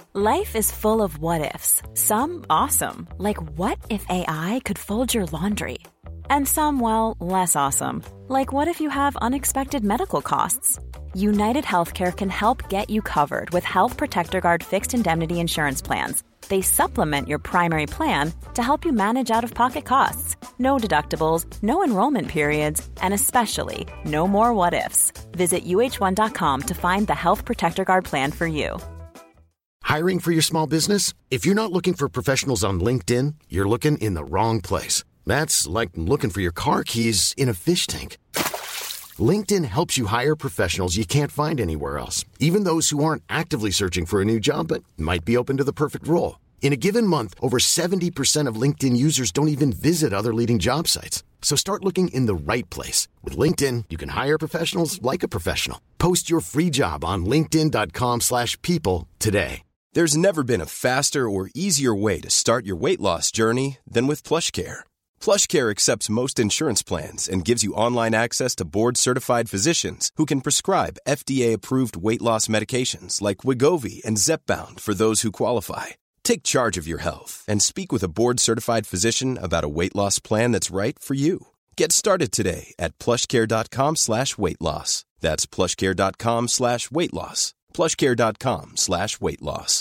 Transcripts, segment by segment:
Life is full of what-ifs. Some awesome, like what if AI could fold your laundry? And some, well, less awesome, like what if you have unexpected medical costs? United Healthcare can help get you covered with Health Protector Guard fixed indemnity insurance plans. They supplement your primary plan to help you manage out-of-pocket costs. No deductibles, no enrollment periods, and especially no more what-ifs. Visit uh1.com to find the Health Protector Guard plan for you. Hiring for your small business? If you're not looking for professionals on LinkedIn, you're looking in the wrong place. That's like looking for your car keys in a fish tank. LinkedIn helps you hire professionals you can't find anywhere else, even those who aren't actively searching for a new job but might be open to the perfect role. In a given month, over 70% of LinkedIn users don't even visit other leading job sites. So start looking in the right place. With LinkedIn, you can hire professionals like a professional. Post your free job on linkedin.com/people today. There's never been a faster or easier way to start your weight loss journey than with PlushCare. PlushCare accepts most insurance plans and gives you online access to board-certified physicians who can prescribe FDA-approved weight loss medications like Wegovy and Zepbound for those who qualify. Take charge of your health and speak with a board-certified physician about a weight loss plan that's right for you. Get started today at plushcare.com/weightloss. That's plushcare.com/weightloss. plushcare.com/weightloss.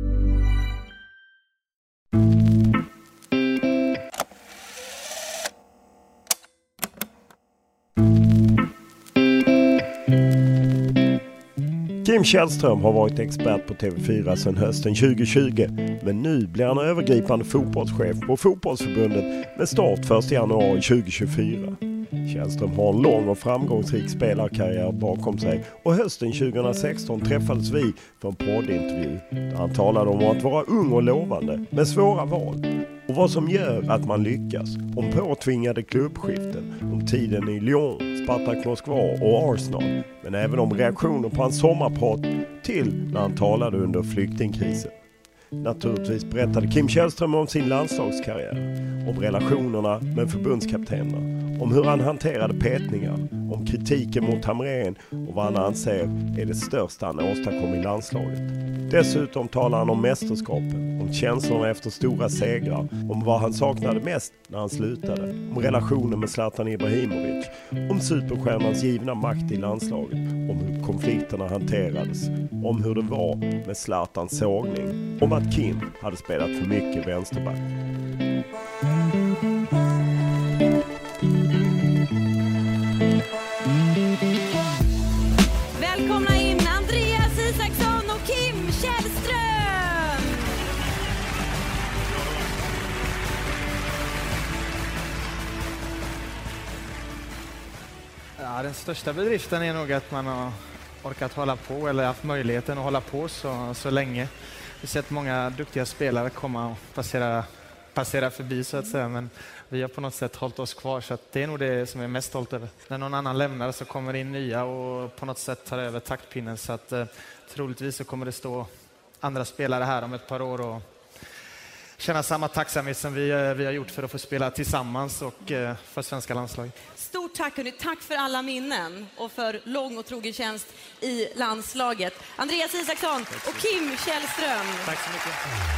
Kim Källström har varit expert på TV4 sedan hösten 2020, men nu blir han övergripande fotbollschef på Fotbollsförbundet med start 1 januari 2024. Källström har en lång och framgångsrik spelarkarriär bakom sig och hösten 2016 träffades vi för en poddintervju där han talade om att vara ung och lovande med svåra val och vad som gör att man lyckas, om påtvingade klubbskiften, om tiden i Lyon, Spartak Moskva och Arsenal, men även om reaktioner på hans sommarprat till när han talade under flyktingkrisen. Naturligtvis berättade Kim Källström om sin landslagskarriär, om relationerna med förbundskaptenerna, om hur han hanterade petningar, om kritiken mot Hamrén och vad han anser är det största han åstadkom i landslaget. Dessutom talar han om mästerskapen, om känslorna efter stora segrar, om vad han saknade mest när han slutade, om relationen med Zlatan Ibrahimovic, om superstjärnans givna makt i landslaget, om hur konflikterna hanterades, om hur det var med Zlatans sågning, om att Kim hade spelat för mycket vänsterback. Välkomna in Andreas Isaksson och Kim Källström! Ja, den största bedriften är nog att man har orkat hålla på eller haft möjligheten att hålla på så länge. Vi har sett många duktiga spelare komma och passera förbi så att säga, men vi har på något sätt hållit oss kvar, så att det är nog det som jag är mest stolt över. När någon annan lämnar så kommer det in nya och på något sätt tar över taktpinnen, så att troligtvis så kommer det stå andra spelare här om ett par år och känna samma tacksamhet som vi har gjort för att få spela tillsammans och för svenska landslaget. Stort tack hörni, tack för alla minnen och för lång och trogen tjänst i landslaget. Andreas Isaksson och Kim Källström. Tack så mycket.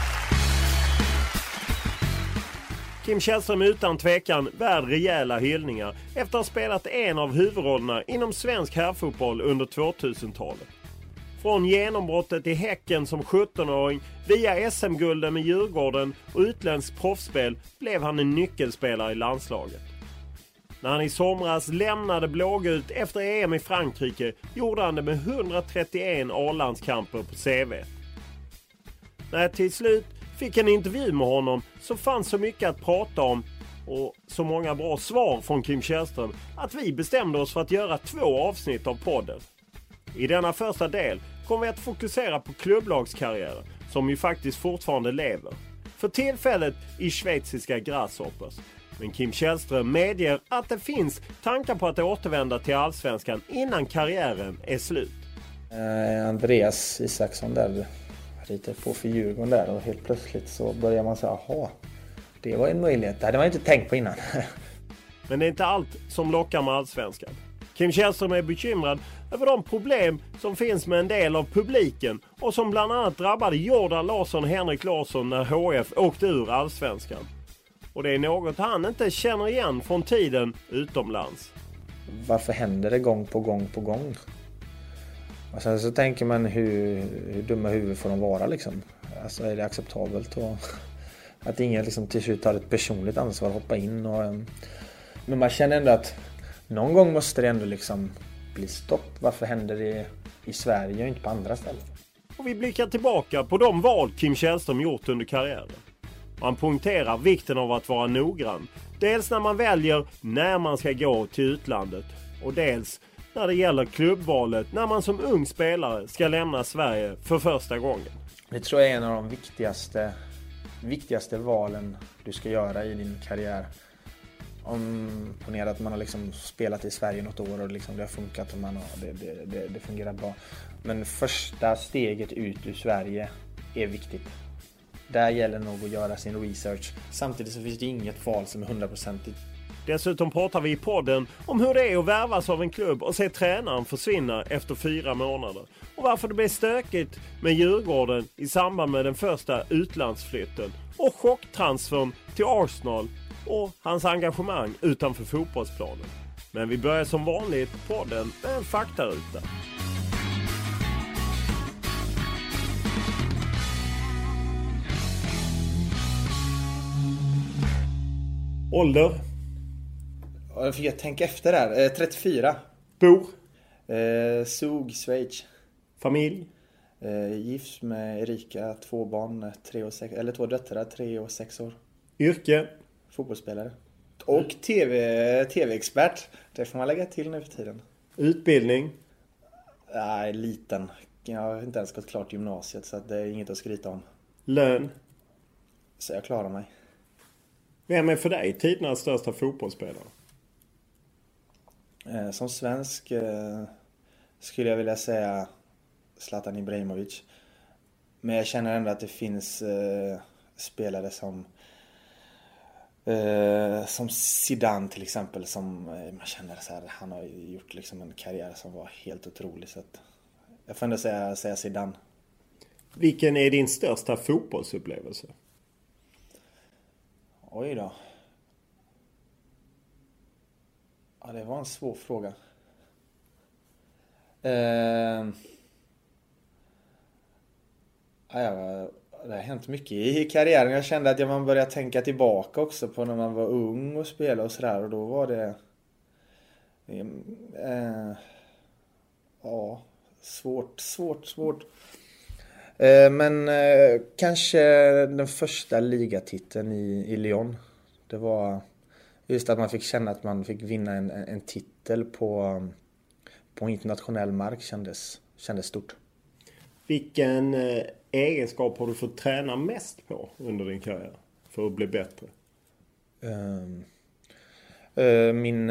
Kim Källström utan tvekan värd rejäla hyllningar efter att ha spelat en av huvudrollerna inom svensk herrfotboll under 2000-talet. Från genombrottet i Häcken som 17-åring via SM-gulden med Djurgården och utländsk proffsspel blev han en nyckelspelare i landslaget. När han i somras lämnade blågult efter EM i Frankrike gjorde han det med 131 A-landskamper på CV. När jag till slut fick en intervju med honom så fanns så mycket att prata om och så många bra svar från Kim Källström att vi bestämde oss för att göra 2 avsnitt av podden. I denna första del kommer vi att fokusera på klubblagskarriärer som ju faktiskt fortfarande lever. För tillfället i schweiziska Grasshoppers. Men Kim Källström medger att det finns tankar på att återvända till allsvenskan innan karriären är slut. Andreas Isaksson där ritade på för Djurgården där och helt plötsligt så börjar man säga, jaha, det var en möjlighet. Det hade man inte tänkt på innan. Men det är inte allt som lockar med allsvenskan. Kim Källström är bekymrad över de problem som finns med en del av publiken och som bland annat drabbade Jordan Larsson och Henrik Larsson när HF åkte ur Allsvenskan. Och det är något han inte känner igen från tiden utomlands. Varför händer det gång på gång på gång? Och sen så tänker man hur dumma huvud får de vara liksom. Alltså är det acceptabelt och att ingen liksom till slut tar ett personligt ansvar att hoppa in. Men man känner ändå att någon gång måste det ändå liksom bli stopp. Varför händer det i Sverige och inte på andra ställen? Och vi blickar tillbaka på de val Kim Källström gjort under karriären. Man poängterar vikten av att vara noggrann. Dels när man väljer när man ska gå till utlandet. Och dels när det gäller klubbvalet när man som ung spelare ska lämna Sverige för första gången. Det tror jag är en av de viktigaste valen du ska göra i din karriär. Ponera att man har liksom spelat i Sverige något år och liksom det har funkat och det fungerar bra. Men första steget ut ur Sverige är viktigt. Där gäller nog att göra sin research. Samtidigt så finns det inget val som är 100%. Dessutom pratar vi i podden om hur det är att värvas av en klubb och se tränaren försvinna efter 4 månader. Och varför det blev stökigt med Djurgården i samband med den första utlandsflytten. Och chocktransfern till Arsenal och hans engagemang utanför fotbollsplanen. Men vi börjar som vanligt podden med en faktaruta. Ålder? Jag fick tänka efter där. 34. Bor? Zug, Schweiz. Familj? Gift med Erika, 2 barn, 3 och 6, eller 2 döttrar, 3 och 6 år. Yrke? Fotbollsspelare. Och tv-expert. Det får man lägga till nu för tiden. Utbildning? Nej, liten. Jag har inte ens gått klart gymnasiet så det är inget att skryta om. Lön? Så jag klarar mig. Vem är för dig tidernas största fotbollsspelare? Som svensk skulle jag vilja säga Zlatan Ibrahimovic. Men jag känner ändå att det finns spelare som Zidane till exempel, som man känner så här, han har gjort liksom en karriär som var helt otrolig, så att jag får ändå säga Zidane. Vilken är din största fotbollsupplevelse? Oj då. Ja, det var en svår fråga. Det har hänt mycket i karriären. Jag kände att man började tänka tillbaka också på när man var ung och spelade och sådär. Och då var det... Svårt. Men kanske den första ligatiteln i Lyon. Det var just att man fick känna att man fick vinna en titel på internationell mark kändes stort. Vilken egenskap har du fått träna mest på under din karriär för att bli bättre? Min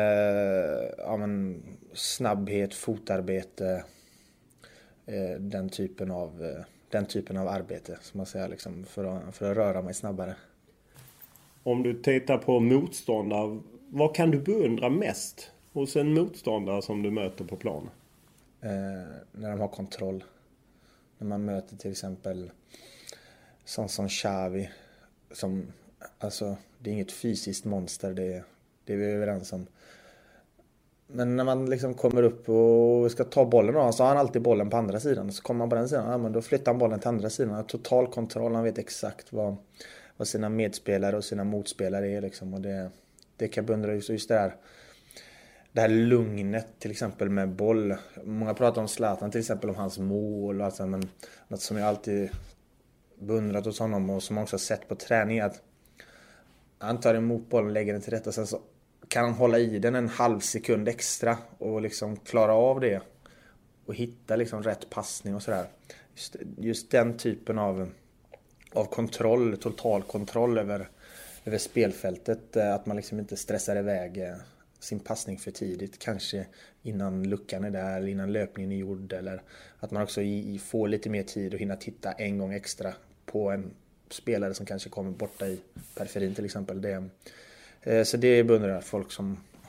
snabbhet, fotarbete, den typen av arbete som man säger liksom, för att röra mig snabbare. Om du tittar på motståndare, vad kan du beundra mest hos en motståndare som du möter på plan? När de har kontroll. När man möter till exempel sån som Xavi, som, alltså, det är inget fysiskt monster, det är vi överens om. Men när man liksom kommer upp och ska ta bollen då, så har han alltid bollen på andra sidan. Så kommer man på den sidan, men då flyttar han bollen till andra sidan. Han har total kontroll, han vet exakt vad sina medspelare och sina motspelare är liksom. Och det kan jag beundra just det här lugnet till exempel med boll. Många pratar om Zlatan till exempel, om hans mål och allt sånt, men något som jag alltid beundrat hos honom och som jag också har sett på träning, att han tar emot bollen, lägger den till rätta, sen så kan han hålla i den en halv sekund extra och liksom klara av det och hitta liksom rätt passning och sådär. Just den typen av kontroll, total kontroll över spelfältet, att man liksom inte stressar iväg sin passning för tidigt, kanske innan luckan är där eller innan löpningen är gjord, eller att man också får lite mer tid och hinna titta en gång extra på en spelare som kanske kommer borta i periferin till exempel. Så det beundrar folk som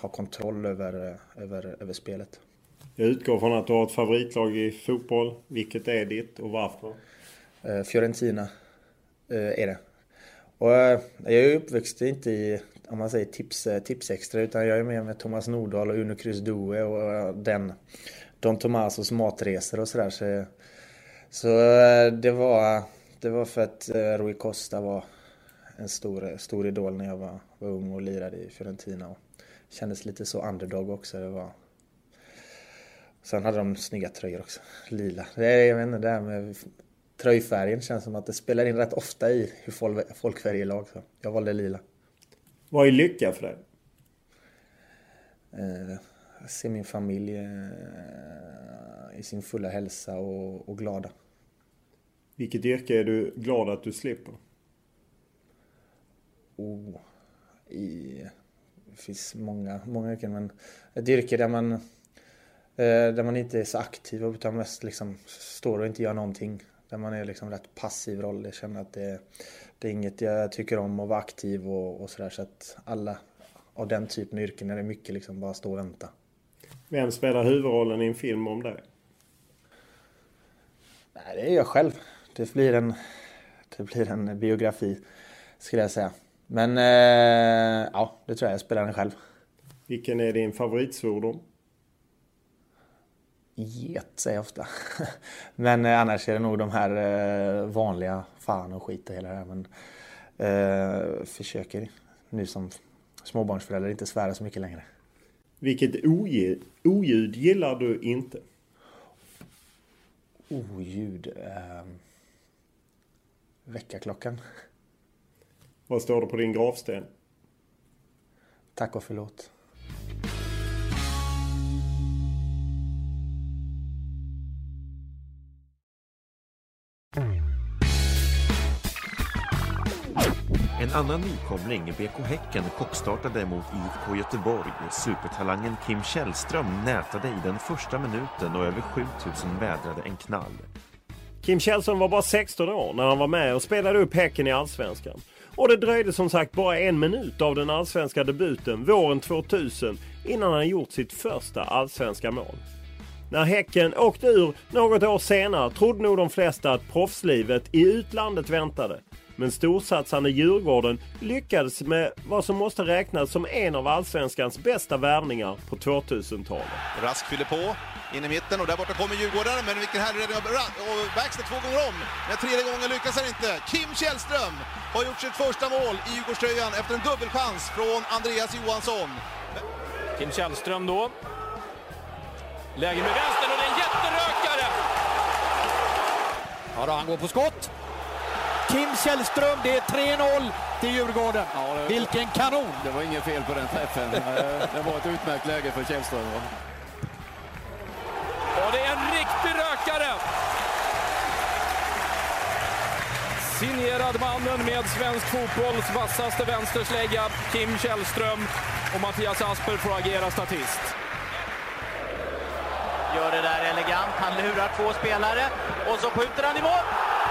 ha kontroll över spelet. Jag utgår från att du har ett favoritlag i fotboll. Vilket är ditt och varför? Fiorentina är det. Och jag är uppväxt inte i, om man säger tipsextra, utan jag är med Thomas Nordahl och Uno Cruz Due och Don Tomasos matresor och sådär. Så det var för att Rui Costa var en stor idol när jag var ung och lirade i Fiorentina. Och kändes lite så underdog också. Sen hade de snygga tröjor också. Lila. Jag vet inte, det här med tröjfärgen känns som att det spelar in rätt ofta i hur folk väljer lag. Så jag valde lila. Vad är lycka för dig? Se min familj i sin fulla hälsa och glada. Vilket yrke är du glad att du slipper? Det finns många yrken, men ett yrke där man inte är så aktiv utan mest liksom står och inte gör någonting. Där man är liksom rätt passiv roll. Jag känner att det är inget jag tycker om att vara aktiv och sådär. Så att alla av den typen av yrken är det mycket liksom bara stå och vänta. Vem spelar huvudrollen i en film om dig? Nej, det är jag själv. Det blir en biografi, skulle jag säga. Men ja, det tror jag spelar den själv. Vilken är din favoritsvordom? Get säger jag ofta. Men annars är det nog de här vanliga fan och skit och hela det här. Men försöker nu som småbarnsförälder inte svära så mycket längre. Vilket oljud gillar du inte? Oljud? Väckarklockan. Vad står det på din gravsten? Tack och förlåt. En annan nykomling, BK Häcken, kockstartade mot IFK Göteborg. Supertalangen Kim Källström nätade i den första minuten och över 7000 vädrade en knall. Kim Källström var bara 16 år när han var med och spelade upp Häcken i Allsvenskan. Och det dröjde som sagt bara 1 minut av den allsvenska debuten våren 2000 innan han gjort sitt första allsvenska mål. När Häcken åkte ur något år senare trodde nog de flesta att proffslivet i utlandet väntade. Men storsatsande Djurgården lyckades med vad som måste räknas som en av allsvenskans bästa värvningar på 2000-talet. Rask fyller på, in i mitten och där borta kommer Djurgården. Men vilken härlig och Baxter 2 gånger om. Men 3:e gången lyckas han inte. Kim Källström har gjort sitt första mål i Djurgårdströjan efter en dubbelchans från Andreas Johansson. Kim Källström då. Läge med vänstern och det är en jätterökare. Ja då, han går på skott. Kim Källström, det är 3-0 till Djurgården. Ja, vilken kanon! Det var inget fel på den träffen. Det var ett utmärkt läge för Källström. Och det är en riktig rökare! Signerad mannen med svensk fotbolls vassaste vänsterslägga, Kim Källström. Och Mattias Asper får agera statist. Gör det där elegant, han lurar 2 spelare och så skjuter han i mål.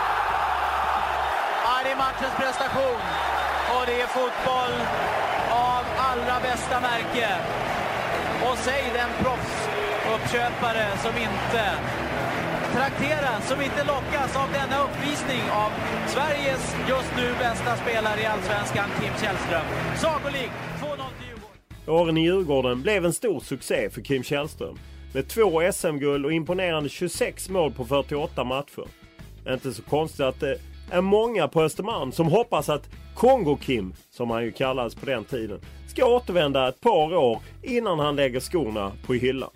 Det är matchens prestation och det är fotboll av allra bästa märke. Och säg den proffsuppköpare som inte trakteras, som inte lockas av denna uppvisning av Sveriges just nu bästa spelare i Allsvenskan, Kim Källström. Sagolikt 2-0 till Djurgården. Åren i Djurgården blev en stor succé för Kim Källström med 2 SM-guld och imponerande 26 mål på 48 matcher. Inte så konstigt att det är många på Östermalm som hoppas att Kongo-Kim, som han ju kallades på den tiden, ska återvända ett par år innan han lägger skorna på hyllan.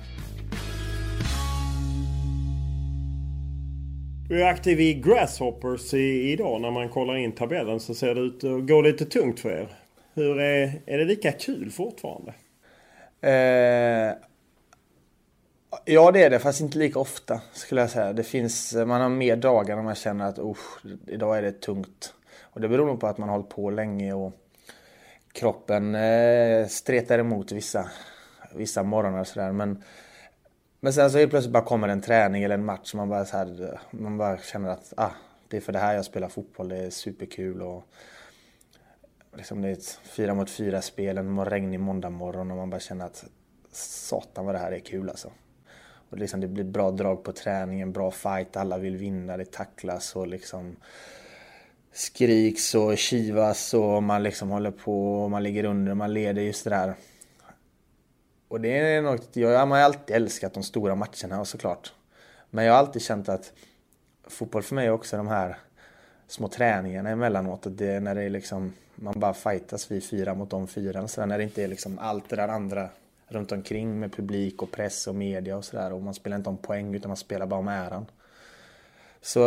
Du är aktiv i Grasshoppers idag. När man kollar in tabellen så ser det ut att gå lite tungt för er. Hur är det lika kul fortfarande? Ja, det är det, fast inte lika ofta skulle jag säga. Man har mer dagar när man känner att idag är det tungt. Och det beror nog på att man har hållit på länge och kroppen stretar emot vissa morgnar och sådär. Men sen så plötsligt bara kommer en träning eller en match som man bara känner att det är för det här jag spelar fotboll, det är superkul. liksom det är ett 4-mot-4-spel, en regnig måndag morgon och man bara känner att satan vad det här är kul alltså. Och liksom det blir bra drag på träningen, bra fight, alla vill vinna, det tacklas och liksom skriks och kivas och man liksom håller på och man ligger under och man leder just det där. Och det är något, man har alltid älskat de stora matcherna och såklart. Men jag har alltid känt att fotboll för mig är också de här små träningarna emellanåt. Och det, när det är liksom, man bara fightas vi 4 mot de 4. Så när det inte är liksom allt det där andra runt omkring med publik och press och media och sådär. Och man spelar inte om poäng utan man spelar bara om äran. Så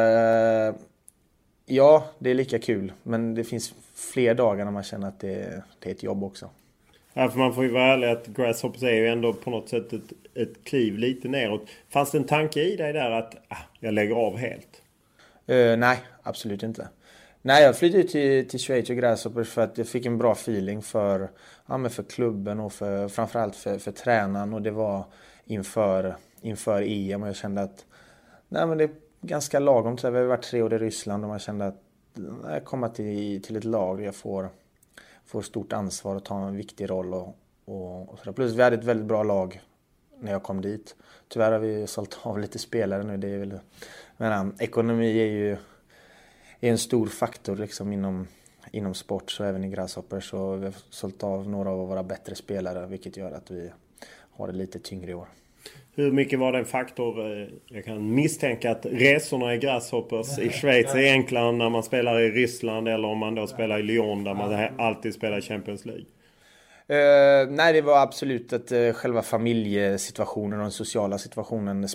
ja, det är lika kul. Men det finns fler dagar när man känner att det är ett jobb också. Ja, för man får ju vara ärlig att Grasshoppers är ju ändå på något sätt ett kliv lite neråt. Fanns det en tanke i dig där att jag lägger av helt? Nej, absolut inte. Nej, jag flyttade till Schweiz och Grasshoppers för att jag fick en bra feeling för klubben och framförallt för tränaren. Och det var inför EM och jag kände att men det är ganska lagom. Vi har varit 3 år i Ryssland och man kände att jag kommer till ett lag där jag får stort ansvar och ta en viktig roll och så. Plus vi hade ett väldigt bra lag när jag kom dit. Tyvärr har vi sålt av lite spelare nu. Det är väl, ekonomi är ju en stor faktor liksom inom sport, så även i Grasshoppers. Så vi har sålt av några av våra bättre spelare, vilket gör att vi har det lite tyngre i år. Hur mycket var det en faktor? Jag kan misstänka att resorna i Grasshoppers i Schweiz är enklare när man spelar i Ryssland eller om man då spelar i Lyon där man alltid spelar Champions League. Nej, det var absolut att själva familjesituationen och den sociala situationen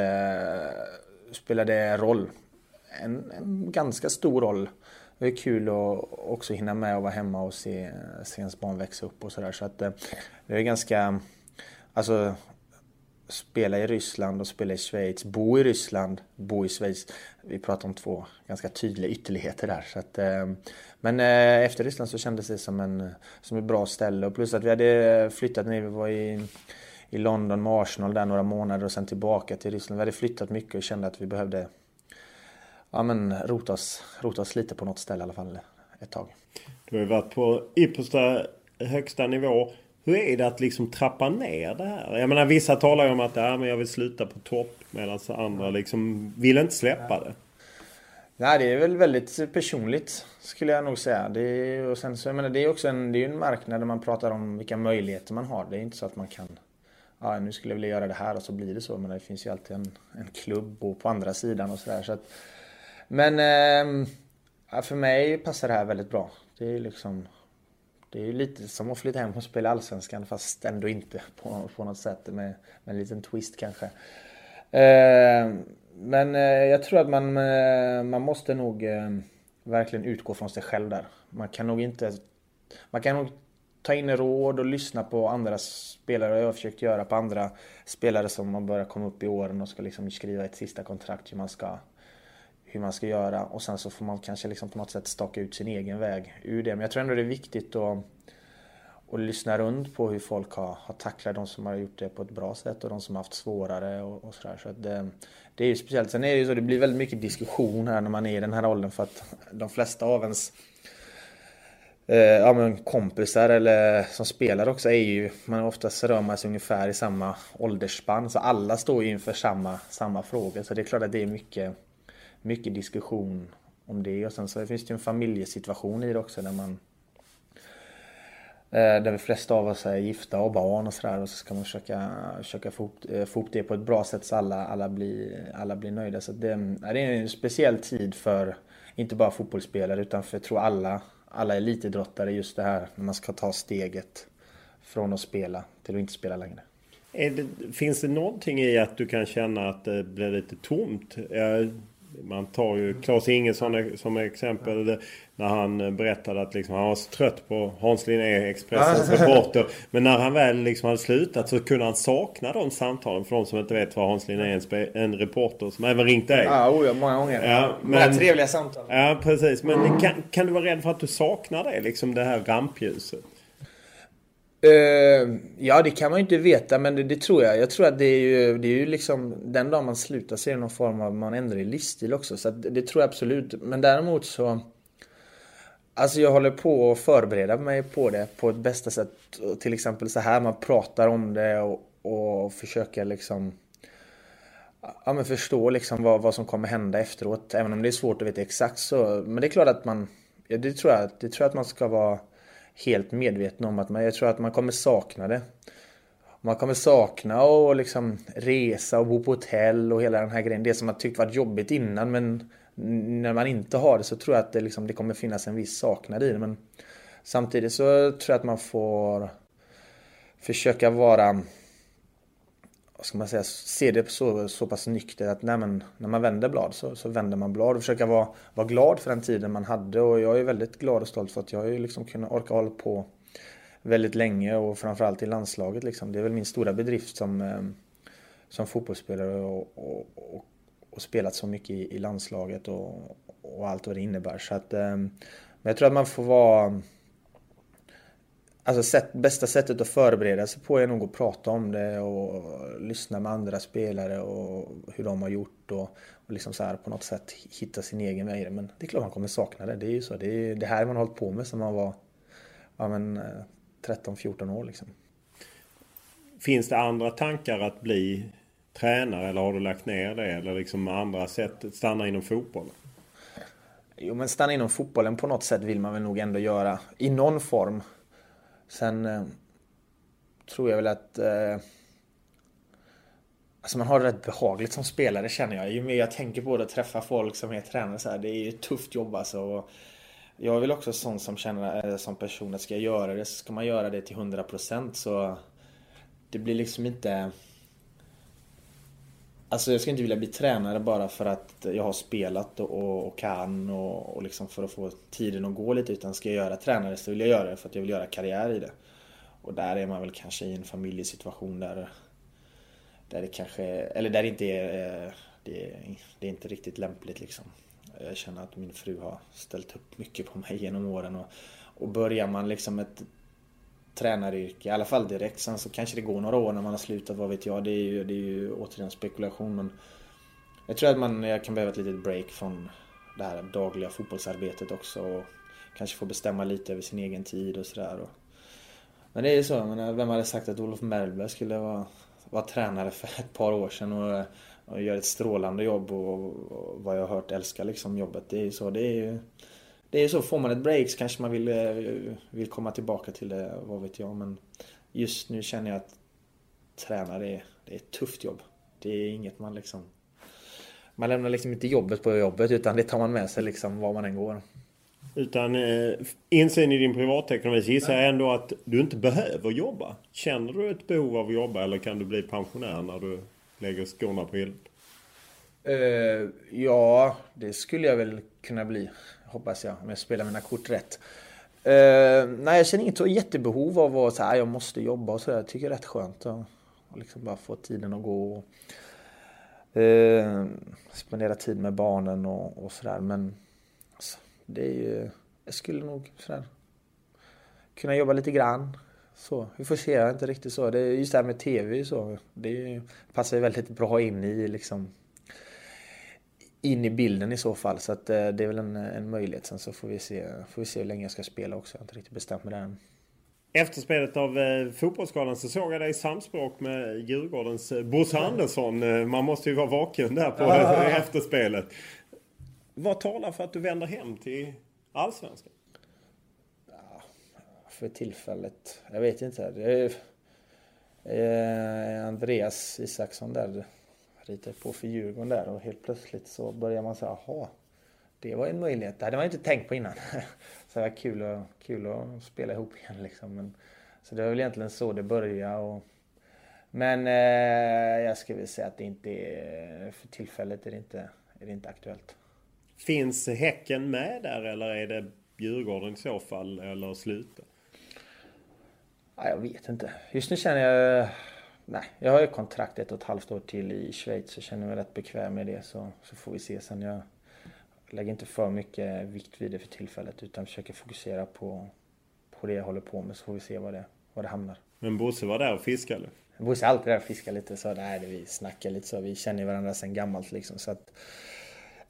spelade roll. En ganska stor roll. Det är kul att också hinna med och vara hemma och se ens barn växa upp och sådär. Så att det är ganska, alltså spela i Ryssland och spela i Schweiz, bo i Ryssland, bo i Schweiz. Vi pratar om 2 ganska tydliga ytterligheter där. Så att, men efter Ryssland så kändes det som ett bra ställe. Och plus att vi hade flyttat när vi var i London med Arsenal där några månader och sen tillbaka till Ryssland. Vi hade flyttat mycket och kände att vi behövde rota oss lite på något ställe i alla fall ett tag. Du har ju varit på yppersta högsta nivå. Hur är det att liksom trappa ner det här? Jag menar, vissa talar ju om att men jag vill sluta på topp medan andra liksom vill inte släppa det. Nej, det är väl väldigt personligt skulle jag nog säga. Det är också en marknad där man pratar om vilka möjligheter man har. Det är inte så att man kan nu skulle jag vilja göra det här och så blir det så. Men det finns ju alltid en klubb och på andra sidan och sådär. Så att, men för mig passar det här väldigt bra. Det är lite som att flytta hem och spela Allsvenskan fast ändå inte på något sätt med en liten twist kanske. Men jag tror att man måste nog verkligen utgå från sig själv där. Man kan nog ta in råd och lyssna på andra spelare. Jag har försökt göra på andra spelare som man börjar komma upp i åren och ska liksom skriva ett sista kontrakt hur man ska göra. Och sen så får man kanske liksom på något sätt staka ut sin egen väg ur det. Men jag tror ändå det är viktigt att lyssna runt på hur folk har tacklat de som har gjort det på ett bra sätt och de som har haft svårare och sådär. Så att det är ju speciellt. Sen är det ju så, det blir väldigt mycket diskussion här när man är i den här åldern för att de flesta av ens kompisar eller som spelar också är ju, man oftast rör man sig ungefär i samma åldersspann. Så alla står ju inför samma frågor. Så det är klart att det är mycket diskussion om det. Och sen så finns det ju en familjesituation i det också där de flesta av oss är gifta och barn och sådär. Och så ska man försöka få upp det på ett bra sätt så alla blir nöjda. Så det är en speciell tid för inte bara fotbollsspelare utan för jag tror alla elitidrottare just det här när man ska ta steget från att spela till att inte spela längre. Finns det någonting i att du kan känna att det blir lite tomt? Man tar ju Claes Ingesson som exempel när han berättade att liksom han var så trött på Hans Linné, Expressens reporter. Men när han väl liksom hade slutat så kunde han sakna de samtalen. För de som inte vet vad Hans Linné är, en reporter som även ringt dig. Ja, många gånger. Många trevliga samtal. Ja, precis. Men kan du vara rädd för att du saknar det, liksom det här rampljuset? Ja, det kan man ju inte veta, men det tror jag. Jag tror att det är ju liksom den dag man slutar så är det någon form av man ändrar i livsstil också. Så att det tror jag absolut. Men däremot så Alltså jag håller på att förbereda mig på det på ett bästa sätt. Till exempel så här, man pratar om det och försöker liksom men förstå liksom vad som kommer hända efteråt. Även om det är svårt att veta exakt så. Men det är klart att det tror jag att man ska vara helt medveten om. Jag tror att man kommer sakna det. Man kommer sakna och liksom resa och bo på hotell och hela den här grejen. Det som man tyckt varit jobbigt innan, men när man inte har det så tror jag att det kommer finnas en viss saknad i det. Men samtidigt så tror jag att man får försöka vara, vad ska man säga, se det så pass nyktert att när man vänder blad så vänder man blad och försöka vara glad för den tiden man hade. Och jag är väldigt glad och stolt för att jag har ju liksom kunnat orka hålla på väldigt länge och framförallt i landslaget liksom. Det är väl min stora bedrift som fotbollsspelare och spelat så mycket i landslaget och allt vad det innebär. Så att, men jag tror att man får vara, alltså bästa sättet att förbereda sig på är nog att prata om det och lyssna med andra spelare och hur de har gjort och liksom så här på något sätt hitta sin egen väg. Men det är klart man kommer sakna det. Det är ju så. Det är det här man har hållit på med som man var 13-14 år liksom. Finns det andra tankar att bli tränare eller har du lagt ner det eller liksom andra sätt att stanna inom fotbollen? Jo, men stanna inom fotbollen på något sätt vill man väl nog ändå göra i någon form. Sen tror jag väl att alltså man har det rätt behagligt som spelare, känner jag. Ju mer jag tänker på det och träffar folk som är tränare så här, det är ju ett tufft jobb alltså. Och jag är väl också sån som känner som person att ska jag göra det så ska man göra det till 100%, så det blir liksom inte, alltså jag ska inte vilja bli tränare bara för att jag har spelat och kan och liksom för att få tiden att gå lite, utan ska jag göra tränare så vill jag göra det för att jag vill göra karriär i det. Och där är man väl kanske i en familjesituation där det kanske, eller där det inte är, det är inte riktigt lämpligt liksom. Jag känner att min fru har ställt upp mycket på mig genom åren och börjar man liksom ett tränaryrke, i alla fall direkt, sen så kanske det går några år när man har slutat, vad vet jag, det är ju återigen spekulation, men jag tror att jag kan behöva ett litet break från det här dagliga fotbollsarbetet också och kanske få bestämma lite över sin egen tid och sådär. Men det är ju så, vem hade sagt att Olof Mellberg skulle vara tränare för ett par år sedan och göra ett strålande jobb och vad jag har hört älska liksom jobbet. Det är ju så, det är så, får man ett break så kanske man vill komma tillbaka till det, vad vet jag. Men just nu känner jag att tränare det är ett tufft jobb. Det är inget man lämnar liksom inte jobbet på jobbet, utan det tar man med sig liksom var man än går. Utan insyn i din privatekonomi så gissar jag ändå att du inte behöver jobba. Känner du ett behov av att jobba eller kan du bli pensionär när du lägger skorna på hyllan? Ja, det skulle jag väl kunna bli, hoppas jag, om jag spelar mina kort rätt. Nej, jag känner inget så jättebehov av att så här, jag måste jobba och så. Jag tycker det är rätt skönt att liksom bara få tiden att gå och spendera tid med barnen och sådär. Men alltså, det är ju, jag skulle nog sådär kunna jobba lite grann. Så, vi får se, jag är inte riktigt så. Det är just det här med tv så. Det passar ju väldigt bra in i bilden i så fall. Så att det är väl en möjlighet. Sen så får vi se hur länge jag ska spela också. Jag har inte riktigt bestämt med det än. Efter spelet av fotbollsskalan så såg jag dig i samspråk med Djurgårdens Bosse Andersson. Man måste ju vara vaken där på efterspelet. Vad talar för att du vänder hem till Allsvenskan? Ja, för tillfället, jag vet inte. Det är Andreas Isaksson där ritar på för Djurgården där och helt plötsligt så börjar man säga, jaha, det var en möjlighet. Det hade man inte tänkt på innan. Så det var kul att spela ihop igen liksom. Men, så det var väl egentligen så det började. Men jag ska väl säga att det inte är, för tillfället är det inte aktuellt. Finns Häcken med där eller är det Djurgården i så fall eller sluta? Ja, jag vet inte. Just nu känner jag, nej, jag har ju kontrakt 1,5 år till i Schweiz så känner jag mig rätt bekväm med det, så får vi se sen. Jag lägger inte för mycket vikt vid det för tillfället utan försöker fokusera på det jag håller på med, så får vi se var det hamnar. Men Bosse var där och fiskade? Bosse är alltid där och fiskar lite så, nej, vi snackar lite så, vi känner varandra sedan gammalt liksom, så att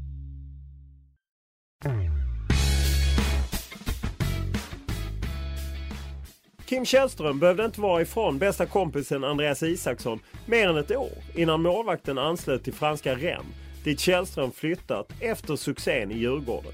Kim Källström behövde inte vara ifrån bästa kompisen Andreas Isaksson mer än ett år innan målvakten anslöt till franska Rennes, dit Källström flyttat efter succén i Djurgården.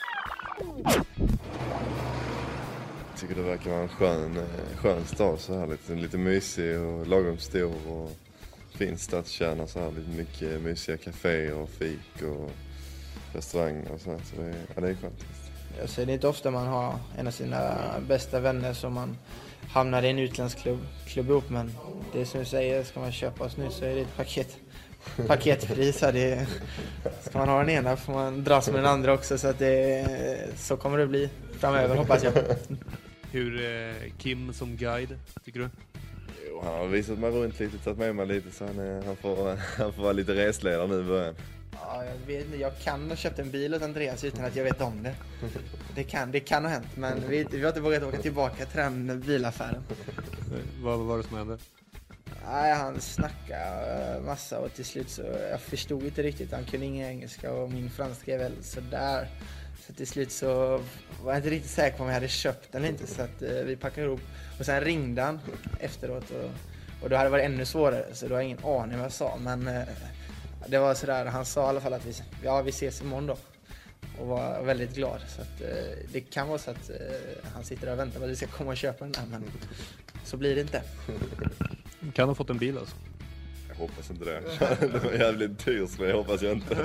Jag tycker det verkar vara en skön stad så här, lite mysig och lagom stor och fin stadskärna så här, lite mycket mysiga kaféer och fik och restauranger och sånt, så det är skönt. Jag säger det är inte ofta man har en av sina bästa vänner som man hamnar i en utländsk klubb ihop, men det är som du säger, ska man köpa oss nu så är det ett paketpris. Ska man ha den ena får man dras med den andra också, så att så kommer det bli framöver, hoppas jag. Hur Kim som guide, tycker du? Jo, han har visat mig runt lite, tagit med mig lite, så han får vara lite resledare nu i början. Ja, jag kan ha köpt en bil åt Andreas utan att jag vet om det. Det kan ha hänt, men vi har inte vågat åka tillbaka till den bilaffären. Vad var det som hände? Nej, han snackade massa och till slut så jag förstod inte riktigt. Han kunde ingen engelska och min franska är väl sådär. Så till slut så var jag inte riktigt säker på om jag hade köpt den eller inte, så att vi packade ihop. Och sen ringde han efteråt och då hade det varit ännu svårare, så då har jag ingen aning vad jag sa. Men det var sådär, han sa i alla fall att vi ses imorgon då. Och var väldigt glad, så att det kan vara så att han sitter där och väntar på att vi ska komma och köpa den där, men så blir det inte. Kan ha fått en bil alltså? Jag hoppas inte det. Det var jävligt dyrt, så jag hoppas jag inte.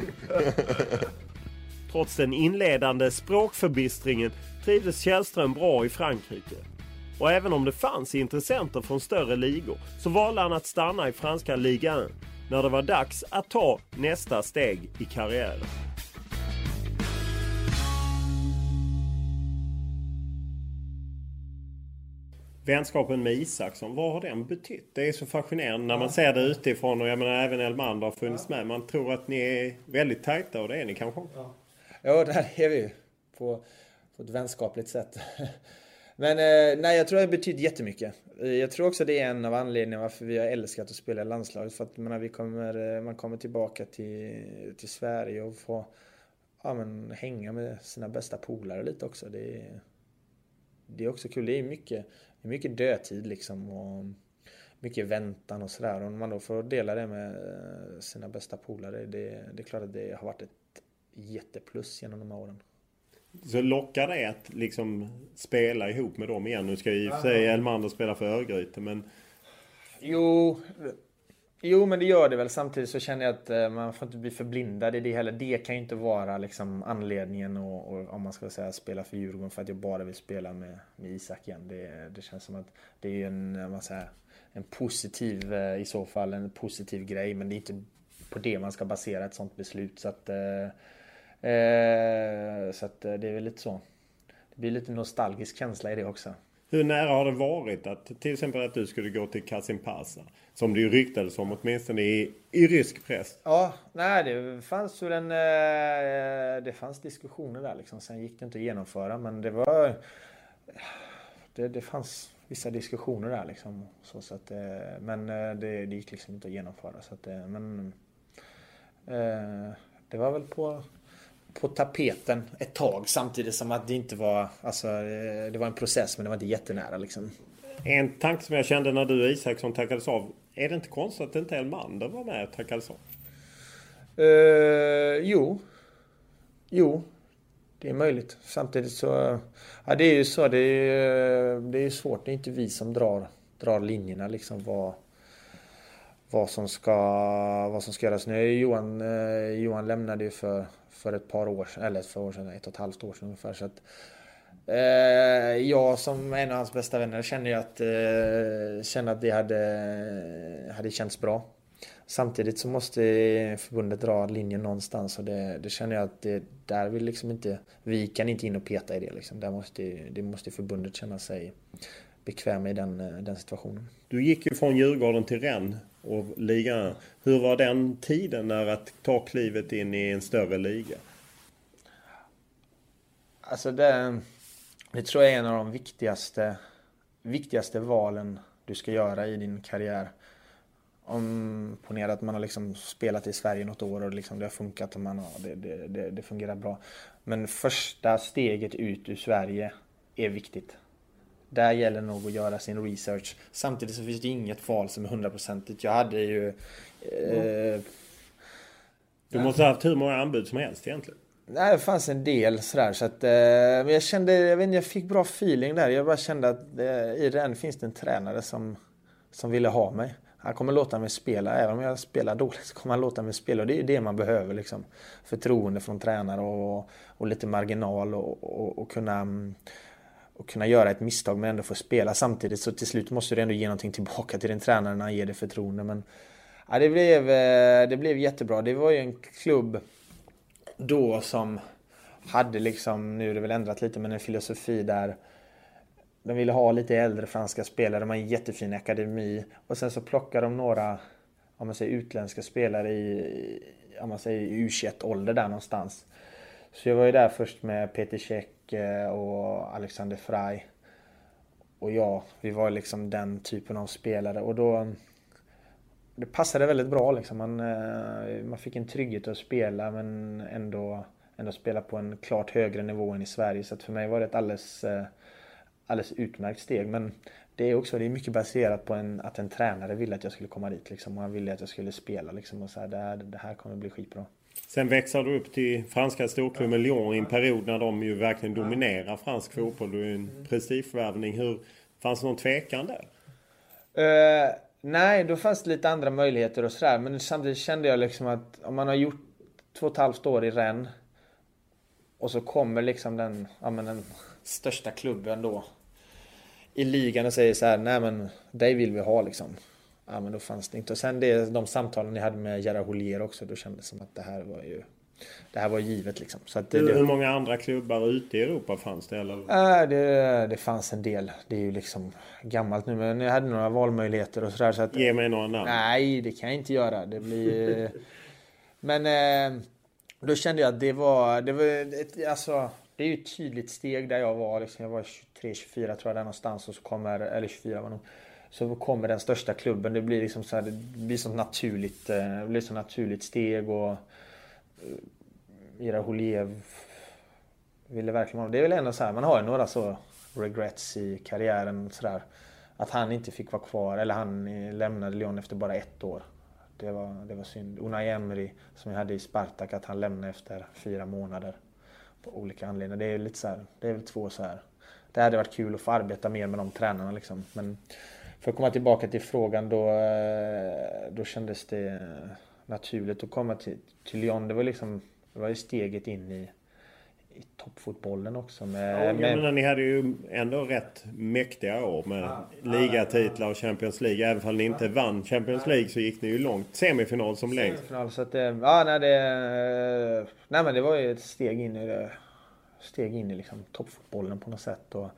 Trots den inledande språkförbistringen trivdes Källström bra i Frankrike. Och även om det fanns intressenter från större ligor så valde han att stanna i franska Liga 1 när det var dags att ta nästa steg i karriären. Vänskapen med Isaksson, vad har den betytt? Det är så fascinerande när man ser det utifrån, och jag menar även Elmander har funnits med. Man tror att ni är väldigt tajta, och det är ni kanske. Ja, där är vi på ett vänskapligt sätt. Men nej, jag tror det betyder jättemycket. Jag tror också det är en av anledningarna varför vi har älskat att spela i landslaget. För att man kommer tillbaka till Sverige och får hänga med sina bästa polare lite också. Det är också kul. Det är mycket dödtid liksom, och mycket väntan och sådär. Och om man då får dela det med sina bästa polare, det är klart att det har varit ett jätteplus genom de här åren. Så lockar det att liksom spela ihop med dem igen? Nu ska ju säga Elmander spela för Örgryte, men... Jo, men det gör det väl. Samtidigt så känner jag att man får inte bli förblindad i det heller. Det kan ju inte vara liksom anledningen och om man ska säga spela för Djurgården för att jag bara vill spela med Isak igen. Det känns som att det är en positiv, i så fall en positiv grej, men det är inte på det man ska basera ett sånt beslut, så att det är väl lite så. Det blir lite nostalgisk känsla i det också. Hur nära har det varit att till exempel att du skulle gå till Kasimpasa, som det ju ryktades om åtminstone i rysk press? Ja, nej, det fanns ju det fanns diskussioner där liksom. Sen gick det inte att genomföra, men det fanns vissa diskussioner där liksom, så att men det gick liksom inte att genomföra, så att men det var väl på tapeten ett tag, samtidigt som att det inte var, alltså det var en process, men det var inte jättenära liksom. En tanke som jag kände när du och Isaksson tackades av, är det inte konstigt att inte Elmander var med och tackades av? Jo, det är möjligt. Samtidigt så, ja, det är ju så, det är ju svårt, det är inte vi som drar linjerna liksom, vad som ska göras. Nu Johan lämnade ju för ett par år sedan, eller för år sedan, 1,5 år sedan ungefär, så att jag som en av hans bästa vänner känner att det hade känts bra. Samtidigt så måste förbundet dra linjen någonstans, och det känner jag att där vill liksom inte, vi kan inte in och peta i det liksom. Det måste förbundet känna sig bekväm i den situationen. Du gick ju från Djurgården till Rennes och ligan. Hur var den tiden när att ta klivet in i en större liga? Alltså det tror jag är en av de viktigaste valen du ska göra i din karriär. Ponera att man har liksom spelat i Sverige något år och liksom det har funkat och det fungerar bra. Men första steget ut ur Sverige är viktigt. där gäller nog att göra sin research. Samtidigt så finns det inget val som är 100%. Jag hade ju... Du måste ha haft hur många anbud som helst egentligen. Nej, det fanns en del sådär. Så att, men jag kände, jag fick bra feeling där. Jag bara kände att i den finns det en tränare som ville ha mig. Han kommer låta mig spela. Även om jag spelar dåligt så kommer han låta mig spela. Och det är det man behöver. Liksom. Förtroende från tränare och lite marginal. Och kunna göra ett misstag men ändå få spela. Samtidigt så till slut måste du ändå ge någonting tillbaka till din tränare när han ger dig förtroende. Men ja, det blev jättebra. Det var ju en klubb då som hade liksom, nu är det väl ändrat lite, men en filosofi där de ville ha lite äldre franska spelare. De har en jättefin akademi. Och sen så plockar de några, om man säger, utländska spelare i U21-ålder där någonstans. Så jag var ju där först med Peter Cech och Alexander Frey. Och vi var liksom den typen av spelare. Och då, det passade väldigt bra liksom. Man fick en trygghet att spela, men ändå spela på en klart högre nivå än i Sverige. Så att för mig var det ett alldeles utmärkt steg. Men det är mycket baserat på att en tränare ville att jag skulle komma dit liksom. Och han ville att jag skulle spela liksom. Och så här, det här kommer bli skitbra. Sen växer du upp till franska storklubben Lyon i en period när de ju verkligen dominerar fransk fotboll. Du är en prestigevärvning. Fanns det någon tvekan där? Nej, då fanns det lite andra möjligheter och sådär. Men samtidigt kände jag liksom att om man har gjort 2,5 år i Rennes och så kommer liksom den största klubben då i ligan och säger så här: nej men det vill vi ha liksom. Ja, men då fanns det inte. Och sen de samtalen ni hade med Gerard Houllier också, då kändes det som att det här var givet liksom. Så att hur många andra klubbar ute i Europa fanns det? Eller? Det fanns en del. Det är ju liksom gammalt nu, men jag hade några valmöjligheter och sådär. Så att, ge mig några namn. Nej, det kan jag inte göra. Det blir... Men då kände jag att det var det är ju ett tydligt steg där jag var. Liksom, jag var 23-24 tror jag där någonstans, och så kommer, eller 24 var nog. Så kommer den största klubben. Det blir liksom så här, det blir så naturligt steg, och Gerard Houllier ville verkligen ha. Det är väl ändå så här, man har ju några så regrets i karriären så där, att han inte fick vara kvar, eller han lämnade Lyon efter bara 1 år. Det var synd. Unai Emery som jag hade i Spartak, att han lämnade efter 4 månader på olika anledningar. Det är lite så här, det är väl 2 så här. Det hade varit kul att få arbeta mer med de tränarna liksom, men för att komma tillbaka till frågan, då kändes det naturligt att komma till Lyon. Det var ju steget in i toppfotbollen också. Men ni hade ju ändå rätt mäktiga år med ligatitlar och Champions League. Även om ni inte vann Champions League så gick ni ju långt. Semifinal som längst. Så att, men det var ju ett steg in i liksom toppfotbollen på något sätt. Och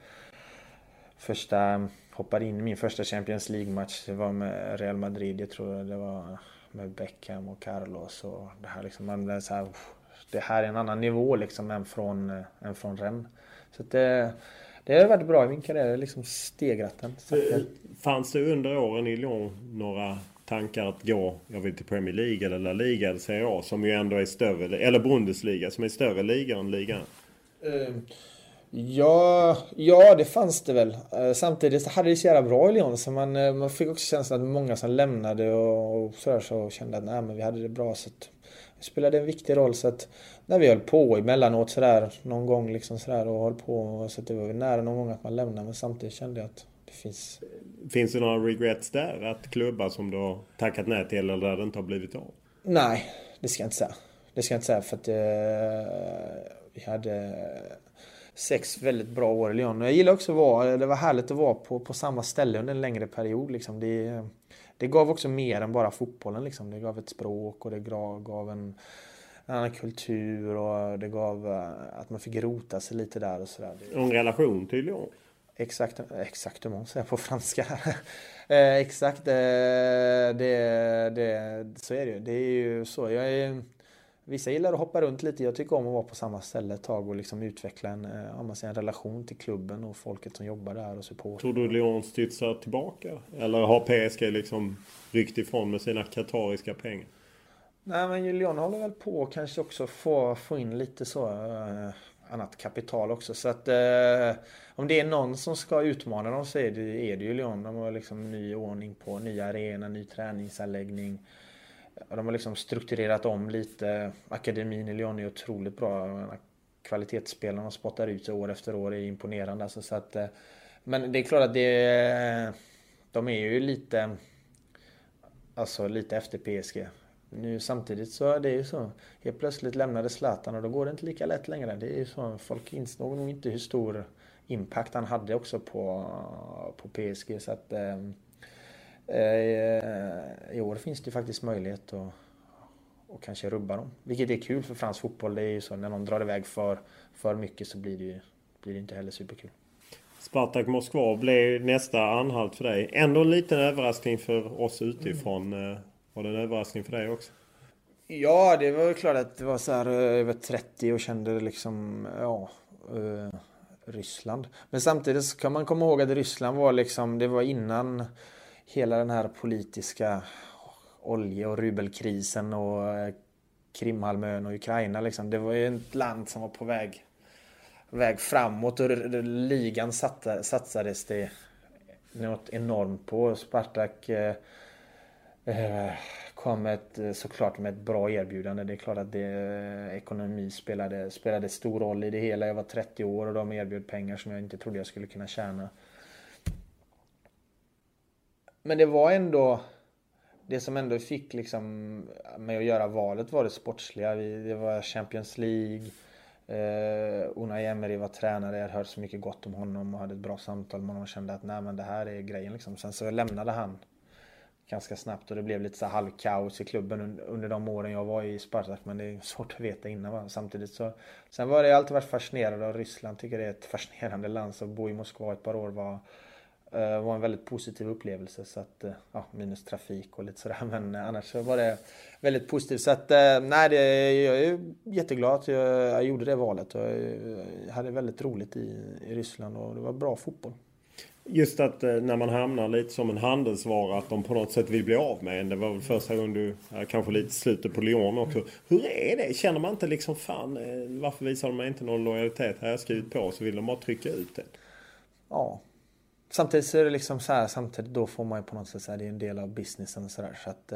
hoppade in i min första Champions League-match. Det var med Real Madrid. Jag tror det var med Beckham och Carlos. Och det här liksom, man blev så här, det här är en annan nivå liksom än från Rennes. Så att det har varit bra i min karriär, liksom stegrat den. Fanns det under åren i Lyon några tankar att jag vill till Premier League eller La Liga eller Serie A, som ju ändå är större, eller Bundesliga som är större liga än ligan? Ja, det fanns det väl. Samtidigt hade det så jävla bra i Lyon, så man fick också känslan att många som lämnade och så kände att nej, men vi hade det bra, så att det spelade en viktig roll. Så att när vi höll på emellanåt sådär någon gång liksom sådär och höll på, så att det var nära någon gång att man lämnade, men samtidigt kände jag att det finns det några regrets där, att klubbar som du har tackat nej till eller där det inte har blivit av? Nej, det ska jag inte säga. För att vi hade 6 väldigt bra år i Lyon. Och jag gillar också det var härligt att vara på samma ställe under en längre period liksom. Det gav också mer än bara fotbollen liksom. Det gav ett språk, och det gav en annan kultur, och det gav att man fick rota sig lite där och sådär. En relation till Lyon? Exakt, man säger på franska. Exakt, så är det ju. Det är ju så. Vissa gillar att hoppa runt lite. Jag tycker om att vara på samma ställe ett tag och liksom utveckla en relation till klubben och folket som jobbar där och support. Tror du Lyon studsar tillbaka? Eller har PSG liksom ryckt ifrån med sina katariska pengar? Nej, men Lyon håller väl på kanske också få in lite så. annat kapital också. Så att om det är någon som ska utmana dem så är det ju Lyon. De har liksom ny ordning på ny arena, ny träningsanläggning. De har liksom strukturerat om lite. Akademin i Lyon är otroligt bra. Kvalitetsspelarna spottar ut sig år efter år är imponerande. Alltså, så att, men det är klart att de är ju lite efter PSG. Nu samtidigt så är det ju så. Helt plötsligt lämnade Zlatan och då går det inte lika lätt längre. Det är ju så. Folk insåg nog inte hur stor impact han hade också på PSG. Så att i år finns det faktiskt möjlighet att kanske rubba dem. Vilket är kul för fransk fotboll. Det är ju så när någon drar iväg för mycket så blir det inte heller superkul. Spartak Moskva blev nästa anhalt för dig. Ändå en liten överraskning för oss utifrån. Var det en överraskning för dig också? Ja, det var klart att det var så här över 30 och kände liksom, Ryssland. Men samtidigt så kan man komma ihåg att Ryssland var liksom, det var innan hela den här politiska olje- och rubelkrisen och Krimhalvön och Ukraina liksom. Det var ju ett land som var på väg framåt och ligan satsades det något enormt på. Spartak kom såklart med ett bra erbjudande. Det är klart att ekonomi spelade stor roll i det hela. Jag var 30 år och de erbjöd pengar som jag inte trodde jag skulle kunna tjäna. Men det var ändå det som ändå fick liksom med att göra valet var det sportsliga. Det var Champions League. Unai Emery var tränare. Jag hade hört så mycket gott om honom och hade ett bra samtal med honom och kände att nej, men det här är grejen liksom. Sen så lämnade han ganska snabbt och det blev lite så halvkaos i klubben under de åren jag var i Spartak, men det är svårt att veta innan. Samtidigt så sen var det alltid varit fascinerad av Ryssland. Tycker det är ett fascinerande land, så bo i Moskva ett par år var en väldigt positiv upplevelse. Så att minus trafik och lite sådär, men annars så var det väldigt positivt. Så att jag är jätteglad att jag gjorde det valet och jag hade väldigt roligt i Ryssland och det var bra fotboll. Just att när man hamnar lite som en handelsvara, att de på något sätt vill bli av med en. Det var väl första gången du kanske lite slutet på Lyon också. Hur är det? Känner man inte liksom varför visar de mig inte någon lojalitet? Här har jag skrivit på, så vill de bara trycka ut det. Ja. Samtidigt så är det liksom så här, samtidigt då får man ju på något sätt säga det är en del av businessen och sådär. Så att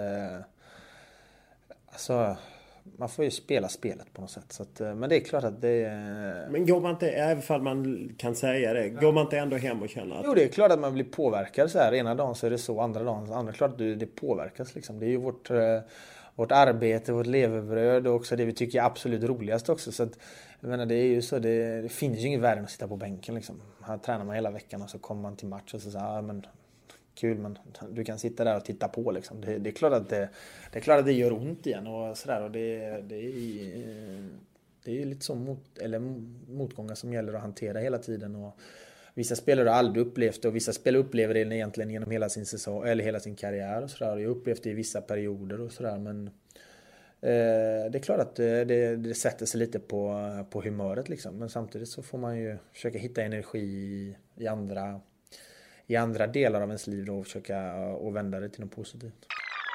alltså man får ju spela spelet på något sätt. Så att, men det är klart att det är... Men går man inte, även fall man kan säga det, går man inte ändå hem och känner att... Jo, det är klart att man blir påverkad så här. Ena dagen så är det så, andra dagen klart att det påverkas liksom. Det är ju vårt arbete, vårt levebröd och också det vi tycker är absolut roligast också. Så att, jag menar, det är ju så, det finns ju ingen värde att sitta på bänken liksom. Här tränar man hela veckan och så kommer man till match och så säger men kul, men du kan sitta där och titta på liksom. Det är klart att det gör ont igen och sådär, och det är lite så motgångar som gäller att hantera hela tiden, och vissa spelare har aldrig upplevt det och vissa spelare upplever det egentligen genom hela sin säsong eller hela sin karriär och sådär. Jag upplevt det i vissa perioder och sådär, men det är klart att det sätter sig lite på humöret liksom, men samtidigt så får man ju försöka hitta energi i andra delar av ens liv och försöka och vända det till något positivt.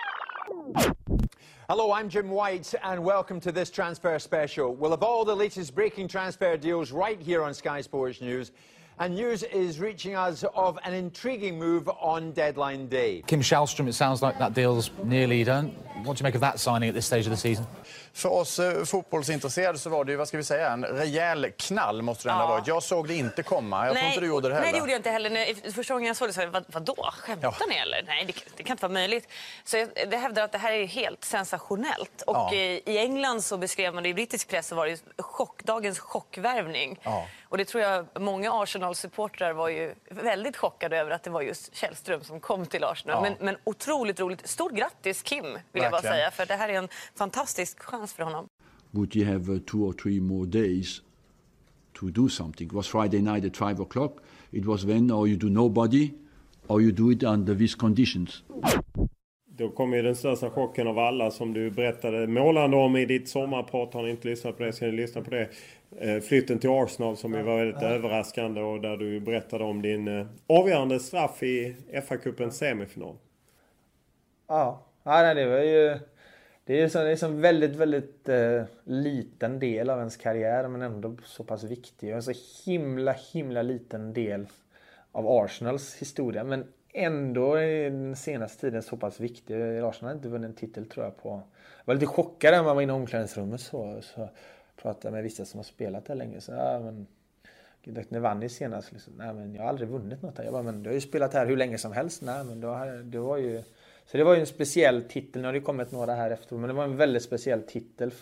Hello, I'm Jim White and welcome to this transfer special. We'll have all the latest breaking transfer deals right here on Sky Sports News. And news is reaching us of an intriguing move on deadline day. Kim Källström, it sounds like that deal's nearly done. What do you make of that signing at this stage of the season? För oss fotbollsintresserade så var det ju, vad ska vi säga, en rejäl knall måste det ändå ha varit. Jag såg det inte komma. Jag tror inte du gjorde det heller. Nej, det gjorde jag inte heller. Första gången jag såg det så vadå? Skämtar ni eller? Nej, det kan inte vara möjligt. Så jag hävdar att det här är helt sensationellt. Och i England så beskrev man det, i brittisk press så var det dagens chockvärvning. Ja. Och det tror jag många Arsenal-supportrar var ju väldigt chockade över, att det var just Källström som kom till Arsenal. Ja. Men otroligt roligt. Stort grattis Kim, vill jag bara säga. För det här är en fantastisk chans för honom. Would you have 2 or 3 more days to do something? It was Friday night at 5 o'clock. It was when or you do nobody or you do it under these conditions. Då kom ju den största chocken av alla, som du berättade målande om i ditt sommarprat. Har ni inte lyssnat på det, ska ni lyssna på det. Flytten till Arsenal som ju var väldigt överraskande, och där du berättade om din avgörande straff i FA-cupens semifinal. Ja, nej, det Det är en väldigt, väldigt liten del av ens karriär, men ändå så pass viktig. En så himla liten del av Arsenals historia, men ändå i den senaste tiden så pass viktig. Arsenal har inte vunnit en titel, tror jag, på... Jag var lite chockad när man var inne i omklädningsrummet så pratade jag med vissa som har spelat där länge. Så men när vann ni senast? Liksom, nej, men jag har aldrig vunnit något här. Jag bara, men du har ju spelat här hur länge som helst. Nej, men det var ju... Så det var ju en speciell titel. Nu har det kommit några här efter, men det var en väldigt speciell titel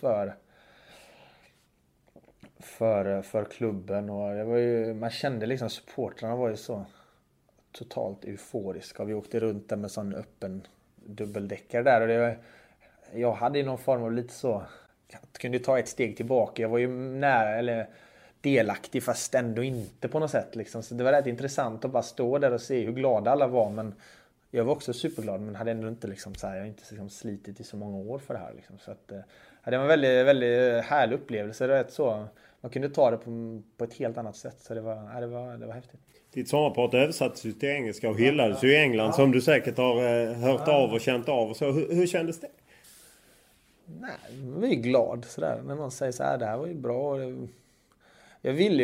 för klubben. Och det var ju, man kände liksom, supportrarna var ju så totalt euforiska. Vi åkte runt där med sån öppen dubbeldäckare där. Och det var, jag hade ju någon form av lite så... Jag kunde ta ett steg tillbaka. Jag var ju nära, eller delaktig, fast ändå inte på något sätt. Liksom. Så det var rätt intressant att bara stå där och se hur glada alla var. Men jag var också superglad, men hade ändå inte liksom, så här, jag har inte liksom slitit i så många år för det här. Liksom. Så att, det var en väldigt, väldigt härlig upplevelse. Det var så, man kunde ta det på ett helt annat sätt. Så det var häftigt. Ditt sommarprat översattes till engelska och hyllades ju i England, som du säkert har hört av och känt av. Och så. Hur kändes det? Nej, jag är glad sådär. När någon säger så här, det här var ju bra. Jag ville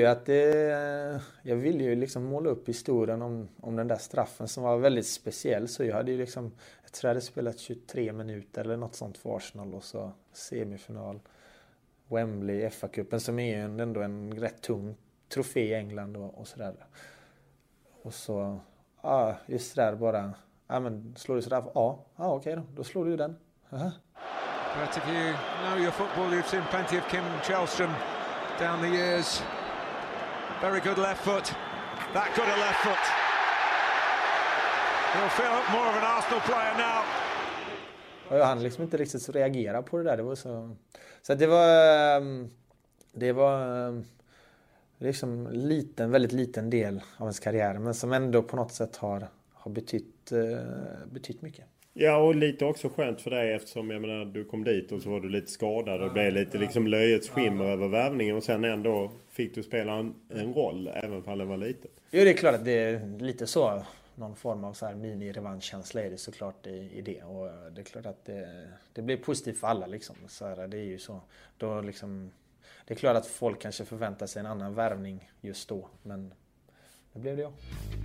ju liksom måla upp historien om den där straffen som var väldigt speciell. Så jag hade ju liksom, jag tror jag hade spelat 23 minuter eller något sånt för Arsenal, och så semifinal. Wembley, FA-cupen, som är ju ändå en rätt tung trofé i England och sådär. Och så, just där bara, men slår du sådär? Okej då slår du den. But if you know your football, you've seen plenty of Kim Källström down the years. Very good left foot. That good a left foot. He'll feel more of an Arsenal player now. Och jag hann liksom inte riktigt så reagera på det där. Det var så att det var liksom väldigt liten del av ens karriär, men som ändå på något sätt har betytt mycket. Ja, och lite också skönt för dig, eftersom jag menar, du kom dit och så var du lite skadad och blev lite liksom löjets skimmer över värvningen, och sen ändå fick du spela en roll även om den var liten. Jo, det är klart att det är lite så, någon form av så här mini-revanschkänsla är det såklart i det, och det är klart att det blir positivt för alla liksom. Så här, det är ju så. Då liksom, det är klart att folk kanske förväntar sig en annan värvning just då, men det blev det jag.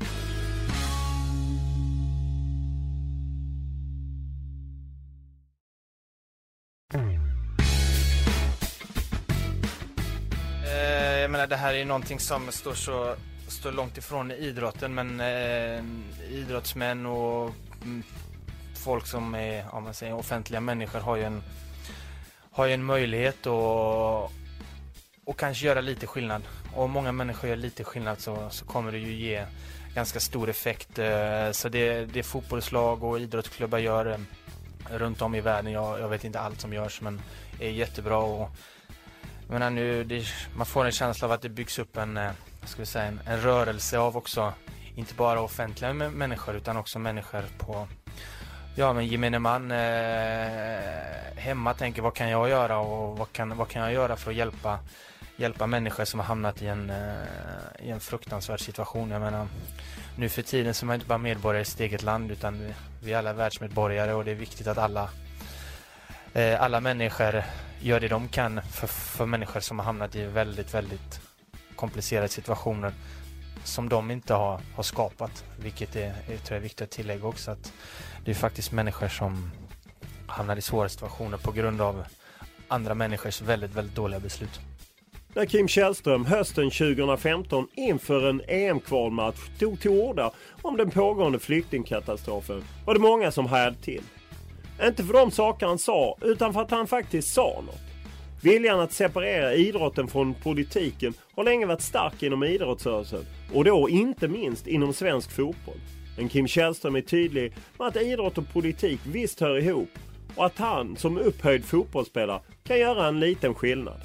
Jag menar, det här är någonting som står långt ifrån idrotten, men idrottsmän och folk som är, om man säger, offentliga människor har ju en möjlighet och kanske göra lite skillnad. Och om många människor gör lite skillnad så kommer det ju ge ganska stor effekt. Så det fotbollslag och idrottsklubbar gör runt om i världen, jag vet inte allt som görs, men är jättebra. Och jag menar, man får en känsla av att det byggs upp en rörelse av också, inte bara offentliga människor utan också människor på, men gemene man hemma tänker, vad kan jag göra och vad kan jag göra för att hjälpa människor som har hamnat i en fruktansvärd situation. Jag menar, nu för tiden så är man inte bara medborgare i sitt eget land, utan vi är alla världsmedborgare, och det är viktigt att alla människor gör det de kan för människor som har hamnat i väldigt, väldigt komplicerade situationer som de inte har skapat, vilket tror jag är viktigt att tillägga också, att det är faktiskt människor som hamnar i svåra situationer på grund av andra människors väldigt, väldigt dåliga beslut. När Kim Källström hösten 2015 inför en EM-kvalmatch tog till orda om den pågående flyktingkatastrofen, var det många som hajade till. Inte för de saker han sa, utan för att han faktiskt sa något. Viljan att separera idrotten från politiken har länge varit stark inom idrottsrörelsen, och då inte minst inom svensk fotboll. Men Kim Källström är tydlig med att idrott och politik visst hör ihop, och att han som upphöjd fotbollsspelare kan göra en liten skillnad.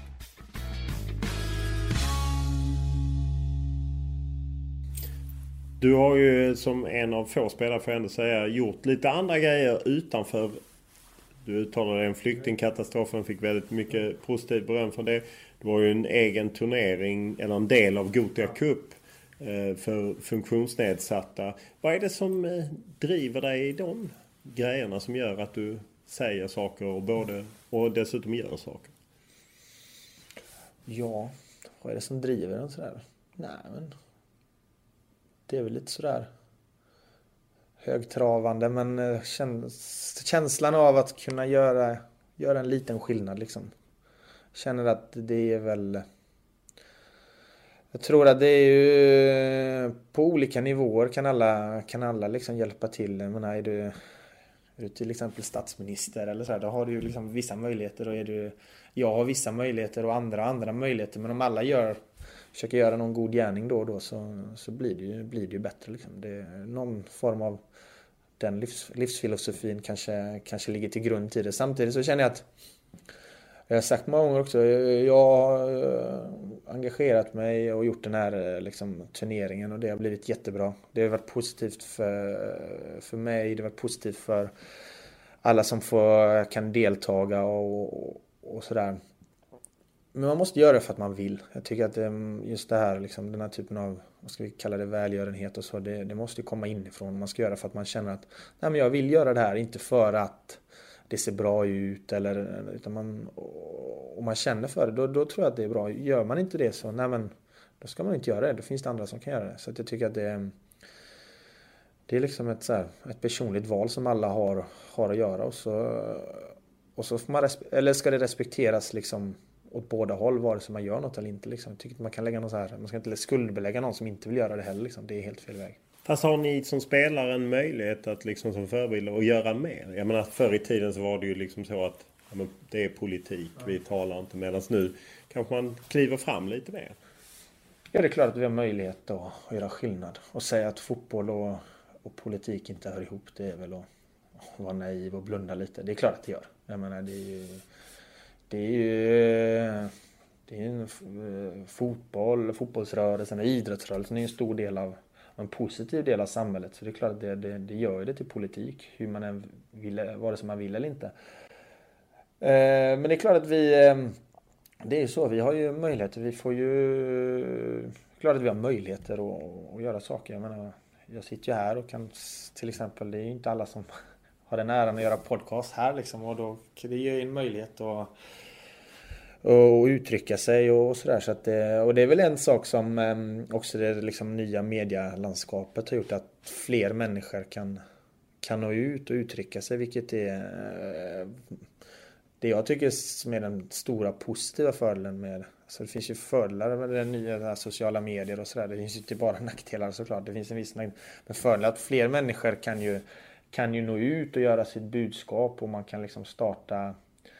Du har ju som en av få spelare, får jag ändå säga, gjort lite andra grejer utanför. Du uttalade en flyktingkatastrofen, fick väldigt mycket positivt beröm för det. Det var ju en egen turnering, eller en del av Gothia Cup för funktionsnedsatta. Vad är det som driver dig i de grejerna som gör att du säger saker och dessutom gör saker? Ja, vad är det som driver den sådär? Nej, men det är väl lite sådär högtravande, men känslan av att kunna göra en liten skillnad liksom. Känner att det är väl... Jag tror att det är ju på olika nivåer kan alla liksom hjälpa till. Jag menar, är du till exempel statsminister eller så här, då har du ju liksom vissa möjligheter, och jag har vissa möjligheter och andra möjligheter, men om alla försöker göra någon god gärning då så blir det ju bättre liksom. Det är någon form av den livsfilosofin kanske ligger till grund till det. Samtidigt så känner jag att jag har sagt många gånger också, jag har engagerat mig och gjort den här liksom, turneringen, och det har blivit jättebra. Det har varit positivt för mig, det har varit positivt för alla som kan deltaga och sådär. Men man måste göra det för att man vill. Jag tycker att just det här, liksom, den här typen av, vad ska vi kalla det, välgörenhet och så, det måste komma inifrån. Man ska göra för att man känner att nej, men jag vill göra det här, inte för att det ser bra ut, utan om man känner för det, då tror jag att det är bra. Gör man inte det så, nej men, då ska man inte göra det. Då finns det andra som kan göra det. Så att jag tycker att det är liksom ett personligt val som alla har att göra, och så får man eller ska det respekteras liksom åt båda håll, vare sig man gör något eller inte liksom. Jag tycker att man kan lägga något så här, man ska inte skuldbelägga någon som inte vill göra det heller liksom. Det är helt fel väg. Fast har ni som spelare en möjlighet att liksom som förebilder att göra mer? Jag menar, förr i tiden så var det ju liksom så att det är politik, vi talar inte, medan nu kanske man kliver fram lite mer. Ja, det är klart att vi har möjlighet att göra skillnad. Och säga att fotboll och politik inte hör ihop, det är väl att vara naiv och blunda lite. Det är klart att det gör. Jag menar, det är ju fotbollsrörelsen och idrottsrörelsen är en stor del av en positiv del av samhället, så det är klart att det gör det till politik, hur man än vill, vare sig man vill eller inte. Men det är klart att det är ju så, vi har ju möjligheter, klart att vi har möjligheter att göra saker. Jag menar, jag sitter ju här och kan till exempel, det är ju inte alla som har den äran att göra podcast här liksom, och då det ger ju en möjlighet att uttrycka sig och sådär, så att och det är väl en sak som också det liksom nya medielandskapet har gjort, att fler människor kan nå ut och uttrycka sig, vilket är det jag tycker som är den stora positiva fördelen med, alltså det finns ju fördelar med den nya sociala medier och sådär, det finns ju inte bara nackdelar såklart, det finns en viss men fördel att fler människor kan ju nå ut och göra sitt budskap, och man kan liksom starta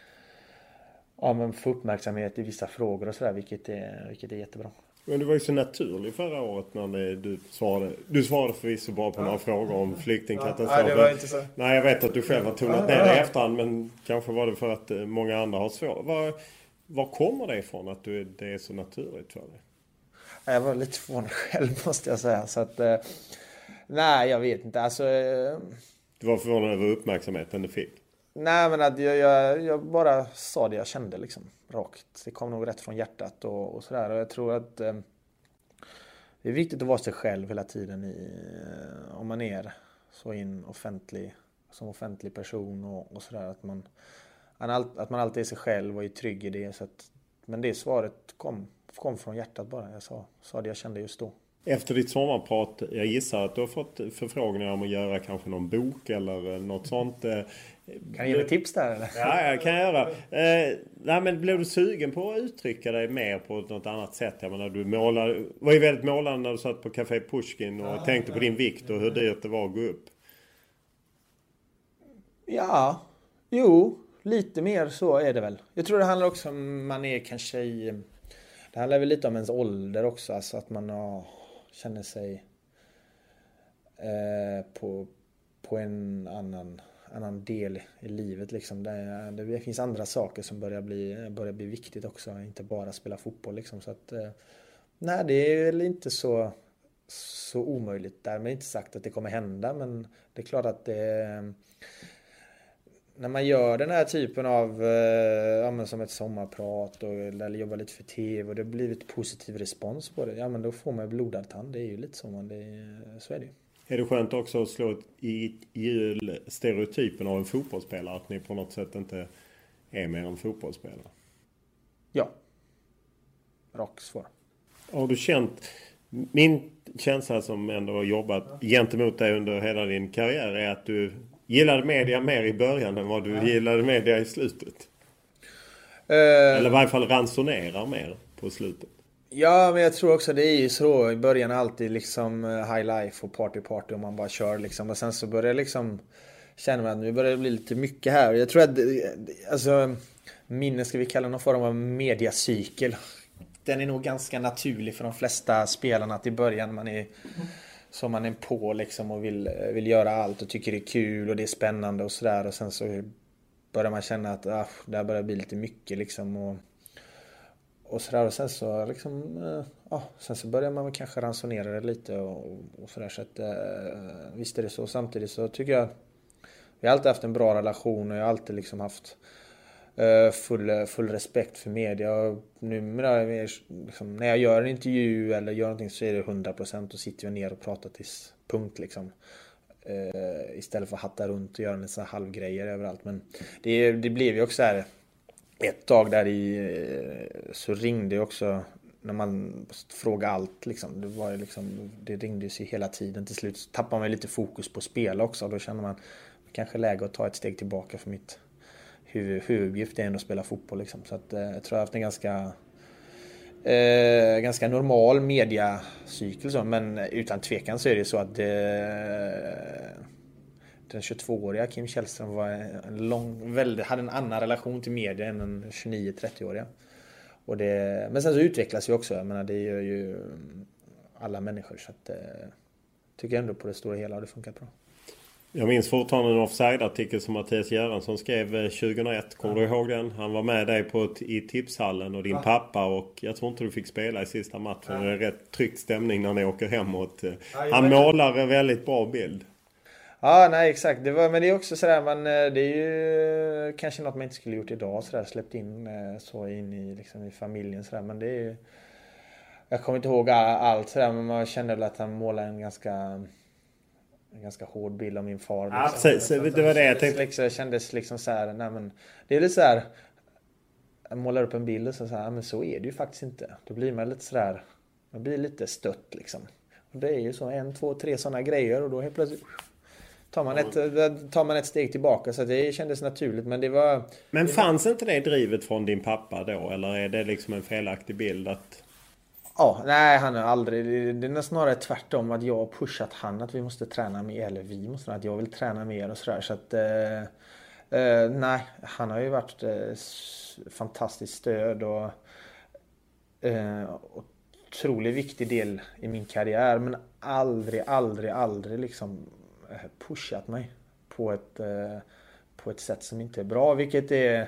få uppmärksamhet i vissa frågor och sådär, vilket är jättebra. Men det var ju så naturligt förra året när du svarade förvisso bara på några frågor om flyktingkatastrofen. Nej, det var inte så. Nej, jag vet att du själv har tonat ner det i efterhand, men kanske var det för att många andra har svårt. Var kommer det ifrån att det är så naturligt för dig? Jag var lite förvånad själv, måste jag säga. Så att, nej, jag vet inte. Alltså, du var förvånad över uppmärksamheten du fick? Nej, men att jag bara sa det jag kände liksom, rakt. Det kom nog rätt från hjärtat och sådär. Och jag tror att det är viktigt att vara sig själv hela tiden om man är så som offentlig person och sådär. Att man alltid är sig själv och är trygg i det. Så att, men det svaret kom från hjärtat bara. Jag sa det jag kände just då. Efter ditt sommarprat, jag gissar att du har fått förfrågningar om att göra kanske någon bok eller något sånt. Kan du ge mig tips där eller? Ja, jag kan göra. Nej, men blev du sugen på att uttrycka dig mer på något annat sätt? Jag menar, du var ju väldigt målande när du satt på Café Pushkin och tänkte på din vikt och hur dyrt det var att gå upp. Ja, lite mer så är det väl. Jag tror det handlar också om man är kanske det handlar väl lite om ens ålder också, alltså att man känner sig på en annan del i livet liksom. Det finns andra saker som börjar bli viktigt också, inte bara spela fotboll liksom. Så att nej, det är väl inte så omöjligt där, men inte sagt att det kommer hända, men det är klart att när man gör den här typen av som ett sommarprat eller jobbar lite för tv och det blir blivit positiv respons på det, men då får man blodad tand. Det är ju lite så är det ju. Är det skönt också att slå i stereotypen av en fotbollsspelare? Att ni på något sätt inte är mer en fotbollsspelare? Ja. Rakt svar. Har du känt... Min känsla som ändå har jobbat gentemot dig under hela din karriär är att du gillade media mer i början än vad du gillade media i slutet. Eller i varje fall ransonerar mer på slutet. Ja, men jag tror också det är ju så. I början är alltid liksom high life och party och man bara kör liksom. Och sen så börjar jag liksom känna att nu börjar det bli lite mycket här. Jag tror att alltså minne ska vi kalla någon form av mediacykel. Den är nog ganska naturlig för de flesta spelarna att i början man är på liksom och vill göra allt och tycker det är kul och det är spännande och sådär. Och sen så börjar man känna att det här börjar bli lite mycket liksom och sådär. Och sen så liksom, sen så börjar man kanske ransonera det lite och sådär. Så att visst är det så. Samtidigt så tycker jag vi har alltid haft en bra relation och jag har alltid liksom haft full respekt för media. Och numera liksom, när jag gör en intervju eller gör någonting så är det 100% och sitter jag ner och pratar tills punkt liksom. Istället för att hatta runt och göra en sån här halvgrejer överallt. Men det blev ju också här ett tag där så ringde jag också när man frågade allt liksom. Det var liksom, det ringde sig hela tiden. Till slut tappade man lite fokus på spel också och då känner man kanske läge att ta ett steg tillbaka för mitt huvuduppgift är ändå att spela fotboll liksom. Så att jag tror jag har haft en ganska normal mediacykel så. Men utan tvekan så är det så att den 22-åriga Kim Källström hade en annan relation till media än den 29-30-åriga. Men sen så utvecklas ju också. Jag menar, det gör ju alla människor så att tycker jag ändå på det stora hela har det funkat bra. Jag minns fortfarande en offside-artikel som Mattias Göransson skrev 2001. Kommer du ihåg den? Han var med dig i tipshallen och din pappa och jag tror inte du fick spela i sista matchen. Det är rätt tryckt stämning när ni åker hemåt. Han målar en väldigt bra bild. Ja, nej exakt. Men det är också sådär, det är ju kanske något man inte skulle gjort idag sådär, släppt in så in i, liksom, i familjen sådär. Men det är ju, jag kommer inte ihåg allt sådär, men man kände väl att han målade en ganska hård bild av min far. Liksom. Ja, precis. Det var det jag tänkte. Det kändes liksom såhär, nej men det är lite såhär, jag målar upp en bild och så här, men så är det ju faktiskt inte. Då blir man lite sådär, man blir lite stött liksom. Och det är ju så 1, 2, 3 sådana grejer och då helt plötsligt tar man ett steg tillbaka, så det kändes naturligt, men det var... Men fanns inte det drivet från din pappa då, eller är det liksom en felaktig bild att... Ja, nej, han har aldrig... Det är snarare tvärtom att jag har pushat han att vi måste träna mer, eller vi måste, att jag vill träna mer och sådär, så att... nej, han har ju varit fantastiskt stöd och otroligt viktig del i min karriär, men aldrig liksom pushat mig på ett sätt som inte är bra, det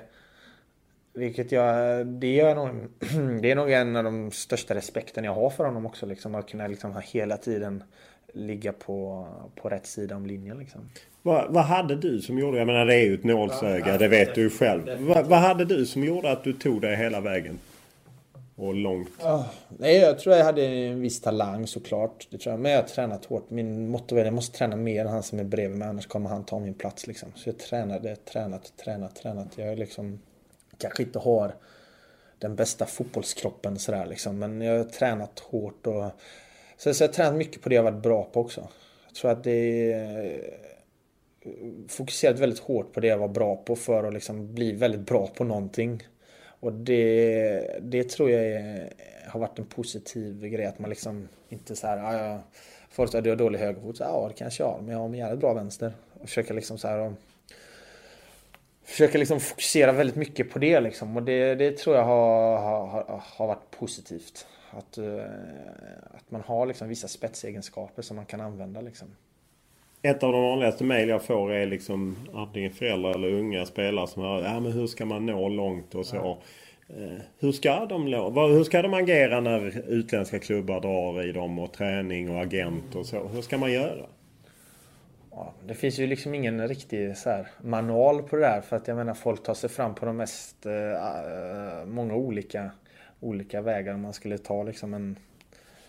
är nog en av de största respekten jag har för honom också liksom, att kunna liksom hela tiden ligga på rätt sida om linjen liksom. Vad hade du som gjorde, jag menar det är ju ett nålsöga, det vet du själv. Vad hade du som gjorde att du tog dig hela vägen? Och långt. Nej, jag tror jag hade en viss talang såklart. Det tror jag. Men jag har tränat hårt. Min motto är att jag måste träna mer än han som är bredvid mig. Annars kommer han ta min plats liksom. Så jag tränat. Jag liksom kanske inte har den bästa fotbollskroppen sådär liksom. Men jag har tränat hårt. Så jag har tränat mycket på det jag varit bra på också. Jag tror att det fokuserat väldigt hårt på det jag var bra på för att liksom bli väldigt bra på någonting. Och det tror jag har varit en positiv grej, att man liksom inte så här, folk att du har dålig högerfot, så det kanske jag har, men jag har en jävligt bra vänster. Och försöka liksom så här, och försöka liksom fokusera väldigt mycket på det liksom. Och det tror jag har varit positivt. Att man har liksom vissa spetsegenskaper som man kan använda liksom. Ett av de vanligaste mejl jag får är liksom antingen föräldrar eller unga spelare som hör, men hur ska man nå långt och så. Ja. Hur ska de agera när utländska klubbar drar i dem och träning och agent och så? Hur ska man göra? Ja, det finns ju liksom ingen riktig så här manual på det där, för att jag menar folk tar sig fram på de mest många olika vägar man skulle ta liksom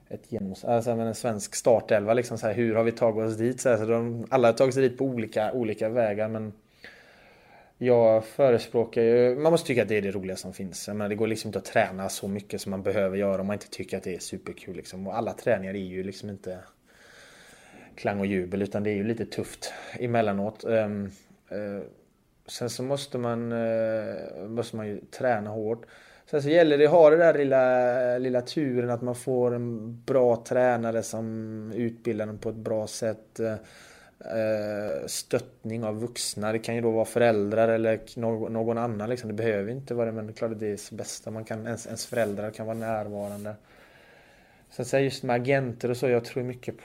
en svensk startelva liksom, så här, hur har vi tagit oss dit? Så alla har tagit sig dit på olika vägar, men jag förespråkar ju, man måste tycka att det är det roliga som finns. Men det går liksom inte att träna så mycket som man behöver göra om man inte tycker att det är superkul liksom. Och alla träningar är ju liksom inte klang och jubel, utan det är ju lite tufft emellanåt. Sen så måste man ju träna hårt. Sen så gäller det att ha det där lilla turen att man får en bra tränare som utbildar den på ett bra sätt. Stöttning av vuxna. Det kan ju då vara föräldrar eller någon annan. Liksom. Det behöver inte vara det, men det är klart att det är det bästa. Man kan, ens föräldrar kan vara närvarande. Sen så just med agenter och så, jag tror mycket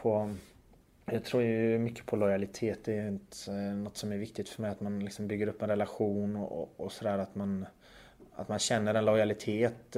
på lojalitet. Det är inte något som är viktigt för mig, att man liksom bygger upp en relation och sådär, att man känner en lojalitet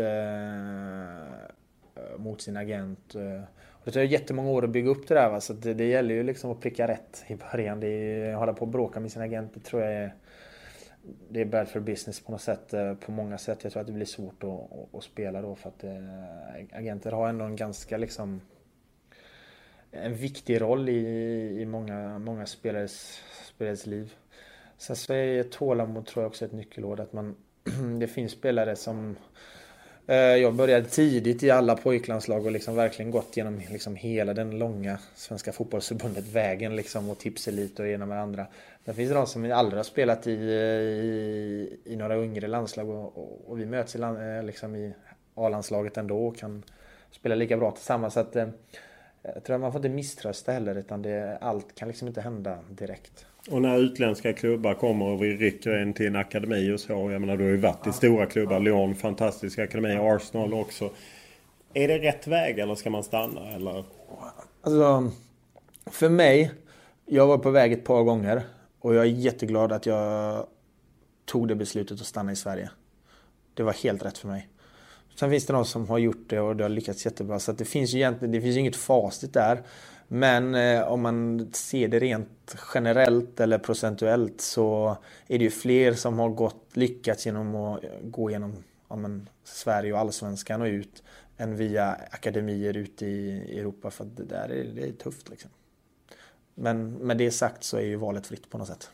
mot sin agent. Och det tar jättemånga år att bygga upp det där, va? Så det gäller ju liksom att pricka rätt i början. Att hålla på och bråka med sin agent, det tror jag det är bad for business på något sätt, på många sätt. Jag tror att det blir svårt att spela då, för att agenter har ändå en ganska liksom en viktig roll i många spelares liv. Sen så är tålamod, tror jag, också ett nyckelord. Att det finns spelare som jag började tidigt i alla pojklandslag och liksom verkligen gått genom liksom hela den långa svenska fotbollsförbundet vägen liksom, och tipselit och ena med andra. Det finns de som aldrig har spelat i några yngre landslag och vi möts liksom i A-landslaget ändå och kan spela lika bra tillsammans. Så att jag tror att man får inte misströsta heller, utan allt kan liksom inte hända direkt. Och när utländska klubbar kommer och vi rycker in till en akademi och så, jag menar, du har ju varit i stora klubbar, Lyon, fantastisk akademi, Arsenal också. Är det rätt väg eller ska man stanna? Eller? Alltså, för mig, jag var på väg ett par gånger och jag är jätteglad att jag tog det beslutet att stanna i Sverige. Det var helt rätt för mig. Sen finns det någon som har gjort det och det har lyckats jättebra, så att det finns ju inget facit där. Men om man ser det rent generellt eller procentuellt, så är det ju fler som har lyckats genom att gå igenom Sverige och allsvenskan och ut än via akademier ute i Europa, för att det är tufft liksom. Men med det sagt så är ju valet fritt på något sätt.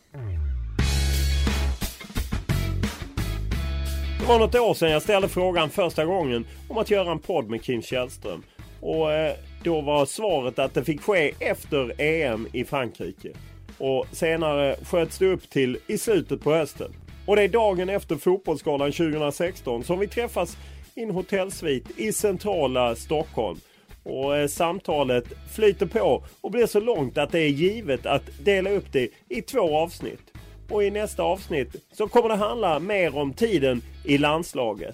Det var något år sedan jag ställde frågan första gången om att göra en podd med Kim Källström. Och då var svaret att det fick ske efter EM i Frankrike. Och senare sköts det upp till i slutet på hösten. Och det är dagen efter fotbollsgalan 2016 som vi träffas i en hotellsvit i centrala Stockholm. Och samtalet flyter på och blir så långt att det är givet att dela upp det i 2 avsnitt. Och i nästa avsnitt så kommer det handla mer om tiden i landslaget.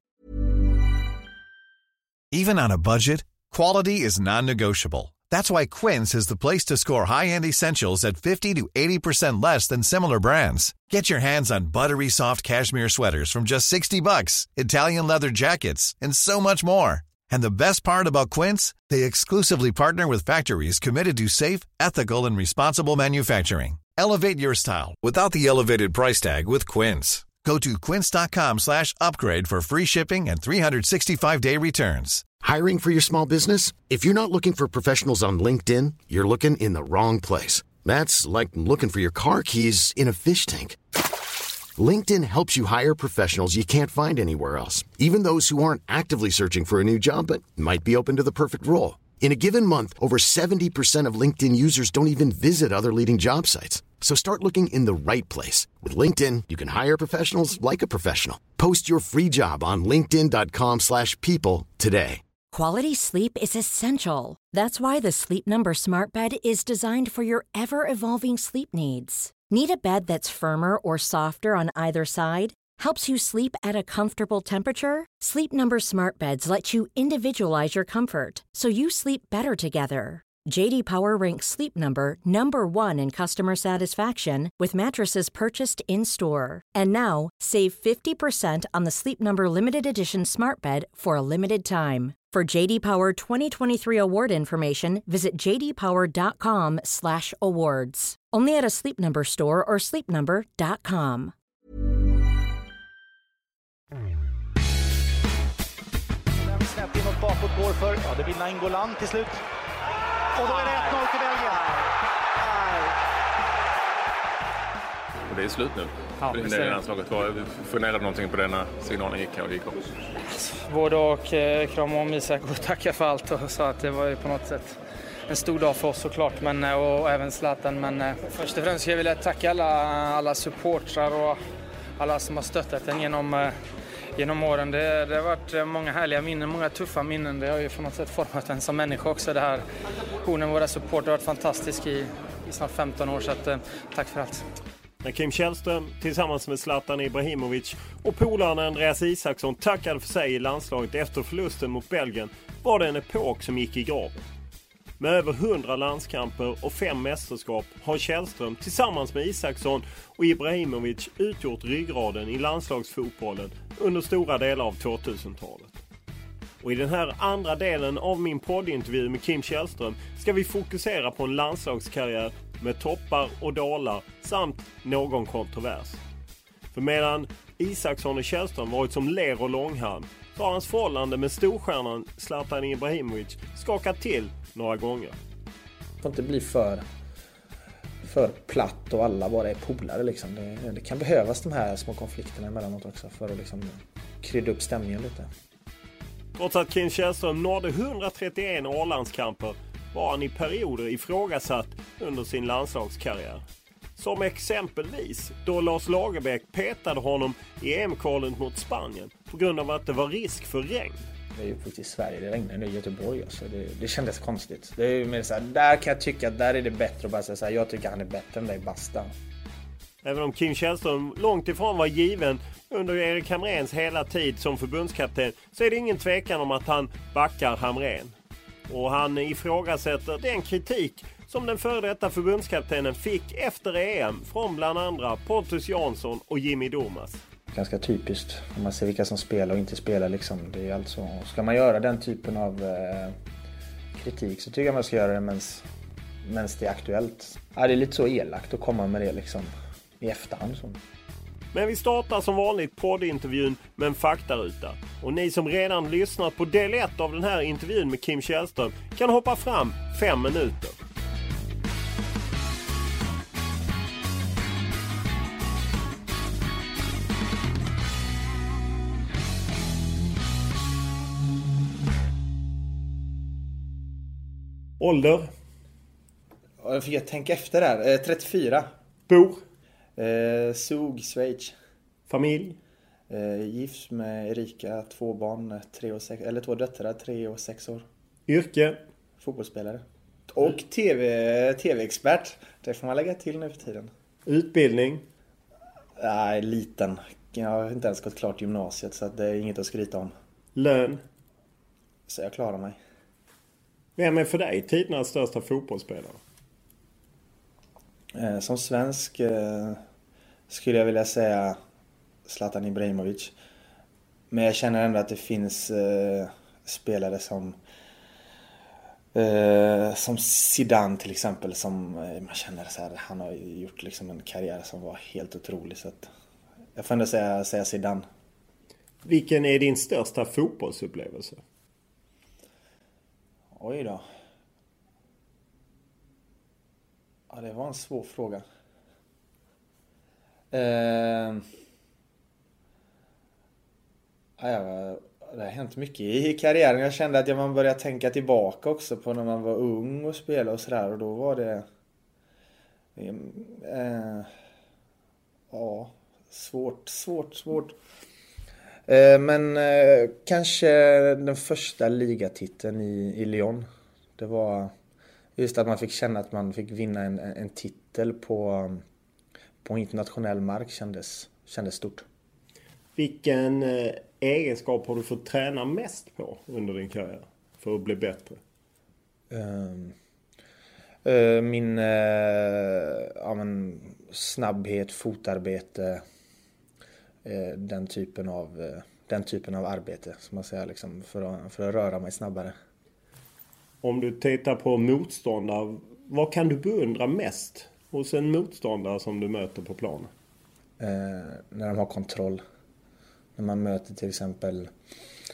Even on a budget, quality is non-negotiable. That's why Quince is the place to score high-end essentials at 50 to 80% less than similar brands. Get your hands on buttery soft cashmere sweaters from just $60, Italian leather jackets, and so much more. And the best part about Quince, they exclusively partner with factories committed to safe, ethical, and responsible manufacturing. Elevate your style without the elevated price tag with Quince. Go to quince.com/upgrade for free shipping and 365-day returns. Hiring for your small business? If you're not looking for professionals on LinkedIn, you're looking in the wrong place. That's like looking for your car keys in a fish tank. LinkedIn helps you hire professionals you can't find anywhere else, even those who aren't actively searching for a new job but might be open to the perfect role. In a given month, over 70% of LinkedIn users don't even visit other leading job sites. So start looking in the right place. With LinkedIn, you can hire professionals like a professional. Post your free job on linkedin.com/people today. Quality sleep is essential. That's why the Sleep Number Smart Bed is designed for your ever-evolving sleep needs. Need a bed that's firmer or softer on either side? Helps you sleep at a comfortable temperature? Sleep Number Smart Beds let you individualize your comfort, so you sleep better together. JD Power ranks Sleep Number #1 in customer satisfaction with mattresses purchased in-store. And now, save 50% on the Sleep Number Limited Edition Smart Bed for a limited time. For JD Power 2023 award information, visit jdpower.com/awards. Only at a Sleep Number store or sleepnumber.com. snett inåt bakåt går för, ja det blir Nainggolan till slut. Och då är det 1-0 till Belgien. Och det är slut nu. Ja, det är landslaget. Funderade någonting på denna signalen gick här och gick om? Både och krama om Isak och tacka för allt och sa att det var ju på något sätt en stor dag för oss såklart, men, och även Zlatan. Men först och främst skulle jag vilja tacka alla supportrar och alla som har stöttat den genom åren. Det har varit många härliga minnen, många tuffa minnen. Det har ju på något sätt format en som människa också. Det här med våra supportrar har varit fantastisk i snart 15 år, så att, tack för allt. När Kim Källström tillsammans med Zlatan Ibrahimovic och polaren Andreas Isaksson tackade för sig i landslaget efter förlusten mot Belgien var det en epok som gick i graven. Med över 100 landskamper och 5 mästerskap har Källström tillsammans med Isaksson och Ibrahimovic utgjort ryggraden i landslagsfotbollen under stora delar av 2000-talet. Och i den här andra delen av min poddintervju med Kim Källström ska vi fokusera på en landslagskarriär med toppar och dalar samt någon kontrovers. För medan Isaksson och Källström varit som ler och långhalm så har hans förhållande med storstjärnan Zlatan Ibrahimovic skakat till några gånger. Det får inte bli för platt och alla bara är polare liksom. Det kan behövas de här små konflikterna emellanåt också för att liksom krydda upp stämningen lite. Trots att Kim Källström nådde 131 A-landskamper var han i perioder ifrågasatt under sin landslagskarriär. Som exempelvis då Lars Lagerbäck petade honom i EM-kvalet mot Spanien på grund av att det var risk för regn. Det är ju faktiskt i Sverige, det regnar nu i Göteborg. Alltså. Det kändes konstigt. Det är ju mer så här, där kan jag tycka att där är det bättre att bara säga så här, jag tycker han är bättre än dig, basta. Även om Kim Källström långt ifrån var given under Erik Hamréns hela tid som förbundskapten så är det ingen tvekan om att han backar Hamrén. Och han ifrågasätter den kritik som den före detta förbundskaptenen fick efter EM från bland andra Pontus Jansson och Jimmy Durmaz. Ganska typiskt om man ser vilka som spelar och inte spelar liksom. Det är alltså, ska man göra den typen av kritik så tycker jag man ska göra det medan det är aktuellt. Ja, det är lite så elakt att komma med det liksom i efterhand. Så. Men vi startar som vanligt poddintervjun med en faktaruta. Och ni som redan lyssnat på del 1 av den här intervjun med Kim Källström kan hoppa fram 5 minuter. Ålder? Jag fick tänka efter där. 34. Bor? Zug, Schweiz. Familj? Gift med Erika, 2 barn, 2 döttrar, 3 och 6 år. Yrke? Fotbollsspelare. Och tv-expert. Det får man lägga till nu för tiden. Utbildning? Nej, liten. Jag har inte ens gått klart gymnasiet så det är inget att skryta om. Lön? Så jag klarar mig. Vem är för dig tidernas största fotbollsspelare? Som svensk skulle jag vilja säga Zlatan Ibrahimovic. Men jag känner ändå att det finns spelare som Zidane till exempel, som man känner så här, han har gjort liksom en karriär som var helt otrolig, så att jag får ändå säga Zidane. Vilken är din största fotbollsupplevelse? Oj då. Ja, det var en svår fråga. Det har hänt mycket i karriären. Jag kände att man började tänka tillbaka också på när man var ung och spelade och sådär. Och då var det... svårt. Men kanske den första ligatiteln i Lyon. Det var just att man fick känna att man fick vinna en titel på internationell mark kändes stort. Vilken egenskap har du fått träna mest på under din karriär för att bli bättre? Min snabbhet, fotarbete, den typen av arbete som man säger liksom, för att röra mig snabbare. Om du tittar på motståndare, vad kan du beundra mest hos en motståndare som du möter på planen? När de har kontroll. När man möter till exempel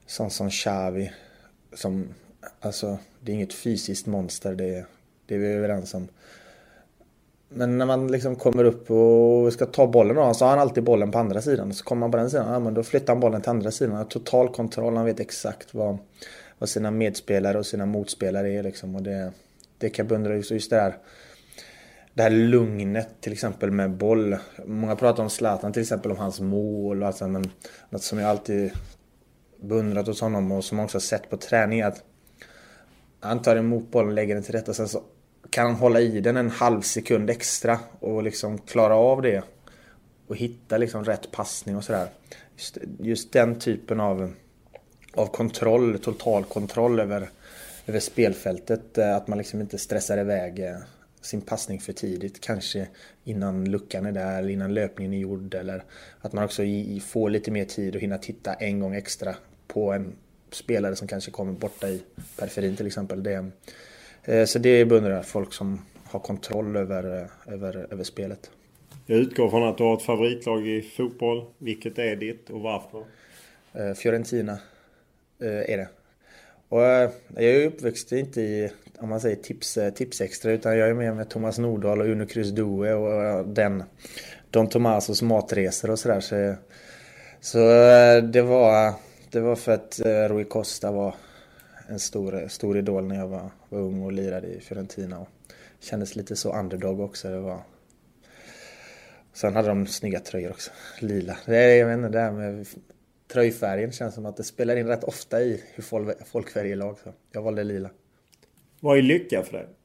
sån som Xavi, som, alltså, det är inget fysiskt monster, det är vi överens om. Men när man liksom kommer upp och ska ta bollen då, så har han alltid bollen på andra sidan. Så kommer man på den sidan, ja, men då flyttar han bollen till andra sidan. Han har total kontroll, han vet exakt vad sina medspelare och sina motspelare är. Liksom. Och det kan jag beundra just det här lugnet till exempel med boll. Många pratar om Zlatan till exempel, om hans mål och allt sånt, men något som jag alltid beundrat hos honom och som jag också har sett på träning, att han tar emot bollen, lägger den till rätta, sen så kan han hålla i den en halv sekund extra och liksom klara av det och hitta liksom rätt passning och sådär. Just den typen av kontroll, total kontroll över spelfältet, att man liksom inte stressar iväg sin passning för tidigt, kanske innan luckan är där eller innan löpningen är gjord, eller att man också får lite mer tid och hinna titta en gång extra på en spelare som kanske kommer borta i periferin till exempel. Så det beundrar folk som har kontroll över spelet. Jag utgår från att du har ett favoritlag i fotboll. Vilket är ditt och varför? Fiorentina är det. Och jag är uppväxt inte i, om man säger tipsextra, utan jag är med Thomas Nordahl och Uno Cruz Due och Don Tomasos matresor och sådär. Så det var för att Rui Costa var en stor idol när jag var ung och lirade i Fiorentina, och kändes lite så underdog också. Sen hade de snygga tröjor också, lila. Jag vet inte, det här med tröjfärgen känns som att det spelar in rätt ofta i hur folk väljer lag, så jag valde lila. Vad är lycka för dig?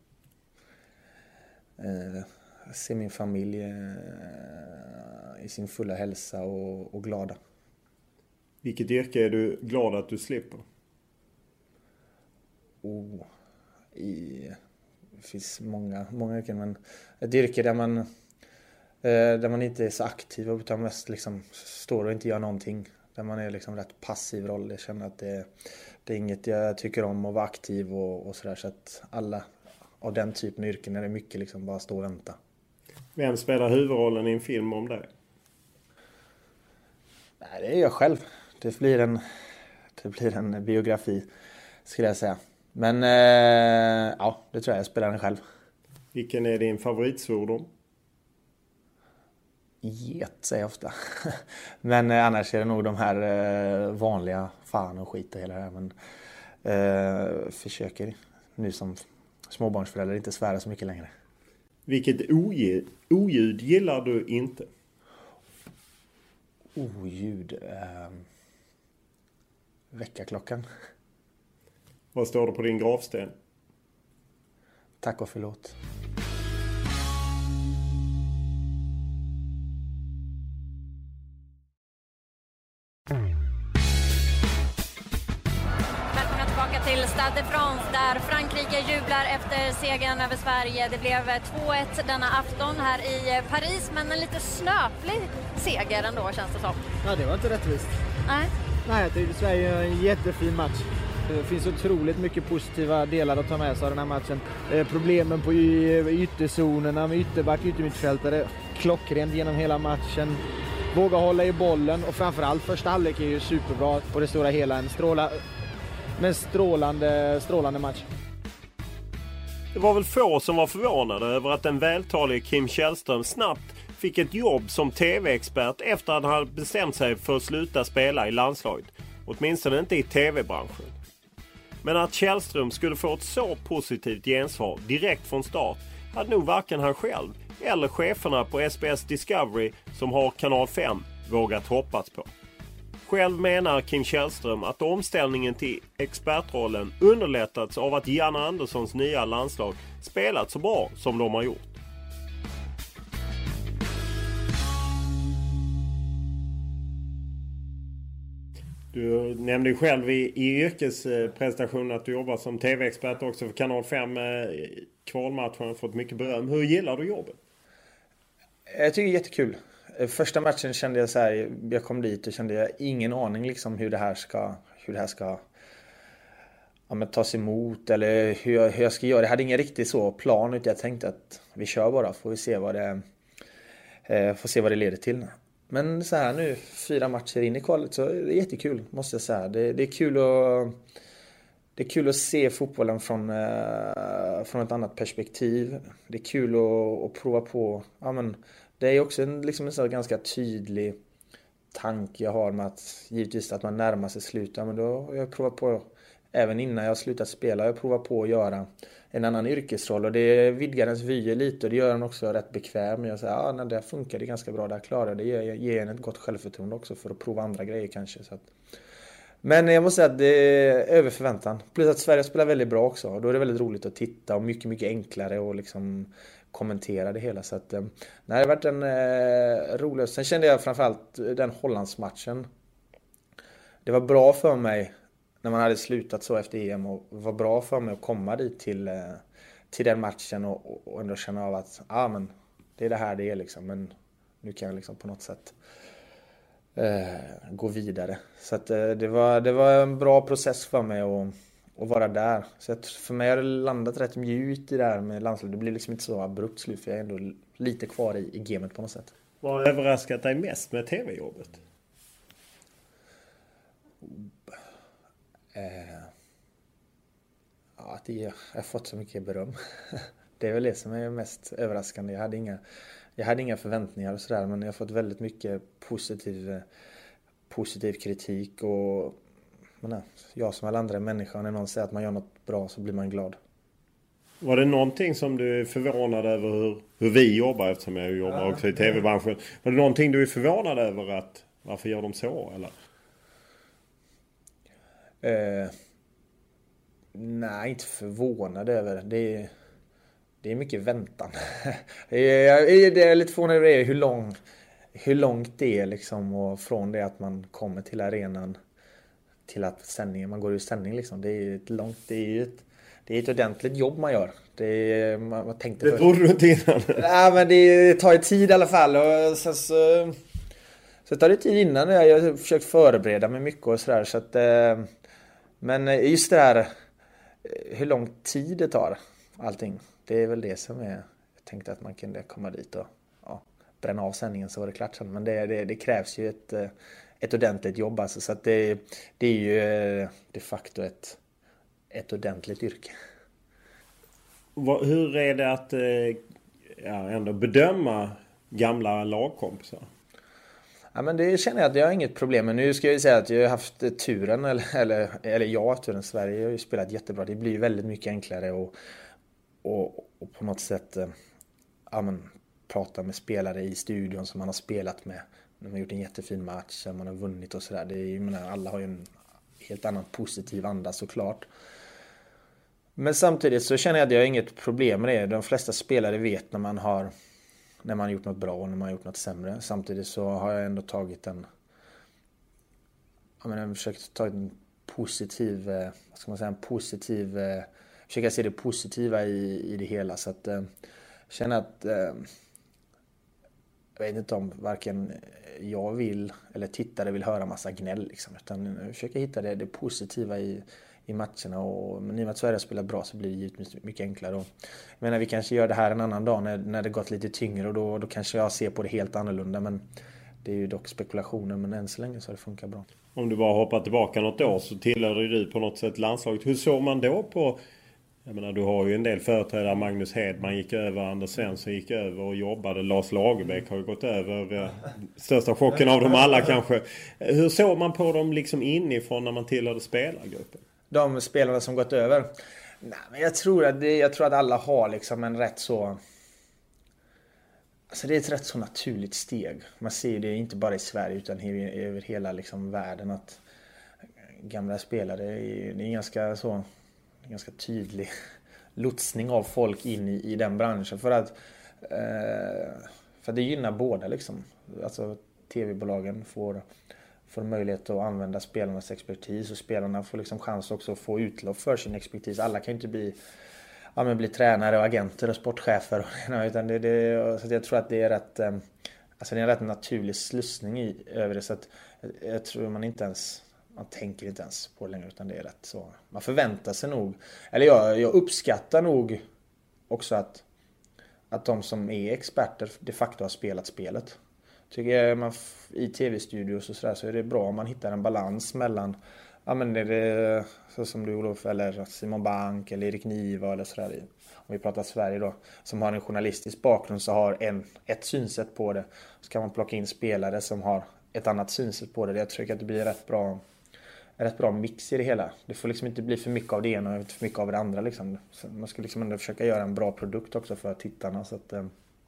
Se min familj i sin fulla hälsa och glada. Vilket yrke är du glad att du slipper? Det finns många yrken, men ett yrke där man inte är så aktiv utan mest liksom står och inte gör någonting, där man är liksom rätt passiv roll. Jag känner att det är inget jag tycker om, att vara aktiv och sådär, så att alla av den typen av yrken är det mycket liksom bara stå och vänta. Vem spelar huvudrollen i en film om dig? Nej, det är jag själv. Det blir en biografi, skulle jag säga. Men ja, det tror jag spelar den själv. Vilken är din favoritsvordom? Get säger jag ofta. Men annars är det nog de här vanliga fan och skit och hela det här. Men försöker nu som småbarnsförälder inte svära så mycket längre. Vilket oljud gillar du inte? Oljud? Väckarklockan. Vad står det på din gravsten? Tack och förlåt. Välkomna tillbaka till Stade de France där Frankrike jublar efter segern över Sverige. Det blev 2-1 denna afton här i Paris, men en lite snöplig seger ändå, känns det som. Ja, det var inte rättvist. Nej, jag tyckte Sverige gör en jättefin match. Det finns otroligt mycket positiva delar att ta med sig av den här matchen. Problemen på ytterzonerna med ytterback, yttermittfältare, klockrent genom hela matchen. Våga hålla i bollen, och framförallt första halvlek är ju superbra på det stora hela. En strålande match. Det var väl få som var förvånade över att den vältalige Kim Källström snabbt fick ett jobb som tv-expert efter att han hade bestämt sig för att sluta spela i landslaget. Åtminstone inte i tv-branschen. Men att Källström skulle få ett så positivt gensvar direkt från start hade nog varken han själv eller cheferna på SBS Discovery, som har kanal 5, vågat hoppas på. Själv menar Kim Källström att omställningen till expertrollen underlättats av att Janne Anderssons nya landslag spelat så bra som de har gjort. Du nämnde ju själv i yrkesprestationen att du jobbar som tv-expert också för kanal 5. Kvalmatchen har fått mycket beröm. Hur gillar du jobbet? Jag tycker det är jättekul. Första matchen kände jag så här, jag kom dit och kände jag ingen aning liksom hur det här ska tas emot, eller hur jag ska göra. Jag hade ingen riktigt så plan, utan jag tänkte att vi kör bara, får vi se vad det leder till. Men så här nu, 4 matcher in i kvalet, så är det jättekul, måste jag säga. Det är kul att se fotbollen från ett annat perspektiv. Det är kul att prova på. Ja, men det är också en så ganska tydlig tanke jag har med att givetvis att man närmar sig slutet. Men då har jag provat på, även innan jag slutat spela, jag provat på att göra en annan yrkesroll. Och det vidgar ens vyer lite och det gör den också rätt bekväm. Jag säger, det funkar det ganska bra, där klarar jag det. Ger en ett gott självförtroende också för att prova andra grejer kanske. Så att. Men jag måste säga att det är över förväntan. Plus att Sverige spelar väldigt bra också. Då är det väldigt roligt att titta och mycket, mycket enklare och liksom kommentera det hela. Så att, det har varit en rolig. Sen kände jag framförallt den Hollandsmatchen. Det var bra för mig när man hade slutat så efter EM och var bra för mig att komma dit till den matchen och ändå känna av att men det är det här det är liksom. Men nu kan jag liksom på något sätt gå vidare. Så att det var en bra process för mig att vara där. Så att för mig har det landat rätt mjukt i det här med landslaget. Det blir liksom inte så abrupt slut, för jag är ändå lite kvar i gamet på något sätt. Vad har överraskat dig mest med tv-jobbet? Att jag har fått så mycket beröm. Det är väl det som är mest överraskande. Jag hade inga förväntningar och sådär, men jag har fått väldigt mycket positiv kritik och jag som alla andra människor, när någon säger att man gör något bra så blir man glad. Var det någonting som du är förvånad över hur vi jobbar, eftersom jag jobbar också i tv-branschen? Var det någonting du är förvånad över att varför gör de så, eller? Nej, inte förvånad över. Det är mycket väntan. Det är lite förvånad över det, hur långt det är liksom, och från det att man kommer till arenan till att man går ur sändning liksom. Det är ett ordentligt jobb man gör. Man tänkte det trodde du inte innan. Nej, men det tar ju tid i alla fall, och sen så tar det tid innan. Jag har försökt förbereda mig mycket och sådär, så att men just det här hur lång tid det tar allting, det är väl det som är. Jag tänkte att man kunde komma dit och bränna av sändningen så var det klart sen. Men det krävs ju ett ordentligt jobb alltså, så att det är ju de facto ett ordentligt yrke. Hur är det att ändå bedöma gamla lagkompisar? Ja, men det känner jag att jag har inget problem med. Nu ska jag ju säga att jag har haft turen, eller jag har haft turen. Sverige har ju spelat jättebra. Det blir väldigt mycket enklare och på något sätt prata med spelare i studion som man har spelat med. Man har gjort en jättefin match, man har vunnit och sådär. Alla har ju en helt annan positiv anda såklart. Men samtidigt så känner jag att jag har inget problem med det. De flesta spelare vet när man har gjort något bra och när man har gjort något sämre. Samtidigt så har jag ändå tagit jag har försökt ta en positiv, försöka se det positiva i det hela, så att känna att jag vet inte om varken jag vill eller tittare vill höra massa gnäll liksom, utan försöka hitta det positiva i matcherna, och i och med att Sverige spelar bra så blir det givetvis mycket enklare. Och jag menar, vi kanske gör det här en annan dag när det gått lite tyngre, och då kanske jag ser på det helt annorlunda, men det är ju dock spekulationer, men än så länge så har det funkat bra. Om du bara hoppar tillbaka något år så tillhörde du på något sätt landslaget. Hur såg man då på, jag menar, du har ju en del företrädare, Magnus Hedman gick över, Anders Svensson gick över och jobbade, Lars Lagerbäck har ju gått över, största chocken av dem alla kanske. Hur såg man på dem liksom inifrån när man tillhörde spelargruppen? De spelarna som gått över? Nej, men jag tror att alla har liksom en rätt så... Alltså det är ett rätt så naturligt steg. Man ser det inte bara i Sverige utan över hela liksom världen, att gamla spelare, det är en ganska tydlig lotsning av folk in i den branschen, för att det gynnar båda liksom. Alltså tv-bolagen får möjlighet att använda spelarnas expertis, och spelarna får liksom chans också att få utlopp för sin expertis. Alla kan inte bli tränare och agenter och sportchefer, utan så jag tror att det är rätt, alltså det är en rätt naturlig slussning över det, så att jag tror man tänker inte ens på det längre, utan det är rätt så. Man förväntar sig nog, eller jag uppskattar nog också att de som är experter de facto har spelat spelet. Tycker jag i tv-studios och sådär så är det bra om man hittar en balans mellan, ja men är det så som du Olof eller Simon Bank eller Erik Niva eller sådär, om vi pratar Sverige då, som har en journalistisk bakgrund så har ett synsätt på det. Så kan man plocka in spelare som har ett annat synsätt på det. Jag tycker att det blir rätt bra mix i det hela. Det får liksom inte bli för mycket av det ena och för mycket av det andra liksom. Så man ska liksom ändå försöka göra en bra produkt också för tittarna, så att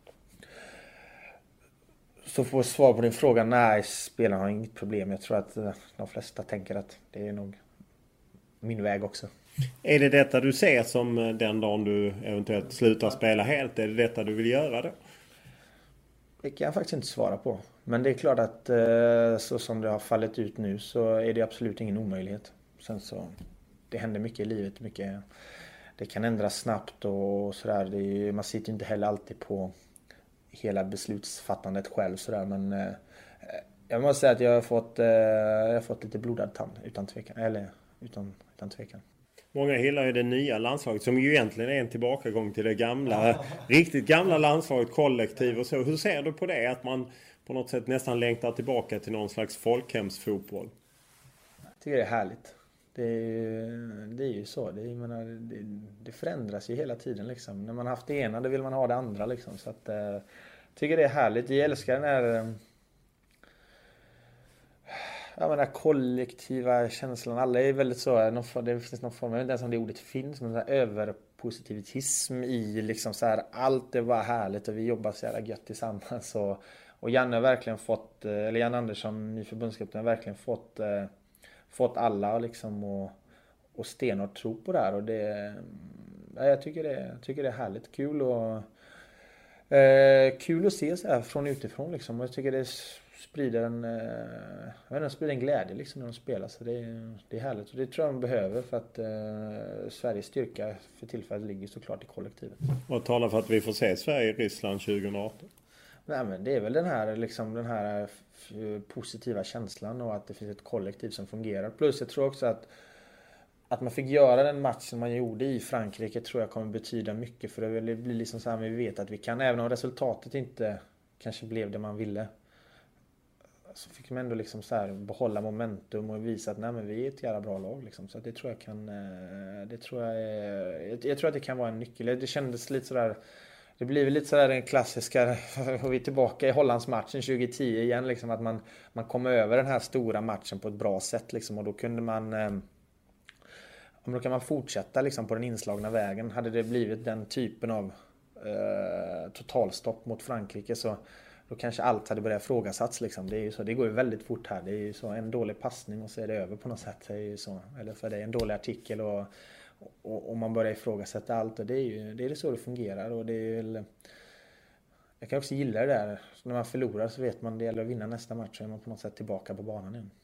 så får jag svar på din fråga. Nej, spelarna har inget problem. Jag tror att de flesta tänker att det är nog min väg också. Är det detta du ser som den dagen du eventuellt slutar spela helt? Är det detta du vill göra då? Det kan jag faktiskt inte svara på. Men det är klart att så som det har fallit ut nu så är det absolut ingen omöjlighet. Sen så, det händer mycket i livet. Det kan ändras snabbt och sådär. Man sitter inte heller alltid på hela beslutsfattandet själv sådär. Men jag måste säga att jag har fått lite blodad tand utan tvekan. Eller utan tvekan. Många hyllar ju det nya landslaget som ju egentligen är en tillbakagång till det gamla, riktigt gamla landslaget, kollektiv och så. Hur ser du på det? Att man på något sätt nästan längtar tillbaka till någon slags folkhemsfotboll? Jag tycker det är härligt. Det är ju så. Det förändras ju hela tiden liksom. När man har haft det ena, då vill man ha det andra liksom. Så att jag tycker det är härligt. Jag älskar den här kollektiva känslan. Alla är väldigt så, det finns någon form, jag vet inte ens om det ordet finns, men så här överpositivism i liksom så här, allt är bara härligt och vi jobbar så jävla gött tillsammans och Janne har verkligen fått, eller Jan Andersson, ny förbundskapten, har verkligen fått alla liksom och stenhårt tro på det här, och det, jag tycker det är härligt, kul att se så här från utifrån liksom, och jag tycker det sprider en glädje liksom när de spelar, så det är härligt, och det tror jag de behöver för att Sveriges styrka för tillfället ligger såklart i kollektivet. Och talar för att vi får se Sverige i Ryssland 2018. Nej, men det är väl den här positiva känslan och att det finns ett kollektiv som fungerar. Plus jag tror också att man fick göra den matchen man gjorde i Frankrike tror jag kommer betyda mycket, för det blir liksom så här, vi vet att vi kan, även om resultatet inte kanske blev det man ville, så fick man ändå liksom så här behålla momentum och visa att nej, men vi är ett jävla bra lag liksom. Så att det tror jag kan, jag tror att det kan vara en nyckel. Det kändes lite sådär, det blir lite sådär den klassiska, och vi är tillbaka i Hollandsmatchen 2010 igen liksom, att man kom över den här stora matchen på ett bra sätt liksom, och då kunde då kan man fortsätta liksom på den inslagna vägen. Hade det blivit den typen av totalstopp mot Frankrike, så då kanske allt hade börjat frågasatts liksom. Det är ju så, det går ju väldigt fort här. Det är ju så, en dålig passning och så är det över på något sätt. Det är ju så, eller för det är en dålig artikel och man börjar ifrågasätta allt, och det är så det fungerar, och det är väl, jag kan också gilla det där. Så när man förlorar så vet man det gäller att vinna nästa match, så är man på något sätt tillbaka på banan igen.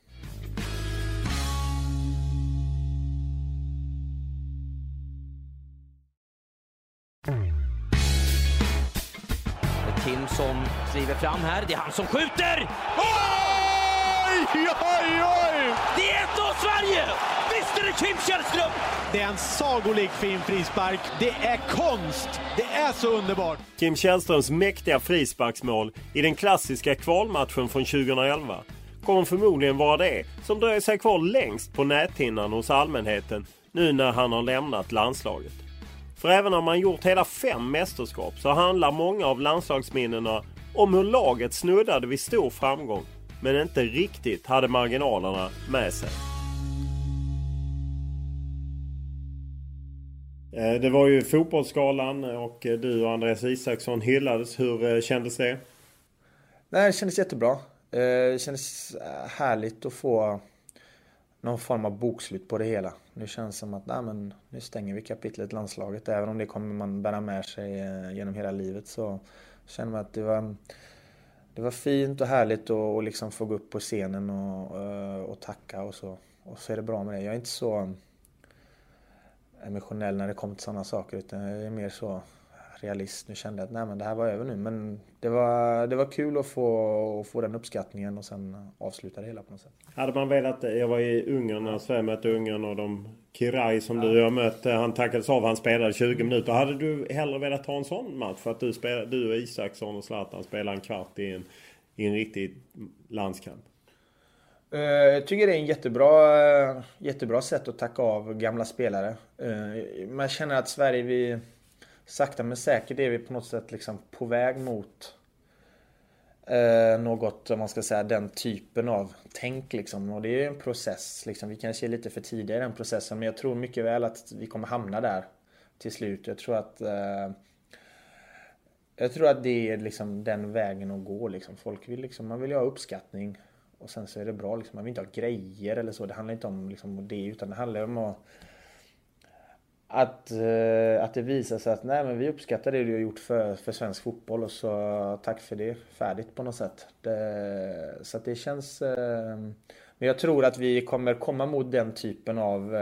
Kim som driver fram här, det är han som skjuter! Oj, oj, oj! Det är 1-0 Sverige! Visst är det Kim Källström! Det är en sagolik fin frispark. Det är konst. Det är så underbart. Kim Källströms mäktiga frisparksmål i den klassiska kvalmatchen från 2011 kommer förmodligen vara det som dröjer sig kvar längst på näthinnan hos allmänheten nu när han har lämnat landslaget. För även om man gjort hela 5 mästerskap så handlar många av landslagsminnena om hur laget snuddade vid stor framgång men inte riktigt hade marginalerna med sig. Det var ju fotbollsskalan och du och Andreas Isaksson hyllades. Hur kändes det? Nej, det kändes jättebra. Det kändes härligt att få någon form av bokslut på det hela. Nu känns det som att nu stänger vi kapitlet landslaget. Även om det kommer man bära med sig genom hela livet, så känner man att det var fint och härligt att liksom få gå upp på scenen och tacka och så. Och så är det bra med det. Jag är inte så emotionell när det kommer till sådana saker, utan jag är mer så realist. Nu kände jag att det här var över nu, men det var kul att få den uppskattningen och sen avsluta det hela på något sätt. Hade man velat, jag var i Ungern när Sverige mötte Ungern och de Kiraj som du har mött, han tackades av, han spelade 20 minuter. Hade du hellre velat ta en sån match för att du och Isaksson och Zlatan spelade en kvart i i en riktig landskamp? Jag tycker det är en jättebra sätt att tacka av gamla spelare. Man känner att Sverige, vi sakta men säkert är vi på något sätt liksom på väg mot något, om man ska säga, den typen av tänk liksom. Och det är en process liksom. Vi kanske är lite för tidiga i den processen, men jag tror mycket väl att vi kommer hamna där till slut. Jag tror att det är liksom den vägen att gå liksom. Folk vill liksom, man vill ha uppskattning. Och sen så är det bra liksom, man vill inte ha grejer eller så. Det handlar inte om liksom det, utan det handlar om att det visar sig att nej, men vi uppskattar det du har gjort för svensk fotboll, och så tack för det, färdigt på något sätt. Så att det känns, men jag tror att vi kommer komma mot den typen av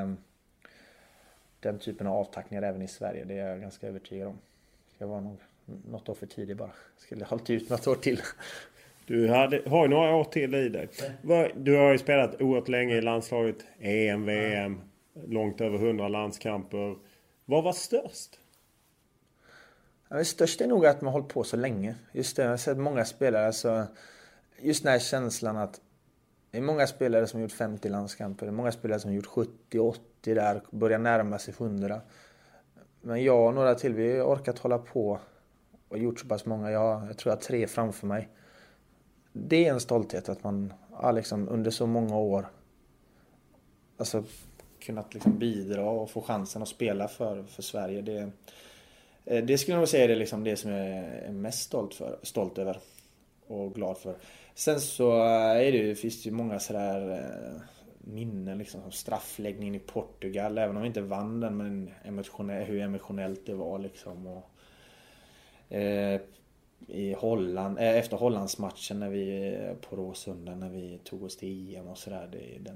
avtackningar även i Sverige. Det är jag ganska övertygad om. Det var nog något år för tidigt bara. Skulle hållit ut något år till. Du har ju några år till i dig. Du har ju spelat oerhört länge i landslaget. EM, VM, långt över 100 landskamper. Vad var störst? Ja, störst är nog att man hållit på så länge. Just det, jag har sett många spelare. Så just den här känslan att det är många spelare som har gjort 50 landskamper. Det är många spelare som har gjort 70, 80 där. Börjar närma sig 100. Men jag och några till, vi har orkat hålla på och gjort så pass många. Jag tror jag har 3 framför mig. Det är en stolthet att man liksom under så många år alltså kunnat liksom bidra och få chansen att spela för Sverige. Det skulle jag nog säga är det, liksom det som jag är mest stolt över och glad för. Sen så finns det ju många sådär minnen liksom, som straffläggningen i Portugal, även om vi inte vann den, men hur emotionellt det var liksom. Och i Holland, efter Hollandsmatchen när vi på Råsunda, när vi tog oss till EM och sådär, det är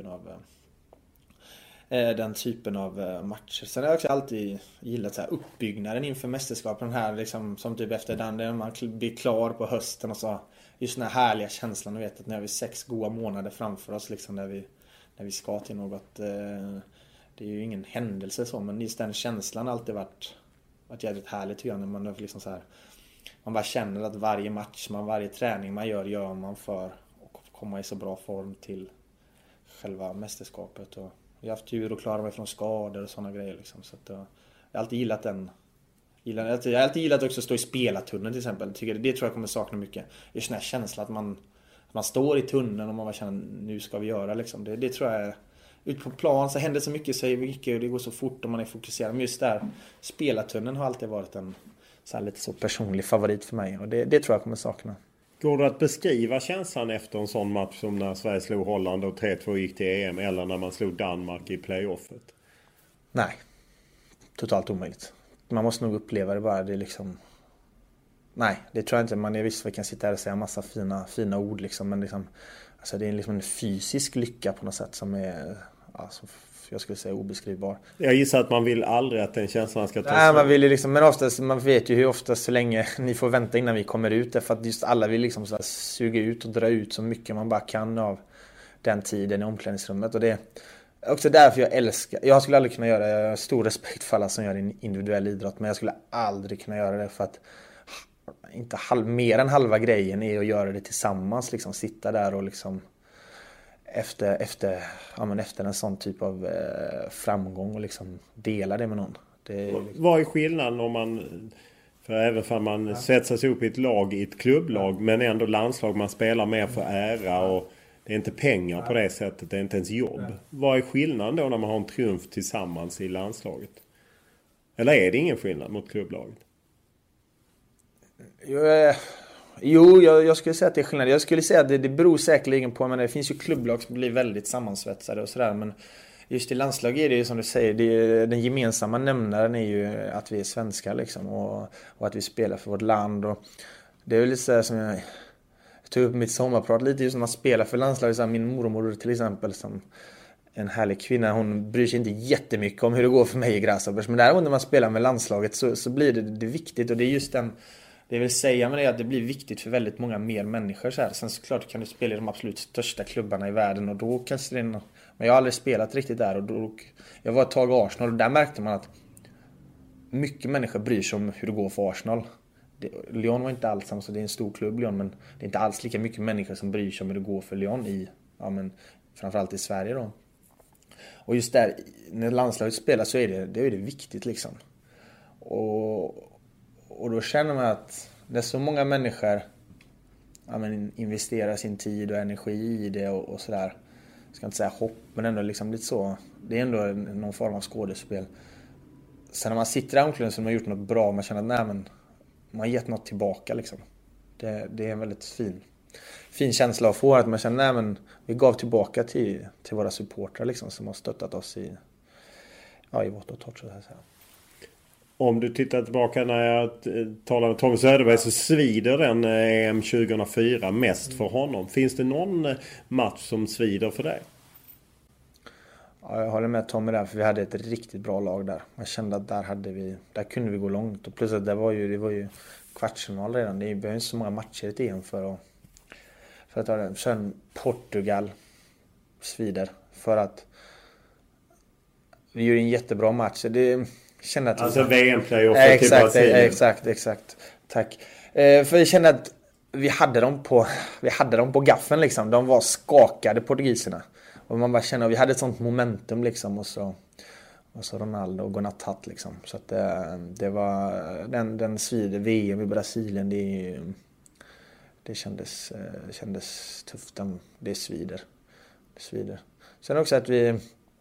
den typen av matcher. Sen har jag också alltid gillat så här uppbyggnaden inför mästerskapen här liksom, som typ efter den där man blir klar på hösten och så just den här härliga känslan, vet att nu har vi 6 goda månader framför oss liksom, när vi ska till något. Det är ju ingen händelse så, men just den känslan har alltid varit jävligt härligt tycker jag, när man liksom så här, man bara känner att varje match, varje träning man gör man för att komma i så bra form till själva mästerskapet. Och jag har haft tur och klarat mig från skador och sådana grejer liksom. Så att jag har alltid gillat den. Jag har alltid gillat också att stå i spelartunneln till exempel. Det tror jag kommer sakna mycket. Just den här känslan att man står i tunneln och man bara känner nu ska vi göra liksom. Det tror jag, ut på plan så händer så mycket, säger mycket och det går så fort och man är fokuserad. Men just där, spelartunneln har alltid varit en så här lite så personlig favorit för mig, och det tror jag kommer sakna. Går det att beskriva känslan efter en sån match som när Sverige slog Holland och 3-2 gick till EM, eller när man slog Danmark i playoffet? Nej, totalt omöjligt. Man måste nog uppleva det bara. Det är liksom, nej, det tror jag inte. Man är visst, vi kan sitta här och säga massa fina ord liksom, men liksom, alltså det är liksom en fysisk lycka på något sätt som är, alltså, jag skulle säga obeskrivbar. Jag gissar att man vill aldrig att den känslan ska ta sig. Nej, man vill ju liksom, men oftast, man vet ju hur ofta så länge ni får vänta innan vi kommer ut, därför att just alla vill liksom så här suga ut och dra ut så mycket man bara kan av den tiden i omklädningsrummet, och det är också därför jag skulle aldrig kunna göra det. Jag har stor respekt för alla som gör en individuell idrott, men jag skulle aldrig kunna göra det, för att inte mer än halva grejen är att göra det tillsammans, liksom sitta där och liksom efter en sån typ av framgång och liksom dela det med någon. Vad är skillnaden om man, för även om man sätter sig upp i ett lag, i ett klubblag, men ändå landslag, man spelar mer för ära och det är inte pengar på det sättet, det är inte ens jobb. Vad är skillnaden då när man har en triumf tillsammans i landslaget? Eller är det ingen skillnad mot klubblaget? Jo, jag skulle säga att det är skillnad. Jag skulle säga att det beror säkerligen på, men det finns ju klubblag som blir väldigt sammansvetsade och sådär, men just i landslag är det ju som du säger, den gemensamma nämnaren är ju att vi är svenskar liksom, och att vi spelar för vårt land, och det är ju lite så här som jag tog upp mitt sommarprat lite, just när man spelar för landslaget, så här, min mormor till exempel, som en härlig kvinna, hon bryr sig inte jättemycket om hur det går för mig i Grasshoppers, men däremot när man spelar med landslaget så blir det viktigt, och det är just den, det vill säga med det, att det blir viktigt för väldigt många mer människor så här. Sen såklart kan du spela i de absolut största klubbarna i världen, och då kanske det, men jag har aldrig spelat riktigt där, och då, jag var ett tag i Arsenal, och där märkte man att mycket människor bryr sig om hur det går för Arsenal. Lyon var inte alls samma, så det är en stor klubb Lyon, men det är inte alls lika mycket människor som bryr sig om hur det går för Lyon i, framförallt i Sverige då. Och just där, när landslaget spelar så är det viktigt liksom. Och då känner man att det är så många människor investerar sin tid och energi i det och sådär. Jag ska inte säga hopp, men ändå liksom lite så. Det är ändå någon form av skådespel. Sen när man sitter i omklädningen så har man gjort något bra, man känner att man har gett något tillbaka liksom. Det är en väldigt fin känsla att få, att man känner att vi gav tillbaka till våra supportrar liksom, som har stöttat oss i vårt och torrt, så att säga. Om du tittar tillbaka när jag talar med Tommy Söderberg, så svider den EM 2004 mest för honom. Finns det någon match som svider för dig? Ja, jag håller med Tommy där, för vi hade ett riktigt bra lag där. Jag kände att där kunde vi gå långt. Och plus att det var ju kvartsfinal redan. Det behöver inte så många matcher i ett EM för att ta det. Sen Portugal svider för att vi gjorde en jättebra match. Det kände att alltså VM-playoff till Brasilien. Exakt. Tack. För jag kände att vi hade dem på gaffeln liksom. De var skakade, portugiserna. Och man bara kände att vi hade ett sånt momentum liksom, och så Ronaldo och Gonatat liksom. Så att det var den svider. VM i Brasilien, det kändes tufft. Det svider. Sen också att vi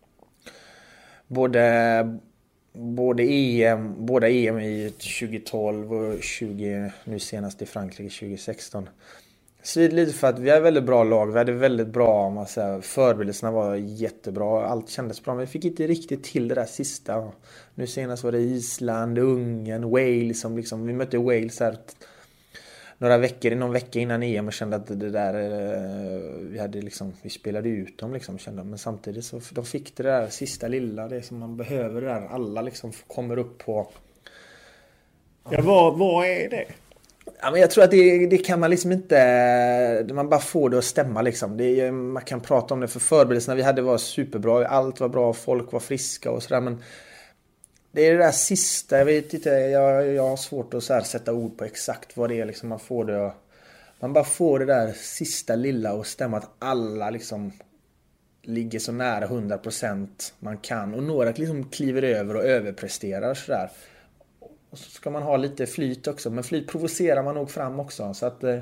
båda EM i 2012 och nu senast i Frankrike 2016. Svider lite för att vi har väldigt bra lag. Vi hade väldigt bra, förberedelserna var jättebra. Allt kändes bra, men vi fick inte riktigt till det där sista. Nu senast var det Island, Ungern, Wales som liksom, vi mötte Wales här någon vecka innan EM och kände att det där vi spelade ut dem liksom, kände. Men samtidigt så de fick det där sista lilla, det som man behöver där, alla liksom kommer upp på. Ja, vad är det? Ja, men jag tror att det kan man liksom inte, man bara får det att stämma liksom. Man kan prata om det, för förberedelserna vi hade var superbra, allt var bra, folk var friska och sådär, men det är det där sista, jag vet inte, jag har svårt att så här sätta ord på exakt vad det är liksom, man bara får det där sista lilla och stämma, att alla liksom ligger så nära 100% man kan, och några liksom kliver över och överpresterar sådär. Och så ska man ha lite flyt också, men flyt provocerar man nog fram också, så att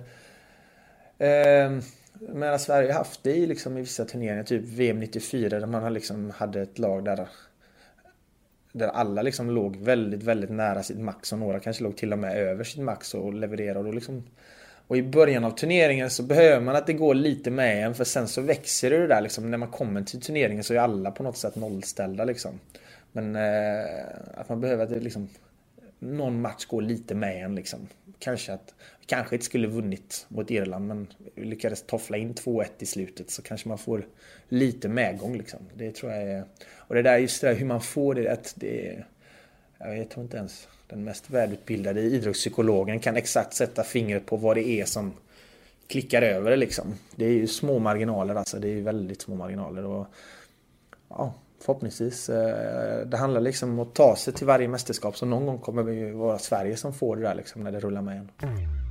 men Sverige har haft det liksom i vissa turneringar, typ VM 94 där man liksom hade ett lag där alla liksom låg väldigt, väldigt nära sitt max, och några kanske låg till och med över sitt max och levererade. Och, liksom, och i början av turneringen så behöver man att det går lite med en, för sen så växer det där liksom. När man kommer till turneringen så är alla på något sätt nollställda liksom. Men att man behöver att det liksom, någon match går lite med en liksom. Kanske inte skulle vunnit mot Irland, men lyckades toffla in 2-1 i slutet, så kanske man får lite medgång liksom. Det tror jag är, och det där just det där, hur man får det, att jag tror inte ens den mest välutbildade idrottspsykologen kan exakt sätta fingret på vad det är som klickar över det liksom. Det är ju små marginaler, alltså det är ju väldigt små marginaler, och ja, förhoppningsvis det handlar liksom om att ta sig till varje mästerskap, så någon gång kommer det ju vara Sverige som får det där liksom, när det rullar med en.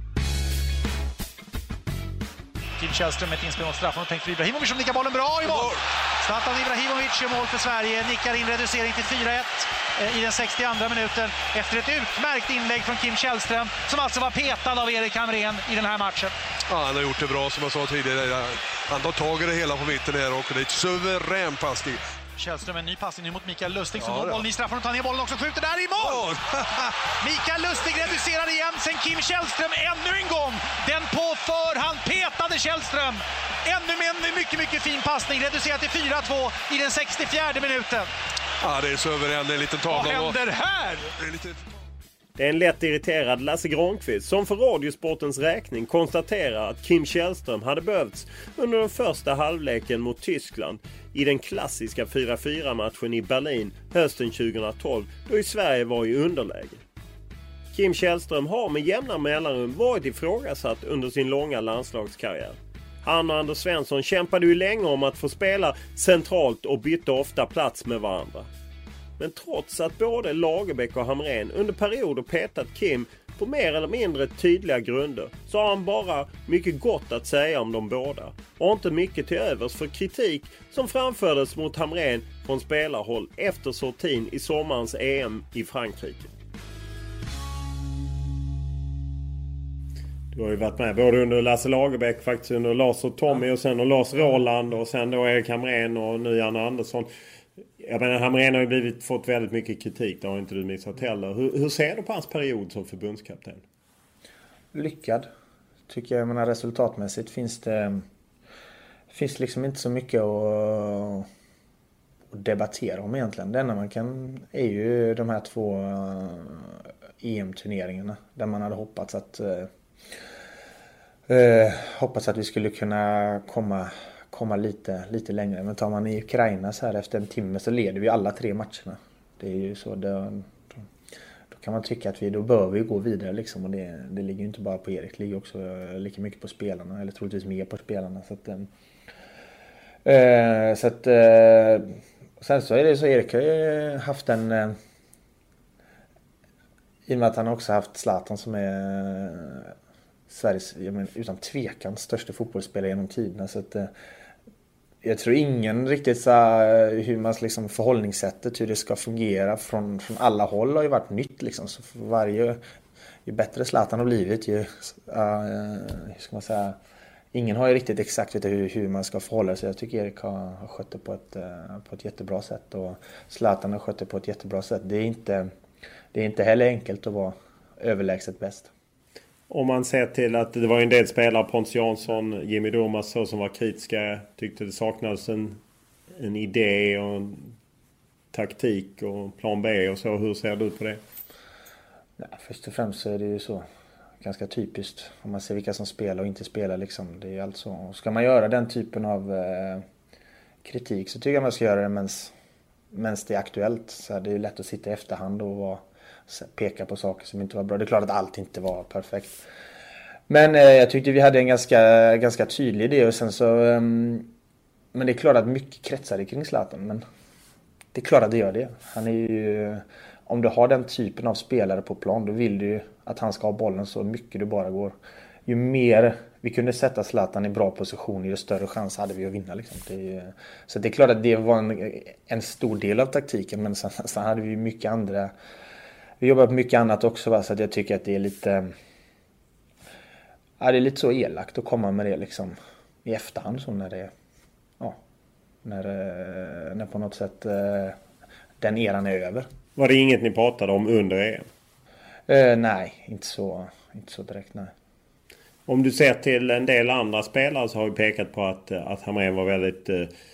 Kim Källström med ett inspel mot straffen och tänkt för Ibrahimovic som nickar bollen bra i mål. Zlatan Ibrahimovic i mål för Sverige, nickar in reducering till 4-1 i den 62 minuten efter ett utmärkt inlägg från Kim Källström, som alltså var petad av Erik Hamrén i den här matchen. Ja, han har gjort det bra som jag sa tidigare. Han tar tag i det hela på mitten här, och det är ett suverän passning. Källström en ny passning nu mot Mikael Lustig som når bollen i straffen och tar ner bollen också, skjuter där i mål! Mikael Lustig reducerar igen, sen Kim Källström ännu en gång. Den på förhand petade Källström. Ännu med en mycket, mycket fin passning, reducerat till 4-2 i den 64:e minuten. Ja, det är suverän, en liten tavla. Vad händer här? Det är en lätt irriterad Lasse Granqvist som för Radiosportens räkning konstaterar att Kim Källström hade behövts under den första halvleken mot Tyskland i den klassiska 4-4-matchen i Berlin hösten 2012, då i Sverige var i underläge. Kim Källström har med jämna mellanrum varit ifrågasatt under sin långa landslagskarriär. Han och Anders Svensson kämpade ju länge om att få spela centralt och bytte ofta plats med varandra. Men trots att både Lagerbäck och Hamrén under perioder petat Kim, på mer eller mindre tydliga grunder så har han bara mycket gott att säga om de båda. Och inte mycket till övers för kritik som framfördes mot Hamrén från spelarhåll efter sortin i sommarens EM i Frankrike. Du har ju varit med både under Lasse Lagerbäck, faktiskt under Lars och Tommy och sen och Lars Roland och sen då Erik Hamrén och nu Janne Andersson. Jag menar, Hamrén har ju fått väldigt mycket kritik, det har inte du missat heller. Hur ser du på hans period som förbundskapten? Lyckad, tycker jag. Jag menar, resultatmässigt finns liksom inte så mycket att debattera om egentligen. Det enda man kan är ju de här 2 EM-turneringarna där man hade hoppats att vi skulle kunna komma lite längre. Men tar man i Ukraina så här efter en timme så leder vi alla 3 matcherna. Det är ju så. Då kan man tycka att då bör vi gå vidare liksom. Och det ligger ju inte bara på Erik. Det ligger också lika mycket på spelarna. Eller troligtvis mer på spelarna. Sen så är det så Erik har ju haft en... I och med att han också haft Zlatan som är Sveriges, utan tvekan, största fotbollsspelare genom tiderna. Så att, jag tror ingen riktigt så hur man liksom förhållningssättet, hur det ska fungera från alla håll har ju varit nytt liksom. Så för ju bättre Zlatan har blivit, hur ska man säga, ingen har ju riktigt exakt vet hur man ska förhålla sig. Jag tycker Erik har skött det på ett jättebra sätt och Zlatan har skött det på ett jättebra sätt. Det är inte heller enkelt att vara överlägset bäst. Om man ser till att det var en del spelare, Pontus Jansson, Jimmy Durmaz som var kritiska, tyckte det saknades en idé och en taktik och plan B och så. Hur ser du på det? Nej, först och främst så är det ju så ganska typiskt. Om man ser vilka som spelar och inte spelar liksom. Det är alltså, ska man göra den typen av kritik så tycker jag man ska göra det medan det är aktuellt. Så det är lätt att sitta i efterhand och peka på saker som inte var bra. Det är klart att allt inte var perfekt. Men jag tyckte vi hade en ganska tydlig idé. Och sen så, men det är klart att mycket kretsade kring Zlatan. Men det är klart att det gör det. Han är ju, om du har den typen av spelare på plan, då vill du ju att han ska ha bollen så mycket det bara går. Ju mer vi kunde sätta Zlatan i bra position, ju större chans hade vi att vinna. Liksom. Så det är klart att det var en stor del av taktiken. Men sen hade vi mycket andra... Vi jobbar på mycket annat också, va? Så att jag tycker att det är lite... Ja, det är lite så elakt att komma med det liksom i efterhand. Så när det... Ja, när på något sätt den eran är över. Var det inget ni pratade om under EM? Nej, inte så direkt, nej. Om du ser till en del andra spelare så har vi pekat på att Hamrén var väldigt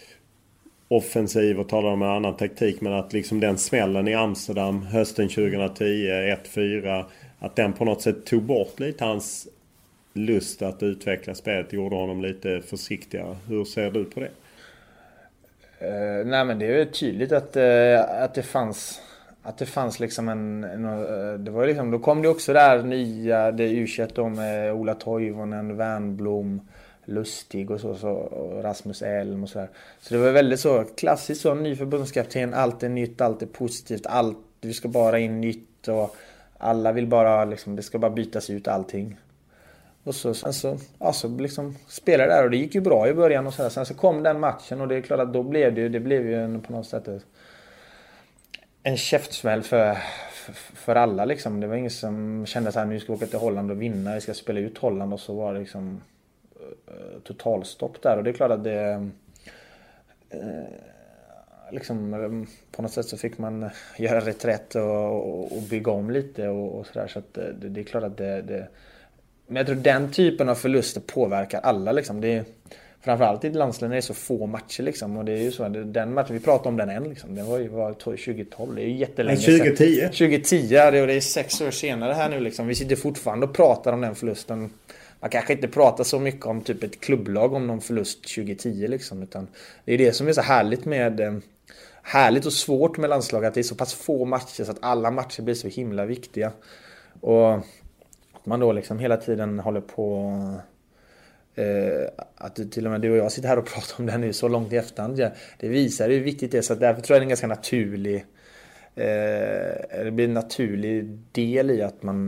offensiv och talade om en annan taktik. Men att liksom den smällen i Amsterdam hösten 2010, 1-4, att den på något sätt tog bort lite hans lust att utveckla spelet, gjorde honom lite försiktigare. Hur ser du på det? Nej, men det är ju tydligt att det fanns liksom det var liksom, då kom det också där nya, det U21 då med Ola Toivonen, Wernbloom, Lustig och så och Rasmus Elm och sådär. Så det var väldigt så klassiskt så, ny förbundskapten, allt är nytt, allt är positivt, vi ska bara in nytt och alla vill bara liksom, det ska bara bytas ut allting. Och så liksom spelade där och det gick ju bra i början och sådär. Sen så kom den matchen och det är klart att då blev det ju på något sätt en käftsmäll för alla liksom. Det var ingen som kände så här, nu ska vi åka till Holland och vinna, vi ska spela ut Holland, och så var det liksom totalstopp där. Och det är klart att det liksom på något sätt så fick man göra reträtt och bygga om lite och sådär. Så att det är klart att det men jag tror den typen av förluster påverkar alla liksom. Det är framförallt i landslaget när det är så få matcher liksom. Och det är ju så, den matchen vi pratar om, den än liksom. Det var 2012, det är ju jättelänge sedan. 2010, det är 6 år senare här nu liksom. Vi sitter fortfarande och pratar om den förlusten. Man kanske inte pratar så mycket om typ ett klubblag om någon förlust 2010 liksom. Utan det är det som är så härligt och svårt med landslaget, att det är så pass få matcher så att alla matcher blir så himla viktiga. Och man då liksom hela tiden håller på att till och med du och jag sitter här och pratar om det nu så långt i efterhand. Ja, det visar hur viktigt det är, så därför tror jag det är en ganska naturlig det blir en naturlig del i att man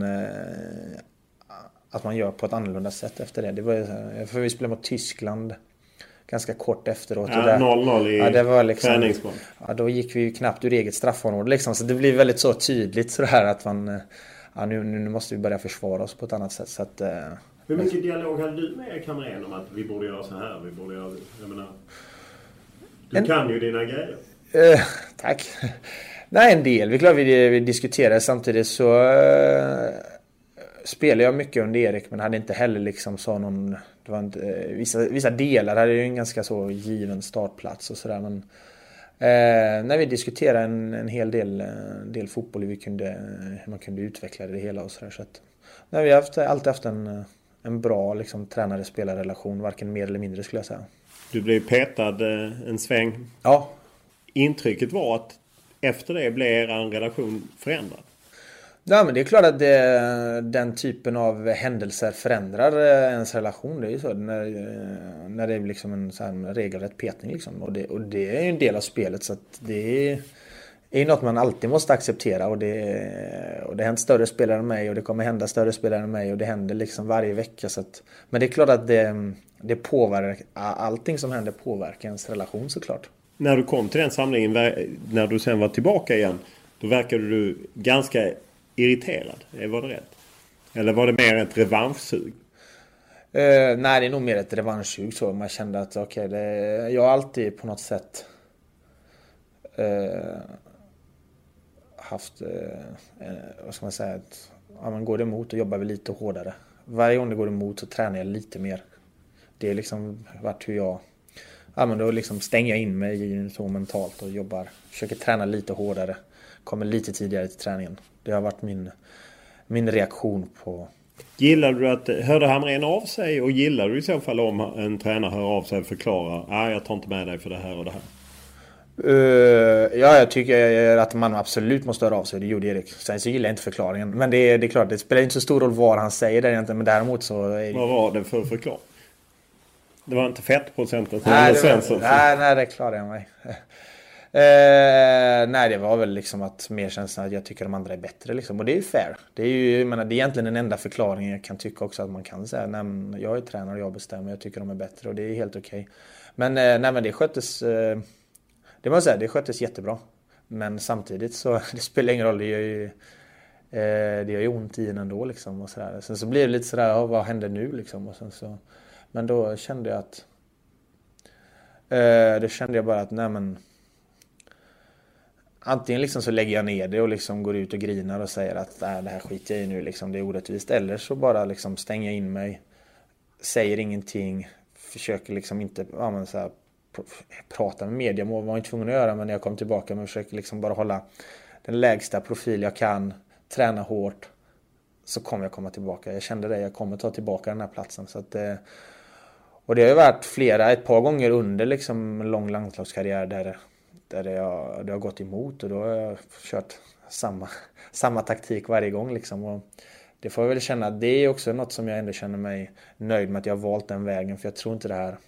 gör på ett annorlunda sätt efter det. Det var för vi spelade mot Tyskland ganska kort efteråt. Ja, 0-0 i det var liksom, träningsmål. Ja, då gick vi ju knappt ur eget straffområde liksom, så det blir väldigt så tydligt så här att man nu måste vi börja försvara oss på ett annat sätt. Så att, hur mycket dialog hade du med Kamrén om att vi borde göra så här? Vi borde göra, jag menar, du kan ju dina grejer. Tack. Nej, en del. Vi klart vi diskuterade. Samtidigt så spelade jag mycket under Erik, men hade inte heller liksom så någon, det var inte, vissa delar hade ju en ganska så given startplats och sådär, men när vi diskuterade en hel del fotboll, hur man kunde utveckla det hela och sådär, så att när vi har alltid haft en bra liksom tränare-spelarrelation, varken mer eller mindre skulle jag säga. Du blev petad en sväng. Ja. Intrycket var att efter det blev er relation förändrad. Ja, men det är klart att den typen av händelser förändrar ens relation. Det är ju så när det är liksom en sån här regelrätt petning liksom. Och det är ju en del av spelet, så att det är något man alltid måste acceptera, och det har hänt större spelare än mig, och det kommer hända större spelare än mig, och det händer liksom varje vecka, så att, men det är klart att det påverkar, allting som händer påverkar ens relation såklart. När du kom till den samlingen, när du sen var tillbaka igen, då verkade du ganska irriterad. Var det rätt? Eller var det mer ett revanschsug? Nej, det är nog mer ett revanschsug så. Man kände att jag har alltid på något sätt haft vad ska man säga, att man går emot och jobbar vi lite hårdare. Varje gång det går emot så tränar jag lite mer. Det är liksom varit hur jag men då liksom stänger jag in mig så mentalt och försöker träna lite hårdare, kommer lite tidigare till träningen. Det har varit min reaktion på. Gillade du att hörde Hamrén av sig, och gillade du i så fall om en tränare hör av sig och förklarar jag tar inte med dig för det här och det här? Ja, jag tycker att man absolut måste höra av sig. Det gjorde Erik. Sen så gillar jag inte förklaringen. Men det är klart, det spelar inte så stor roll vad han säger där egentligen. Men däremot så vad var det för förklaring? Det var inte fettprocenten som nej, det klarar jag mig. Nej, det var väl liksom att mer känslan att jag tycker de andra är bättre liksom. Och det är ju fair. Det är ju, jag menar, det är egentligen den enda förklaringen jag kan tycka också, att man kan säga nej, men jag är tränare och jag bestämmer, jag tycker de är bättre, och det är helt okej. Men nej, men det sköttes det måste säga, det sköttes jättebra. Men samtidigt så det spelar ingen roll, det gör ju ont i en ändå liksom, och sådär. Sen så blir det lite sådär, vad händer nu liksom, och sen så, men då kände jag att bara att nej, men antingen liksom så lägger jag ner det och liksom går ut och grinar och säger att det här skiter jag i nu liksom, det är orättvist, eller så bara liksom stänger jag in mig, säger ingenting, försöker liksom inte så här, prata med media, var inte tvungen att göra, men när jag kom tillbaka, men försöker liksom bara hålla den lägsta profil jag kan, träna hårt, så kommer jag komma tillbaka. Jag kände det, jag kommer ta tillbaka den här platsen, så att och det har ju varit ett par gånger under liksom en lång landslagskarriär där det har gått emot, och då har jag kört samma taktik varje gång liksom, och det får jag väl känna att det är också något som jag ändå känner mig nöjd med, att jag har valt den vägen, för jag tror inte det här,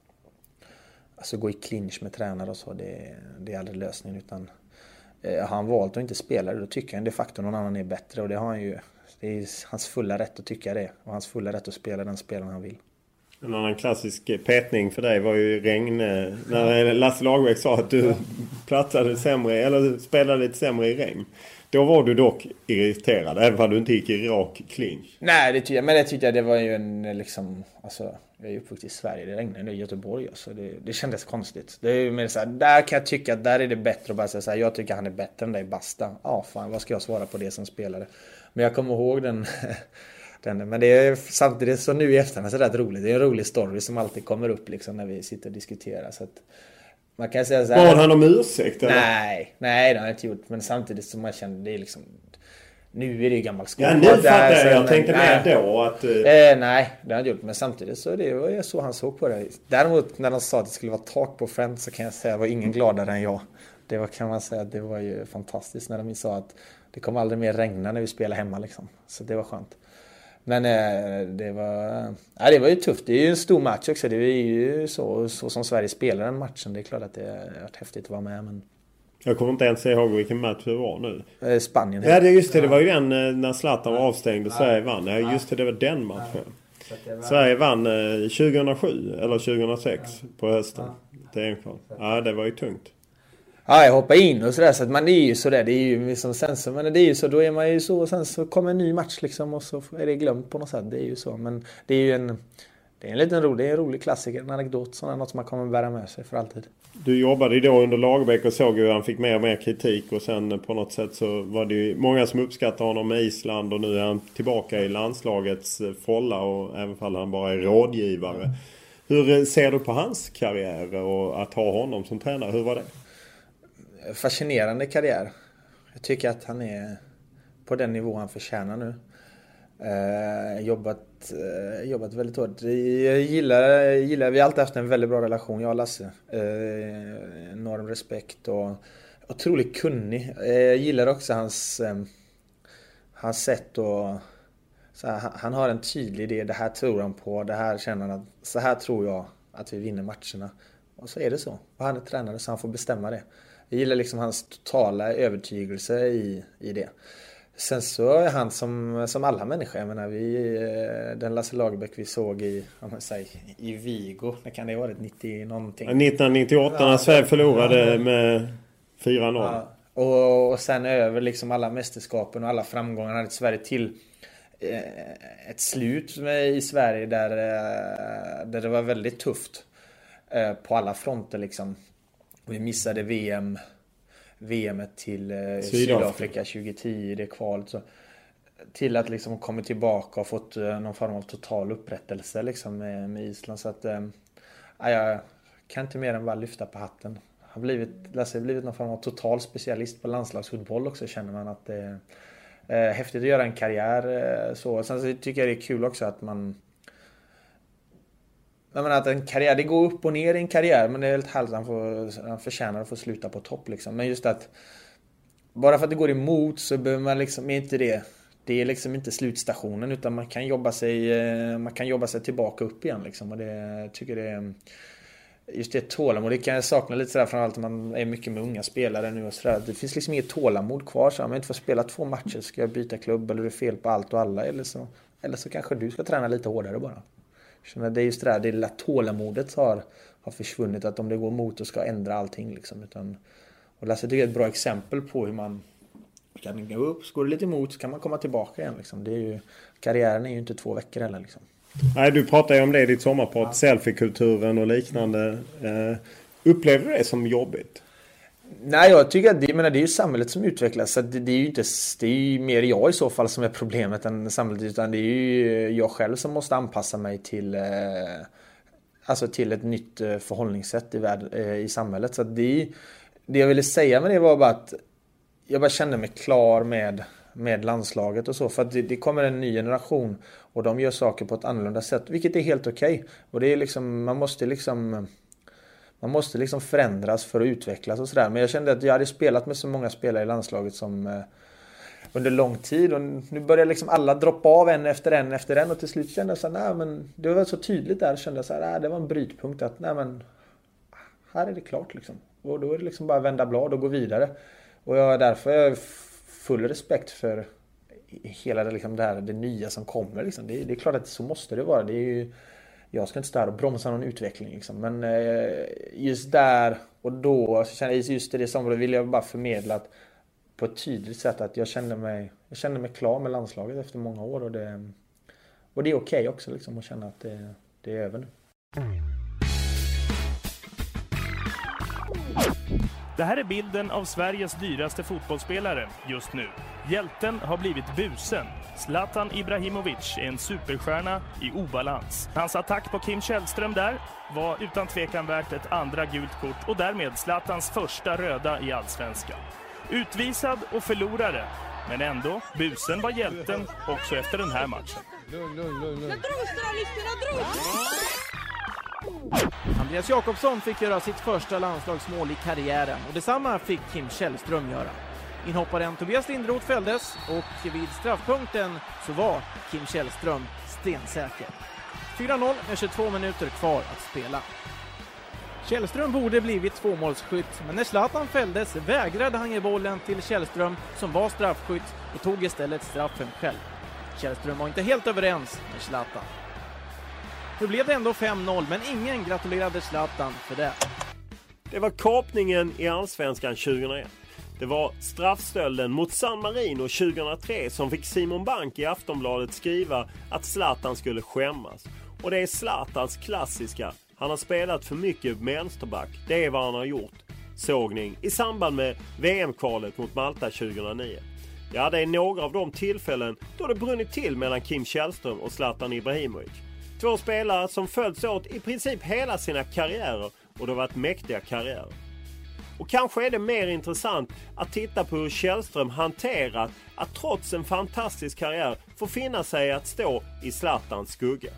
alltså gå i clinch med tränare och så, det är aldrig lösningen, utan har han valt att inte spela det, då tycker jag de facto någon annan är bättre, och det har han ju, det är hans fulla rätt att tycka det, och hans fulla rätt att spela den spelaren han vill. En annan klassisk petning för dig var ju regn, när Lasse Lagerbäck sa att du platsade sämre, eller spelade lite sämre i regn. Då var du dock irriterad, även om du inte gick i rak clinch. Nej, det tyckte jag det var ju en liksom, alltså, jag är uppvuxen i Sverige, det regnade i Göteborg, så det kändes konstigt. Det är ju mer så här, där kan jag tycka att där är det bättre att bara säga så här, jag tycker han är bättre än dig, basta. Ja, fan, vad ska jag svara på det som spelare? Men jag kommer ihåg den men det är samtidigt så nu i efterhand så det är roligt. Det är en rolig story som alltid kommer upp liksom när vi sitter och diskuterar, så att man kan säga så här. Var han om ursäkt eller? Nej, det har jag inte gjort, men samtidigt som man känner det är liksom, nu är det ju gammal skola. Ja, nu fattar jag tänkte mer då att nej, det har jag gjort, men samtidigt så det var så han såg på det. Däremot när de sa att det skulle vara tak på Friends, så kan jag säga att var ingen gladare än jag. Det var, kan man säga, det var ju fantastiskt när de sa att det kommer aldrig mer regna när vi spelar hemma liksom. Så det var skönt. Men det var ju tufft. Det är ju en stor match också. Det är ju så som Sverige spelar den matchen. Det är klart att det har varit häftigt att vara med. Men... Jag kommer inte ens ihåg vilken match det var nu. Spanien. Ja, det just det. Det var ju den när Zlatan var avstängd och Sverige vann. Ja, just det var den matchen. Sverige vann 2007 eller 2006 på hösten. Ja, det var ju tungt. Ja, jag hoppar in och sådär, så att man är ju sådär, det är ju som sen så, men det är ju så, då är man ju så, och sen så kommer en ny match liksom och så är det glömt på något sätt, det är ju så, men det är ju en liten rolig klassiker, en anekdot, sådant, något som man kommer bära med sig för alltid. Du jobbade ju då under Lagerbäck och såg hur han fick mer och mer kritik, och sen på något sätt så var det ju många som uppskattade honom med Island, och nu är han tillbaka i landslagets folla, och även om han bara är rådgivare. Hur ser du på hans karriär och att ha honom som tränare? Hur var det? Fascinerande karriär. Jag tycker att han är på den nivå han förtjänar nu. Jobbat väldigt hårt. Jag gillar, vi har alltid haft en väldigt bra relation, jag och Lasse. Enorm respekt och otroligt kunnig. Jag gillar också hans sätt att... Han har en tydlig idé, det här tror han på, det här känner han att så här tror jag att vi vinner matcherna. Och så är det så. Och han är tränare så han får bestämma det. Jag gillar liksom hans totala övertygelse i det. Sen så är han som alla människor. Jag menar, den Lasse Lagerbäck vi såg i Vigo, när kan det ha varit 90 någonting? 1998 när Sverige förlorade med 4-0. Ja. Och sen över liksom alla mästerskapen och alla framgångar hade Sverige till ett slut i Sverige där det var väldigt tufft på alla fronter liksom. Vi missade VM till Sydafrika 2010, det kvalet, så till att liksom komma tillbaka och fått någon form av total upprättelse liksom med Island, så att jag kan inte mer än bara lyfta på hatten. Lasse har blivit någon form av total specialist på landslagsfotboll också, känner man att det är häftigt att göra en karriär så. Sen så tycker jag det är kul också att att en karriär, det går upp och ner i en karriär, men det är helt härligt att han förtjänar att få sluta på topp liksom. Men just att bara för att det går emot så behöver man liksom inte det är liksom inte slutstationen, utan man kan jobba sig tillbaka upp igen liksom. Och det tycker det är just det tålamod, det kan jag sakna lite sådär, framförallt när man är mycket med unga spelare nu och sådär. Det finns liksom inget tålamod kvar, så om jag inte får spela 2 matcher ska jag byta klubb, eller är det fel på allt och alla, eller så kanske du ska träna lite hårdare bara. Så det är just det där, det lilla tålamodet har försvunnit, att om det går emot och ska ändra allting liksom, och Lasse tycker jag är ett bra exempel på hur man kan gå upp, så går det lite emot så kan man komma tillbaka igen liksom. Det är ju, karriären är ju inte 2 veckor heller liksom. Nej, du pratar ju om det i ditt sommarprat, selfie-kulturen och liknande. Upplever du det som jobbigt? Nej, jag tycker att det är ju samhället som utvecklas, så det är ju mer jag i så fall som är problemet än samhället, utan det är ju jag själv som måste anpassa mig till ett nytt förhållningssätt i samhället. Så att det jag ville säga med det var bara att jag bara kände mig klar med landslaget och så, för att det kommer en ny generation och de gör saker på ett annorlunda sätt, vilket är helt okej. Och det är liksom, man måste liksom förändras för att utvecklas och sådär. Men jag kände att jag hade spelat med så många spelare i landslaget som under lång tid, och nu börjar liksom alla droppa av en efter en, och till slut kände jag så här, men det var så tydligt där, kände jag så här, det var en brytpunkt att här är det klart liksom. Och då är det liksom bara vända blad och gå vidare. Och därför är jag full respekt för hela det nya som kommer liksom. Det är klart att så måste det vara. Det är ju, jag ska inte stå här och bromsa någon utveckling liksom. Men just där och då, just det som vill jag bara förmedla att, på ett tydligt sätt, att jag kände mig klar med landslaget efter många år, och det är okej också liksom, att känna att det är över nu. Det här är bilden av Sveriges dyraste fotbollsspelare just nu. Hjälten har blivit busen. Zlatan Ibrahimovic är en superstjärna i obalans. Hans attack på Kim Källström där var utan tvekan värt ett andra gult kort, och därmed Zlatans första röda i Allsvenskan. Utvisad och förlorare, men ändå, busen var hjälten också efter den här matchen. Lugn. Andreas Jakobsson fick göra sitt första landslagsmål i karriären, och detsamma fick Kim Källström göra. Inhopparen Tobias Linderoth fälldes, och vid straffpunkten så var Kim Källström stensäker. 4-0 med 22 minuter kvar att spela. Källström borde blivit tvåmålsskytt, men när Zlatan fälldes vägrade han ge bollen till Källström som var straffskytt och tog istället straffen själv. Källström var inte helt överens med Zlatan. Nu blev det ändå 5-0, men ingen gratulerade Zlatan för det. Det var kapningen i Allsvenskan 2001. Det var straffstölden mot San Marino 2003 som fick Simon Bank i Aftonbladet skriva att Zlatan skulle skämmas. Och det är Zlatans klassiska. Han har spelat för mycket vänsterback. Det är vad han har gjort. Sågning i samband med VM-kvalet mot Malta 2009. Ja, det är några av de tillfällen då det brunnit till mellan Kim Källström och Zlatan Ibrahimovic. Två spelare som följts åt i princip hela sina karriärer, och det har varit mäktiga karriärer. Och kanske är det mer intressant att titta på hur Källström hanterat att trots en fantastisk karriär få finna sig att stå i Zlatans skugga.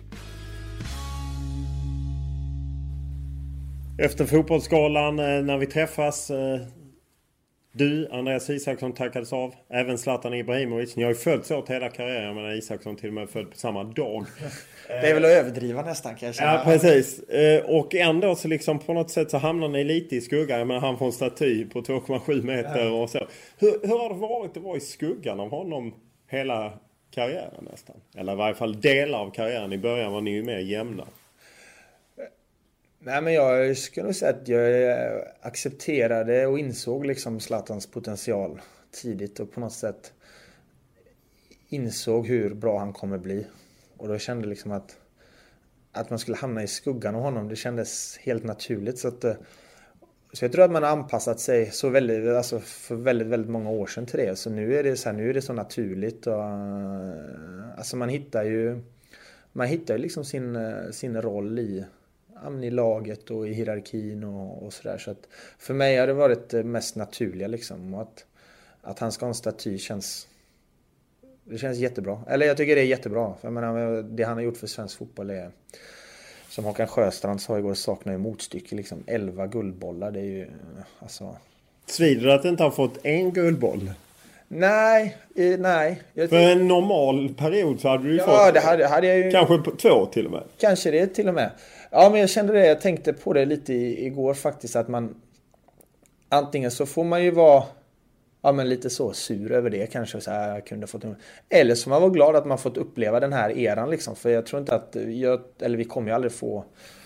Efter fotbollsskalan när vi träffas, du, Andreas Isaksson, tackades av. Även Zlatan Ibrahimovic. Ni har ju följts åt hela karriären, men Isaksson till och med följt på samma dag. Det är väl att överdriva nästan, kanske. Ja, precis. Och ändå så liksom på något sätt så hamnar ni lite i skuggan. Men han får en staty på 2,7 meter och så. Hur har det varit att vara i skuggan av honom hela karriären nästan? Eller i varje fall delar av karriären. I början var ni ju mer jämna. Nej, men jag skulle nog säga att jag accepterade och insåg liksom Zlatans potential tidigt och på något sätt insåg hur bra han kommer bli. Och då kände liksom att man skulle hamna i skuggan av honom, det kändes helt naturligt. Så jag tror att man har anpassat sig så väldigt, alltså för väldigt, väldigt många år sedan till det. Så nu är det så naturligt. Och, alltså man hittar ju liksom sin roll i laget och i hierarkin och sådär. Så att för mig har det varit det mest naturliga liksom. Och att han ska ha en staty känns jättebra. Eller jag tycker det är jättebra. För jag menar, det han har gjort för svensk fotboll är, som Håkan Sjöstrand sa igår, saknar ju motstycke liksom. 11 guldbollar, det är ju alltså... Svider att inte ha fått en guldboll? Nej. För en normal period så hade du ju fått... Ja, det hade jag ju... Kanske 2 till och med. Kanske det till och med. Ja, men jag kände det. Jag tänkte på det lite igår faktiskt. Att man... Antingen så får man ju vara... Ja, men lite så sur över det kanske. Så här, jag kunde fått... Eller så man var glad att man fått uppleva den här eran liksom. För jag tror inte att... vi kommer ju aldrig få...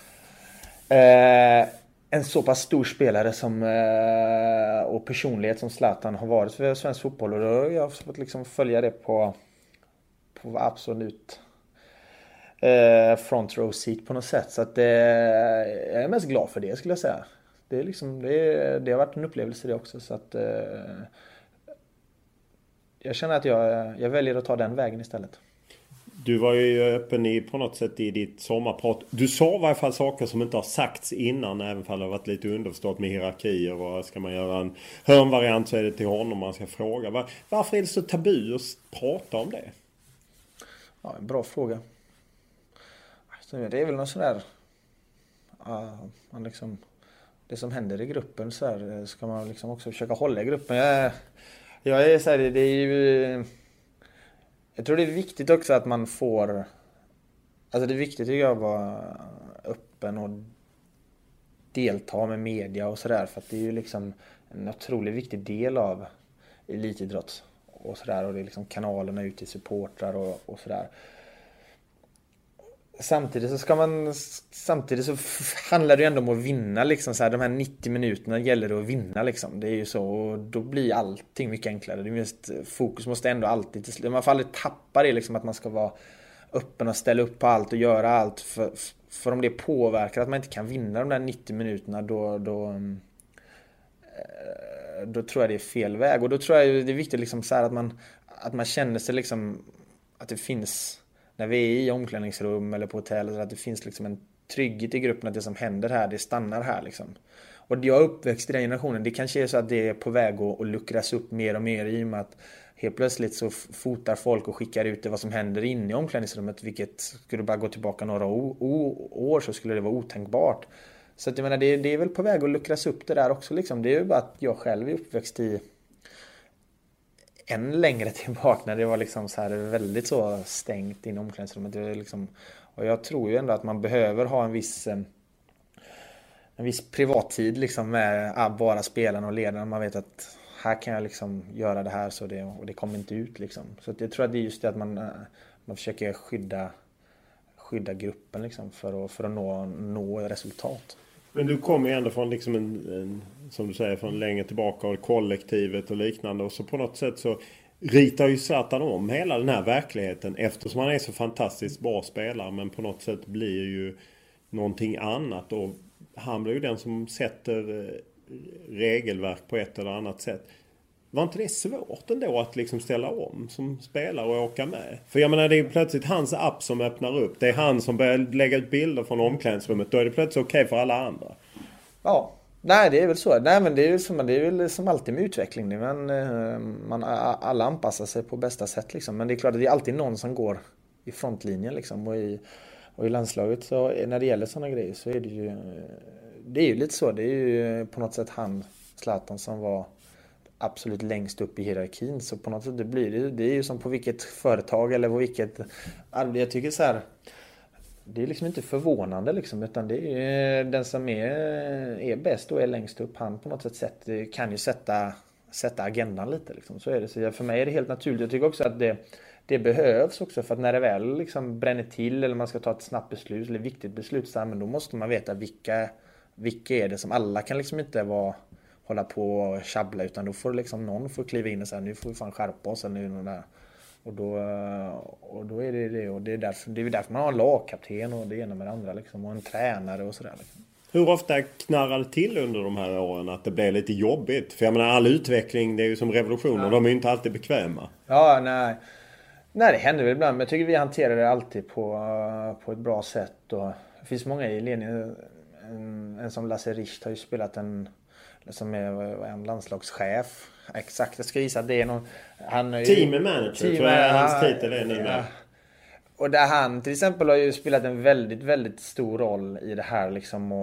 en så pass stor spelare som och personlighet som Zlatan har varit för svensk fotboll, och då har jag fått liksom följa det på absolut front row seat på något sätt, så att jag är mest glad för det, skulle jag säga. Det är liksom det har varit en upplevelse det också, så att jag känner att jag väljer att ta den vägen istället. Du var ju öppen på något sätt i ditt sommarprat. Du sa i varje fall saker som inte har sagts innan, även om det har varit lite underförstått med hierarkier. Vad ska man göra en hörnvariant så är det till honom man ska fråga. Varför är det så tabu att prata om det? Ja, en bra fråga. Det är väl något sådär... man liksom, det som händer i gruppen så här, ska man liksom också försöka hålla i gruppen. Jag är så här, det är ju... Jag tror det är viktigt också att man får... Alltså det är viktigt tycker jag att vara öppen och delta med media och sådär. För att det är ju liksom en otroligt viktig del av elitidrott och sådär. Och det är liksom kanalerna ut till supportrar och sådär. Samtidigt så handlar det ju ändå om att vinna liksom så här, de här 90 minuterna gäller det att vinna liksom. Det är ju så, och då blir allting mycket enklare. Det är just, fokus måste ändå alltid, man får aldrig tappa det liksom, att man ska vara öppen och ställa upp på allt och göra allt, för om det påverkar att man inte kan vinna de där 90 minuterna då tror jag det är fel väg. Och då tror jag det är viktigt liksom så här att man känner sig liksom att det finns, när vi är i omklädningsrum eller på hotell, att det finns liksom en trygghet i gruppen, att det som händer här, det stannar här liksom. Och jag är uppväxt i den generationen. Det kanske är så att det är på väg att luckras upp mer och mer, i och med att helt plötsligt så fotar folk och skickar ut det vad som händer inne i omklädningsrummet, vilket skulle bara gå tillbaka några år så skulle det vara otänkbart. Så att jag menar, det är väl på väg att luckras upp det där också liksom. Det är ju bara att jag själv är uppväxt i än längre tillbaka när det var liksom så här väldigt så stängt in i omklädningsrummet. Det är liksom, och jag tror ju ändå att man behöver ha en viss en viss privattid liksom med bara spelarna och ledarna. Man vet att här kan jag liksom göra det här och det kommer inte ut liksom. Så att jag tror att det är just det att man försöker skydda gruppen liksom för att nå resultat. Men du kommer ju ändå från liksom som du säger, från länge tillbaka och kollektivet och liknande, och så på något sätt så ritar ju Zlatan om hela den här verkligheten eftersom han är så fantastiskt bra spelare, men på något sätt blir ju någonting annat, och han blir ju den som sätter regelverk på ett eller annat sätt. Var inte det svårt ändå att liksom ställa om som spelare och åka med? För jag menar, det är plötsligt hans app som öppnar upp. Det är han som börjar lägga ut bilder från omklädningsrummet. Då är det plötsligt okej för alla andra. Ja, nej det är väl så. Nej, men det är väl som alltid med utveckling. Men alla anpassar sig på bästa sätt liksom. Men det är klart att det är alltid någon som går i frontlinjen liksom. Och i landslaget så när det gäller sådana grejer så är det är ju lite så. Det är ju på något sätt Zlatan som var absolut längst upp i hierarkin, så på något sätt det är ju som på vilket företag eller på vilket, jag tycker så här, det är liksom inte förvånande liksom, utan det är den som är bäst och är längst upp, han på något sätt kan ju sätta agendan lite liksom. Så är det, så för mig är det helt naturligt. Jag tycker också att det behövs också, för att när det väl liksom bränner till eller man ska ta ett snabbt beslut eller viktigt beslut så här, men då måste man veta vilka är det som, alla kan liksom inte hålla på och tjabbla, utan då får liksom någon får kliva in och säga nu får vi fan skärpa oss eller nu där. Och då är det och det är därför man har en lagkapten och det ena med det andra liksom, och en tränare och sådär liksom. Hur ofta knarrar det till under de här åren att det blir lite jobbigt? För jag menar, all utveckling, det är ju som revolution och de är ju inte alltid bekväma. Ja, nej, det händer väl ibland, men jag tycker vi hanterar det alltid på ett bra sätt, och det finns många i ledningen. En som Lasse Richt har ju spelat som är en landslagschef. Exakt, jag ska gissa att det är någon... Team manager, tror jag hans titel är nu. Ja. Och där han till exempel har ju spelat en väldigt, väldigt stor roll i det här liksom,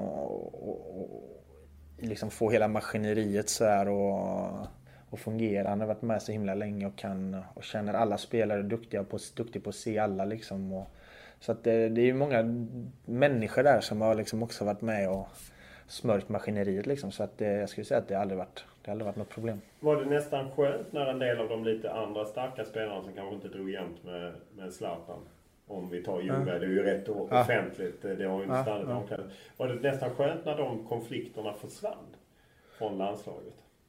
och liksom få hela maskineriet så här och fungera. Han har varit med så himla länge och känner alla spelare duktig på att se alla liksom, så att det är ju många människor där som har liksom också varit med och smörjt maskineriet liksom, så att jag skulle säga att det aldrig varit något problem. Var det nästan skönt när en del av de lite andra starka spelarna som kanske inte drog jämnt med Zlatan, om vi tar Juve, det är ju rätt offentligt, det har ju inte stannat omklädning. Var det nästan skönt när de konflikterna försvann från landslaget?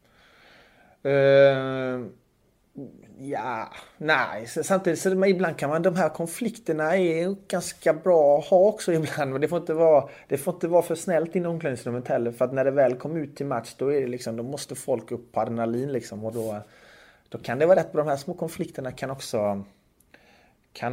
Ja, nej. Samtidigt så ibland kan de här konflikterna är ganska bra att ha också ibland. Men det får inte vara för snällt i omklädningsrummet heller. För att när det väl kommer ut till match, då är det liksom, då måste folk upp på adrenalin liksom. Och då kan det vara rätt bra. De här små konflikterna kan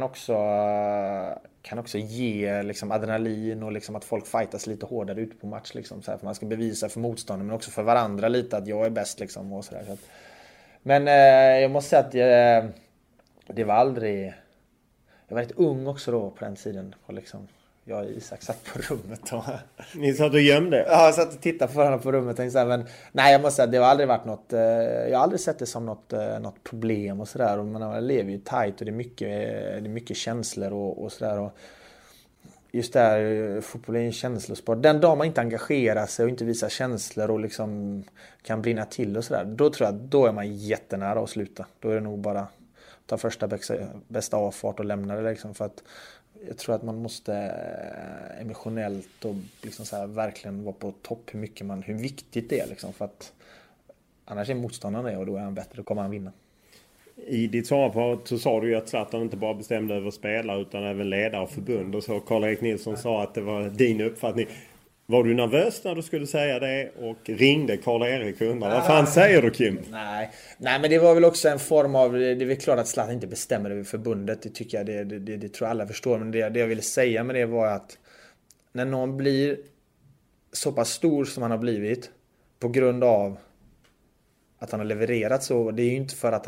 också ge liksom adrenalin och liksom att folk fightas lite hårdare ute på match liksom, så här, för man ska bevisa för motståndaren men också för varandra lite att jag är bäst liksom, och så där, så att, men jag måste säga att det var aldrig... Jag var rätt ung också då på den tiden. Och liksom, jag och Isak satt på rummet. Och ni satt och gömde? Ja, jag satt och tittade på varandra på rummet. Och så, men nej, jag måste säga att det har aldrig varit något... Jag har aldrig sett det som något problem och sådär. Man lever ju tajt och det är mycket känslor och sådär. Och just där, fotboll är en känslosport. Den dag man inte engagerar sig och inte visar känslor och liksom kan brinna till och sådär, då tror jag att då är man jättenära att sluta. Då är det nog bara ta första bästa avfart och lämna det liksom, för att jag tror att man måste emotionellt och liksom så här verkligen vara på topp hur viktigt det är liksom, för att annars är motståndaren det och då är han bättre, då kommer han vinna. I ditt svar så sa du ju att Zlatan inte bara bestämde över spelare utan även ledare och förbund, och så Karl-Erik Nilsson sa att det var din uppfattning. Var du nervös när du skulle säga det och ringde Karl-Erik och undrade vad fan säger du, Kim? Nej, men det var väl också en form av, det är väl klart att Zlatan inte bestämmer över förbundet, det tycker jag, det tror jag alla förstår, men det jag ville säga med det var att när någon blir så pass stor som han har blivit på grund av att han har levererat så, det är ju inte för att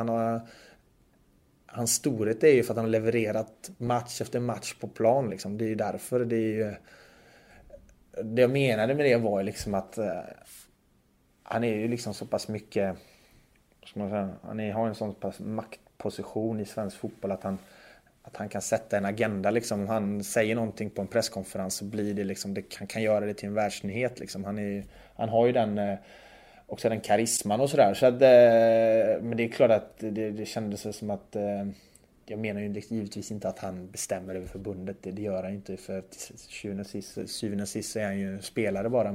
hans storhet är ju för att han har levererat match efter match på plan liksom. Det är ju därför, det är ju det jag menade med det var liksom att han är ju liksom så pass mycket, ska man säga, har en sån pass maktposition i svensk fotboll att att han kan sätta en agenda liksom. Om han säger någonting på en presskonferens så blir det liksom, han kan göra det till en världsnyhet liksom. Han har ju också den karisman och sådär. Så att, men det är klart att det kändes som att jag menar ju givetvis inte att han bestämmer över förbundet. Det gör han inte, för syvende och sist är han ju spelare bara.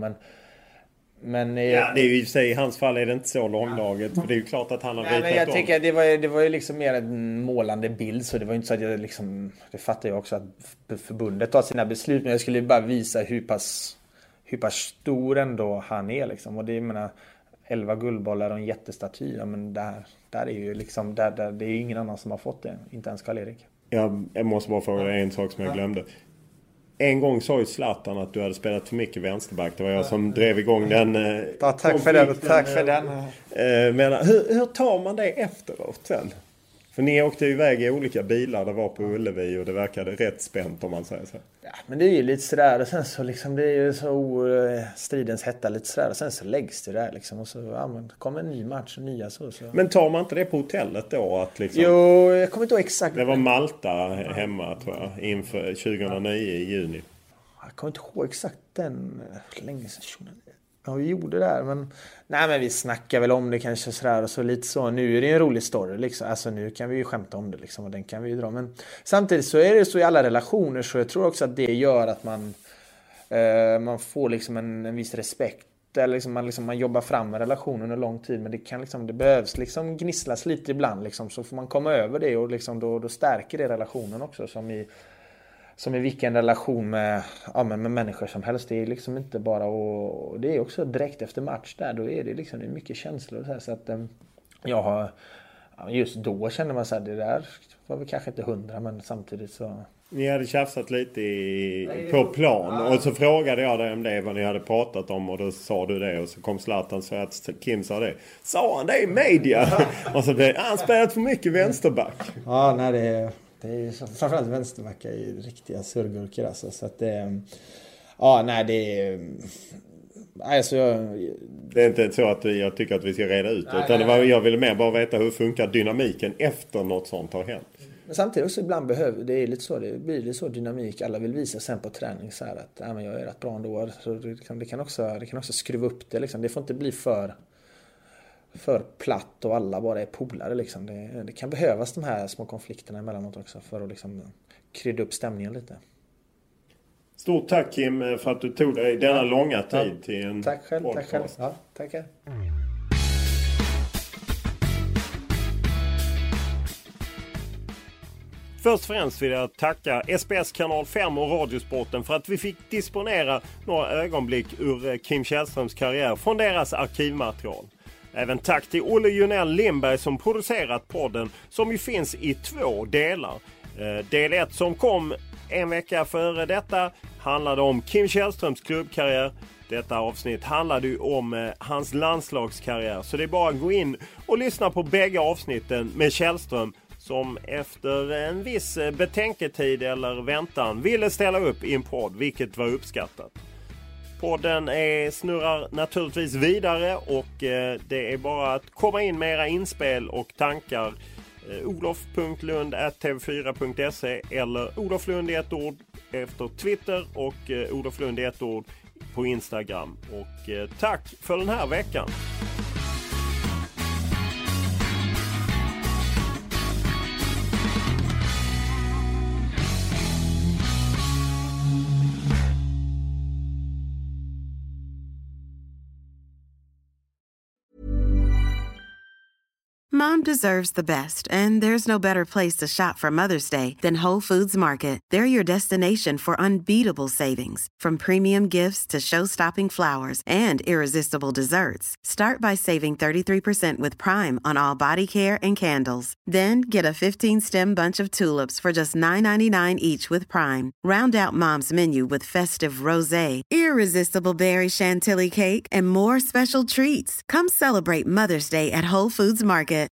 Men ja, det är ju i sig, i hans fall är det inte så långdraget. För det är ju klart att han har ritat jag tycker att det var ju liksom mer en målande bild. Så det var ju inte så att jag liksom, det fattar jag också att förbundet tar sina beslut. Men jag skulle bara visa hur pass stor ändå han är liksom. Och det är, menar, 11 guldbollar och en jättestaty. Ja, men där är ju liksom, det är ju ingen annan som har fått det. Inte ens Karl-Erik. Jag måste bara fråga dig en sak som jag glömde. En gång sa ju Zlatan att du hade spelat för mycket vänsterback. Det var jag som drev igång den. Tack för den. Men hur tar man det efteråt sen? För ni åkte iväg i olika bilar. Det var på Ullevi och det verkade rätt spänt, om man säger så. Ja, men det är ju lite sådär. Och sen så liksom, det är ju så stridens hetta lite sådär. Och sen så läggs det där liksom. Och så kommer en ny match och nya så. Men tar man inte det på hotellet då? Att liksom, jo, jag kommer inte ihåg exakt. Det var Malta hemma, tror jag. Inför 2009 i juni. Jag kommer inte ihåg exakt den. Länge sedan. Ja, vi gjorde det där, men vi snackar väl om det kanske sådär och så lite så. Nu är det en rolig story liksom. Alltså nu kan vi ju skämta om det liksom, och den kan vi ju dra. Men samtidigt så är det så i alla relationer, så jag tror också att det gör att man får liksom en viss respekt. Eller liksom man jobbar fram med relationen under lång tid, men det behövs liksom gnisslas lite ibland liksom, så får man komma över det och liksom då stärker det relationen också, som i vilken relation med människor som helst. Det är liksom inte bara, och det är också direkt efter match där, då är det liksom, det är mycket känslor så att jag har, just då kände man så här, det där var väl kanske inte 100, men samtidigt så. Ni hade tjafsat lite på plan och så frågade jag dig om det, vad ni hade pratat om, och då sa du det, och så kom Zlatan så att Kim sa det. Sa han det i media? Och så blev han spelat för mycket vänsterback. Ja, nej, det är ju framförallt vänsterbackar är ju riktiga surgurkar alltså, så att det alltså det är inte så att jag tycker att vi ska reda ut, utan jag ville mer bara veta hur funkar dynamiken efter något sånt har hänt. Men samtidigt också ibland det är lite så, det blir lite så dynamik, alla vill visa sen på träning så här att men jag är rätt bra ändå, så det kan också skruva upp det liksom. Det får inte bli för platt och alla bara är polare liksom. Det kan behövas de här små konflikterna emellanåt också för att liksom krydda upp stämningen lite. Stort tack Kim för att du tog dig denna långa tid till en tack själv. Ja, tackar. Först och främst vill jag tacka SBS kanal 5 och Radiosporten för att vi fick disponera några ögonblick ur Kim Källströms karriär från deras arkivmaterial. Även tack till Olle Junell Lindberg som producerat podden, som ju finns i 2 delar. Del 1 som kom en vecka före detta handlade om Kim Källströms klubbkarriär. Detta avsnitt handlade ju om hans landslagskarriär, så det är bara att gå in och lyssna på bägge avsnitten med Källström, som efter en viss betänketid eller väntan ville ställa upp i en podd, vilket var uppskattat. Podden snurrar naturligtvis vidare, och det är bara att komma in med era inspel och tankar. olof.lund@tv4.se eller Olof Lund i ett ord efter Twitter och Olof Lund i ett ord på Instagram. Och tack för den här veckan. Mom deserves the best, and there's no better place to shop for Mother's Day than Whole Foods Market. They're your destination for unbeatable savings, from premium gifts to show-stopping flowers and irresistible desserts. Start by saving 33% with Prime on all body care and candles. Then get a 15-stem bunch of tulips for just $9.99 each with Prime. Round out Mom's menu with festive rosé, irresistible berry chantilly cake, and more special treats. Come celebrate Mother's Day at Whole Foods Market.